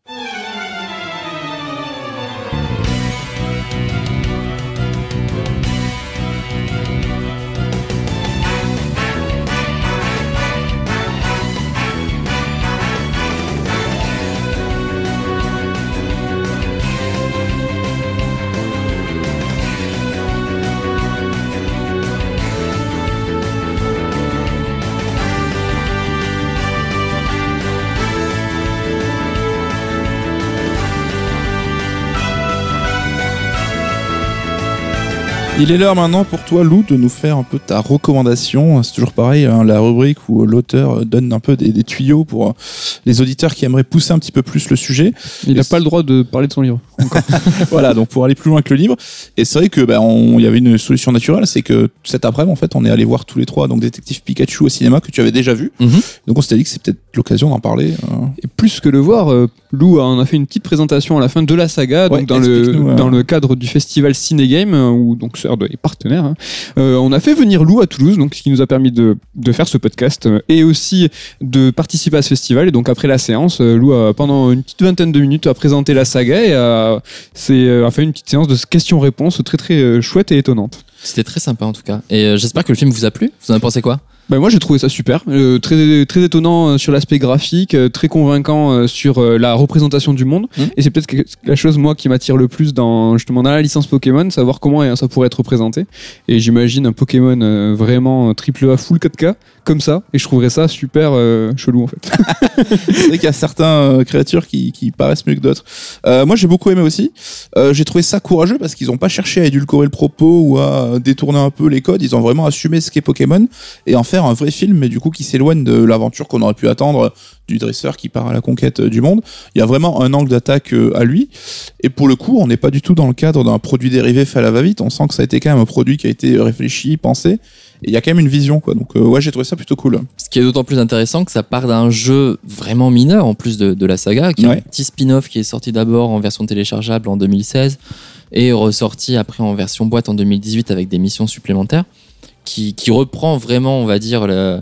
Il est l'heure maintenant pour toi, Lou, de nous faire un peu ta recommandation. C'est toujours pareil, la rubrique où l'auteur donne un peu des tuyaux pour les auditeurs qui aimeraient pousser un petit peu plus le sujet. Il n'a pas le droit de parler de son livre. Voilà, donc pour aller plus loin que le livre. Et c'est vrai que il y avait une solution naturelle, c'est que cet après-midi, en fait, on est allé voir tous les trois donc Détective Pikachu au cinéma que tu avais déjà vu. Donc on s'était dit que c'est peut-être l'occasion d'en parler. Et plus que le voir, Lou en a fait une petite présentation à la fin de la saga, donc dans le cadre du festival Ciné Game, où donc c'est des partenaires. On a fait venir Lou à Toulouse, donc ce qui nous a permis de faire ce podcast et aussi de participer à ce festival. Et donc après la séance, Lou pendant une petite vingtaine de minutes a présenté la saga et a fait une petite séance de questions-réponses très très chouette et étonnante. C'était très sympa en tout cas. Et j'espère que le film vous a plu. Vous en avez pensé quoi ? Moi j'ai trouvé ça super, très très étonnant sur l'aspect graphique, très convaincant sur la représentation du monde. Et c'est peut-être la chose moi qui m'attire le plus dans la licence Pokémon, savoir comment ça pourrait être représenté. Et j'imagine un Pokémon vraiment AAA full 4K comme ça, et je trouverais ça super chelou en fait. C'est vrai qu'il y a certaines créatures qui paraissent mieux que d'autres. Moi j'ai beaucoup aimé aussi. J'ai trouvé ça courageux parce qu'ils n'ont pas cherché à édulcorer le propos ou à détourner un peu les codes. Ils ont vraiment assumé ce qu'est Pokémon et en faire un vrai film, mais du coup qui s'éloigne de l'aventure qu'on aurait pu attendre du dresseur qui part à la conquête du monde. Il y a vraiment un angle d'attaque à lui, et pour le coup on n'est pas du tout dans le cadre d'un produit dérivé fait à la va-vite. On sent que ça a été quand même un produit qui a été réfléchi, pensé, et il y a quand même une vision quoi. Donc j'ai trouvé ça plutôt cool. Ce qui est d'autant plus intéressant que ça part d'un jeu vraiment mineur en plus de la saga, qui est un petit spin-off qui est sorti d'abord en version téléchargeable en 2016 et ressorti après en version boîte en 2018 avec des missions supplémentaires, qui reprend vraiment, on va dire,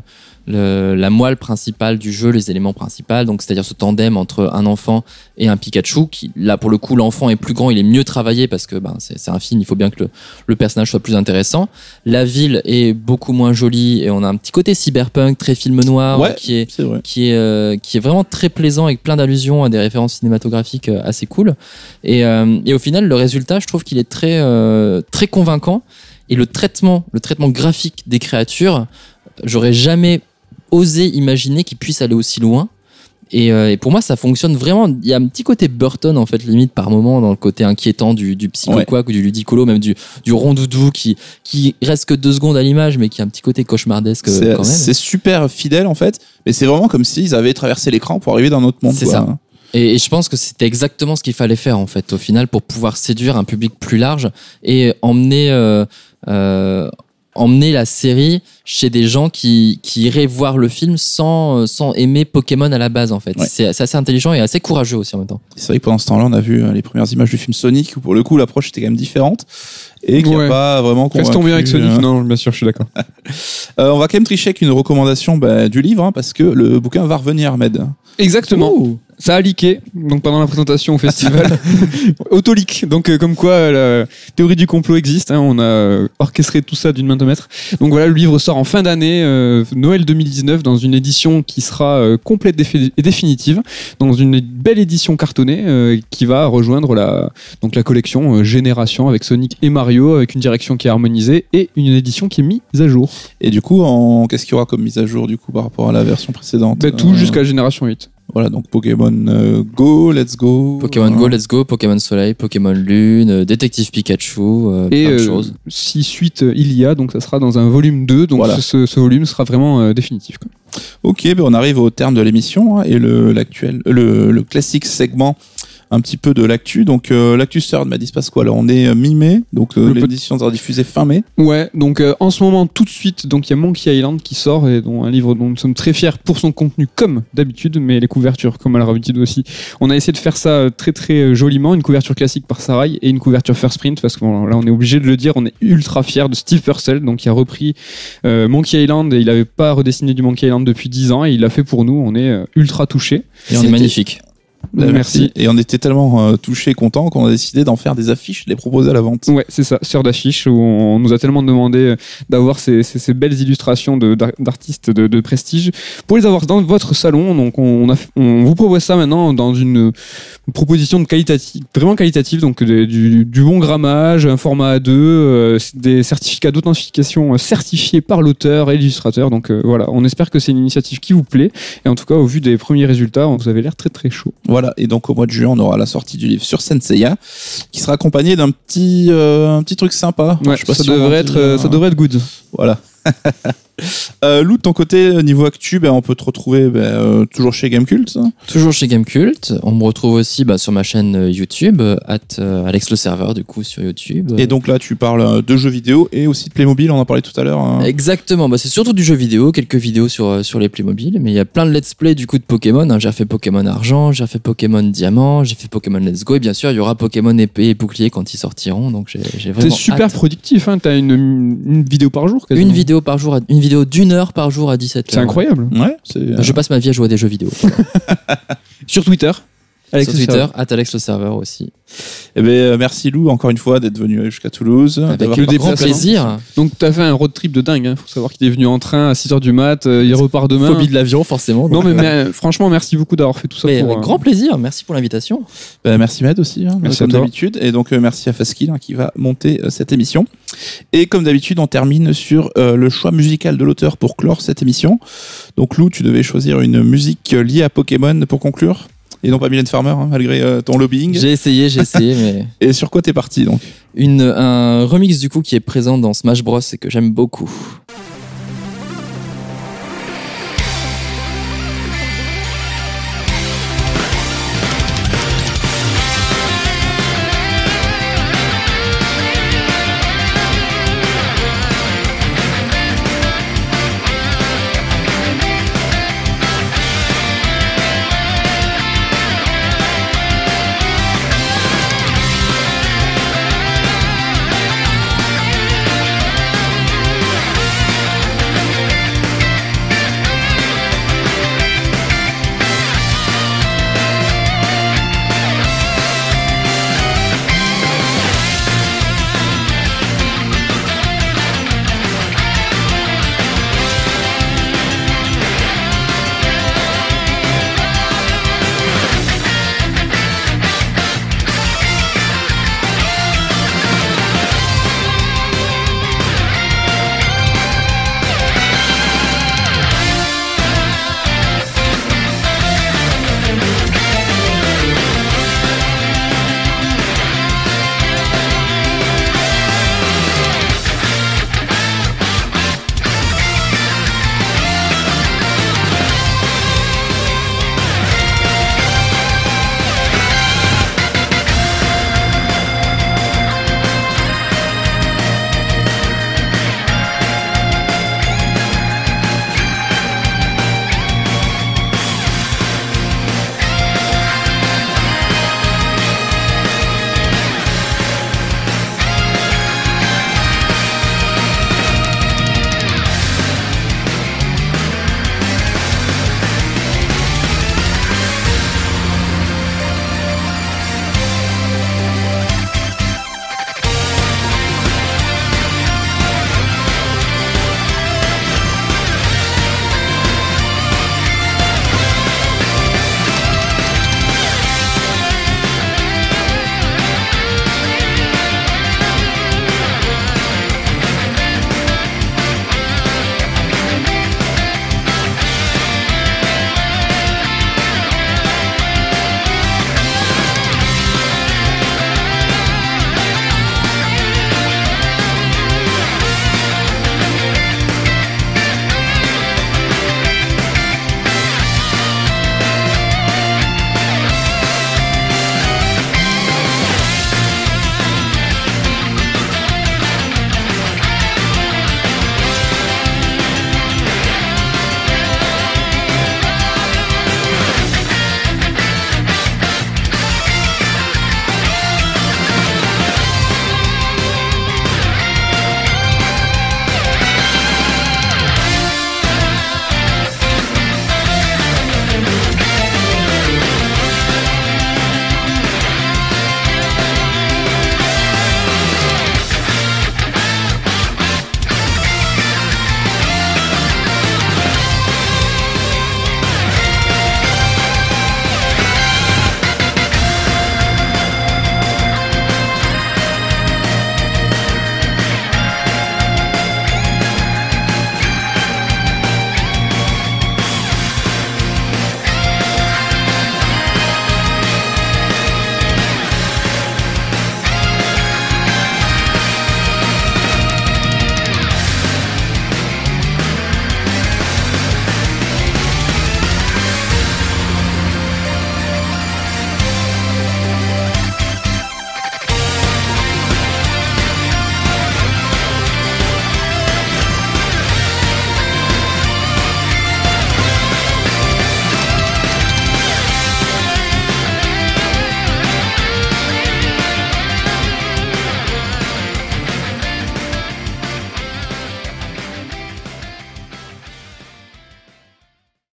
la moelle principale du jeu, les éléments principaux, donc c'est-à-dire ce tandem entre un enfant et un Pikachu, qui là pour le coup l'enfant est plus grand, il est mieux travaillé parce que c'est un film, il faut bien que le personnage soit plus intéressant. La ville est beaucoup moins jolie et on a un petit côté cyberpunk, très film noir, qui est vraiment très plaisant avec plein d'allusions à des références cinématographiques assez cool. Et au final, le résultat, je trouve qu'il est très très convaincant. Et le traitement graphique des créatures, j'aurais jamais osé imaginer qu'il puisse aller aussi loin. Et pour moi, ça fonctionne vraiment. Il y a un petit côté Burton, en fait, limite par moment, dans le côté inquiétant du psycho-quack ou du ludicolo, même du rondoudou qui reste que 2 secondes à l'image, mais qui a un petit côté cauchemardesque quand même. C'est super fidèle, en fait. Mais c'est vraiment comme s'ils avaient traversé l'écran pour arriver dans notre monde. C'est ça. Et je pense que c'était exactement ce qu'il fallait faire, en fait, au final, pour pouvoir séduire un public plus large et emmener la série chez des gens qui iraient voir le film sans aimer Pokémon à la base, en fait. Ouais. C'est assez intelligent et assez courageux aussi en même temps. C'est vrai que pendant ce temps-là, on a vu les premières images du film Sonic où pour le coup l'approche était quand même différente et qu'il n'y a pas vraiment convaincu. Restons bien avec Sonic, non, bien sûr, je suis d'accord. On va quand même tricher avec une recommandation du livre, parce que le bouquin va revenir, Ahmed. Exactement. Ouh. Ça a leaké, donc pendant la présentation au festival. Auto-leak, donc comme quoi la théorie du complot existe, on a orchestré tout ça d'une main de maître. Donc voilà, le livre sort en fin d'année, Noël 2019, dans une édition qui sera complète et définitive, dans une belle édition cartonnée qui va rejoindre la collection Génération avec Sonic et Mario, avec une direction qui est harmonisée et une édition qui est mise à jour. Et du coup, qu'est-ce qu'il y aura comme mise à jour du coup par rapport à la version précédente? Tout jusqu'à Génération 8. Voilà, donc Pokémon Go, Let's Go. Pokémon Go, Let's Go, Pokémon Soleil, Pokémon Lune, Détective Pikachu, et plein de choses. Si suite il y a, donc ça sera dans un volume 2, donc voilà. ce volume sera vraiment définitif. Quoi. Ok, on arrive au terme de l'émission et le classique segment un petit peu de l'actu. Donc l'actu Third m'a dit se passe quoi là? On est mi-mai, donc l'édition sera diffusée fin mai. Ouais, donc en ce moment tout de suite, donc il y a Monkey Island qui sort et dont un livre dont nous sommes très fiers pour son contenu comme d'habitude, mais les couvertures comme à l'habitude aussi. On a essayé de faire ça très très joliment, une couverture classique par Sarai et une couverture first print parce que là on est obligé de le dire, on est ultra fiers de Steve Purcell, donc qui a repris Monkey Island et il avait pas redessiné du Monkey Island depuis 10 ans et il l'a fait pour nous. On est ultra touchés. Et c'est magnifique. Merci. Et on était tellement touchés et contents qu'on a décidé d'en faire des affiches, de les proposer à la vente. Ouais, c'est ça, sœur d'affiches, où on nous a tellement demandé d'avoir ces belles illustrations d'artistes de prestige pour les avoir dans votre salon. Donc on vous propose ça maintenant dans une proposition vraiment qualitative, donc du bon grammage, un format A2, des certificats d'authentification certifiés par l'auteur et l'illustrateur. Donc voilà, on espère que c'est une initiative qui vous plaît. Et en tout cas, au vu des premiers résultats, vous avez l'air très très chaud. Voilà, et donc au mois de juin, on aura la sortie du livre sur Senseiya, qui sera accompagné d'un petit truc sympa. Ouais, ça devrait être good. Voilà. Lou, de ton côté, niveau actu, on peut te retrouver toujours chez Gamecult. Toujours chez Gamecult. On me retrouve aussi sur ma chaîne YouTube, Alex le serveur, du coup, sur YouTube. Et donc là, tu parles de jeux vidéo et aussi de Playmobil, on en parlait tout à l'heure. Exactement, c'est surtout du jeu vidéo, quelques vidéos sur les Playmobil, mais il y a plein de let's play du coup de Pokémon. J'ai fait Pokémon Argent, j'ai fait Pokémon Diamant, j'ai fait Pokémon Let's Go, et bien sûr, il y aura Pokémon Épée et Bouclier quand ils sortiront, donc j'ai vraiment T'es super hâte. Productif, t'as une vidéo par jour quasiment. Une vidéo par jour, une vidéo d'1 heure par jour à 17h. C'est incroyable. Ouais, je passe ma vie à jouer à des jeux vidéo. Sur Twitter. Sur Twitter, @Alex le serveur aussi. Eh ben, merci Lou, encore une fois, d'être venu jusqu'à Toulouse. Avec le grand plaisir. Donc, t'as fait un road trip de dingue, Faut savoir qu'il est venu en train à 6h du mat, il repart demain. Phobie de l'avion, forcément. Non, mais franchement, merci beaucoup d'avoir fait tout ça. Avec grand plaisir, merci pour l'invitation. Merci Med aussi, merci comme d'habitude. Et donc, merci à Faskill qui va monter cette émission. Et comme d'habitude, on termine sur le choix musical de l'auteur pour clore cette émission. Donc, Lou, tu devais choisir une musique liée à Pokémon pour conclure. Et non pas Mylène Farmer, malgré ton lobbying. J'ai essayé, mais... Et sur quoi t'es parti, donc? Un remix, du coup, qui est présent dans Smash Bros et que j'aime beaucoup.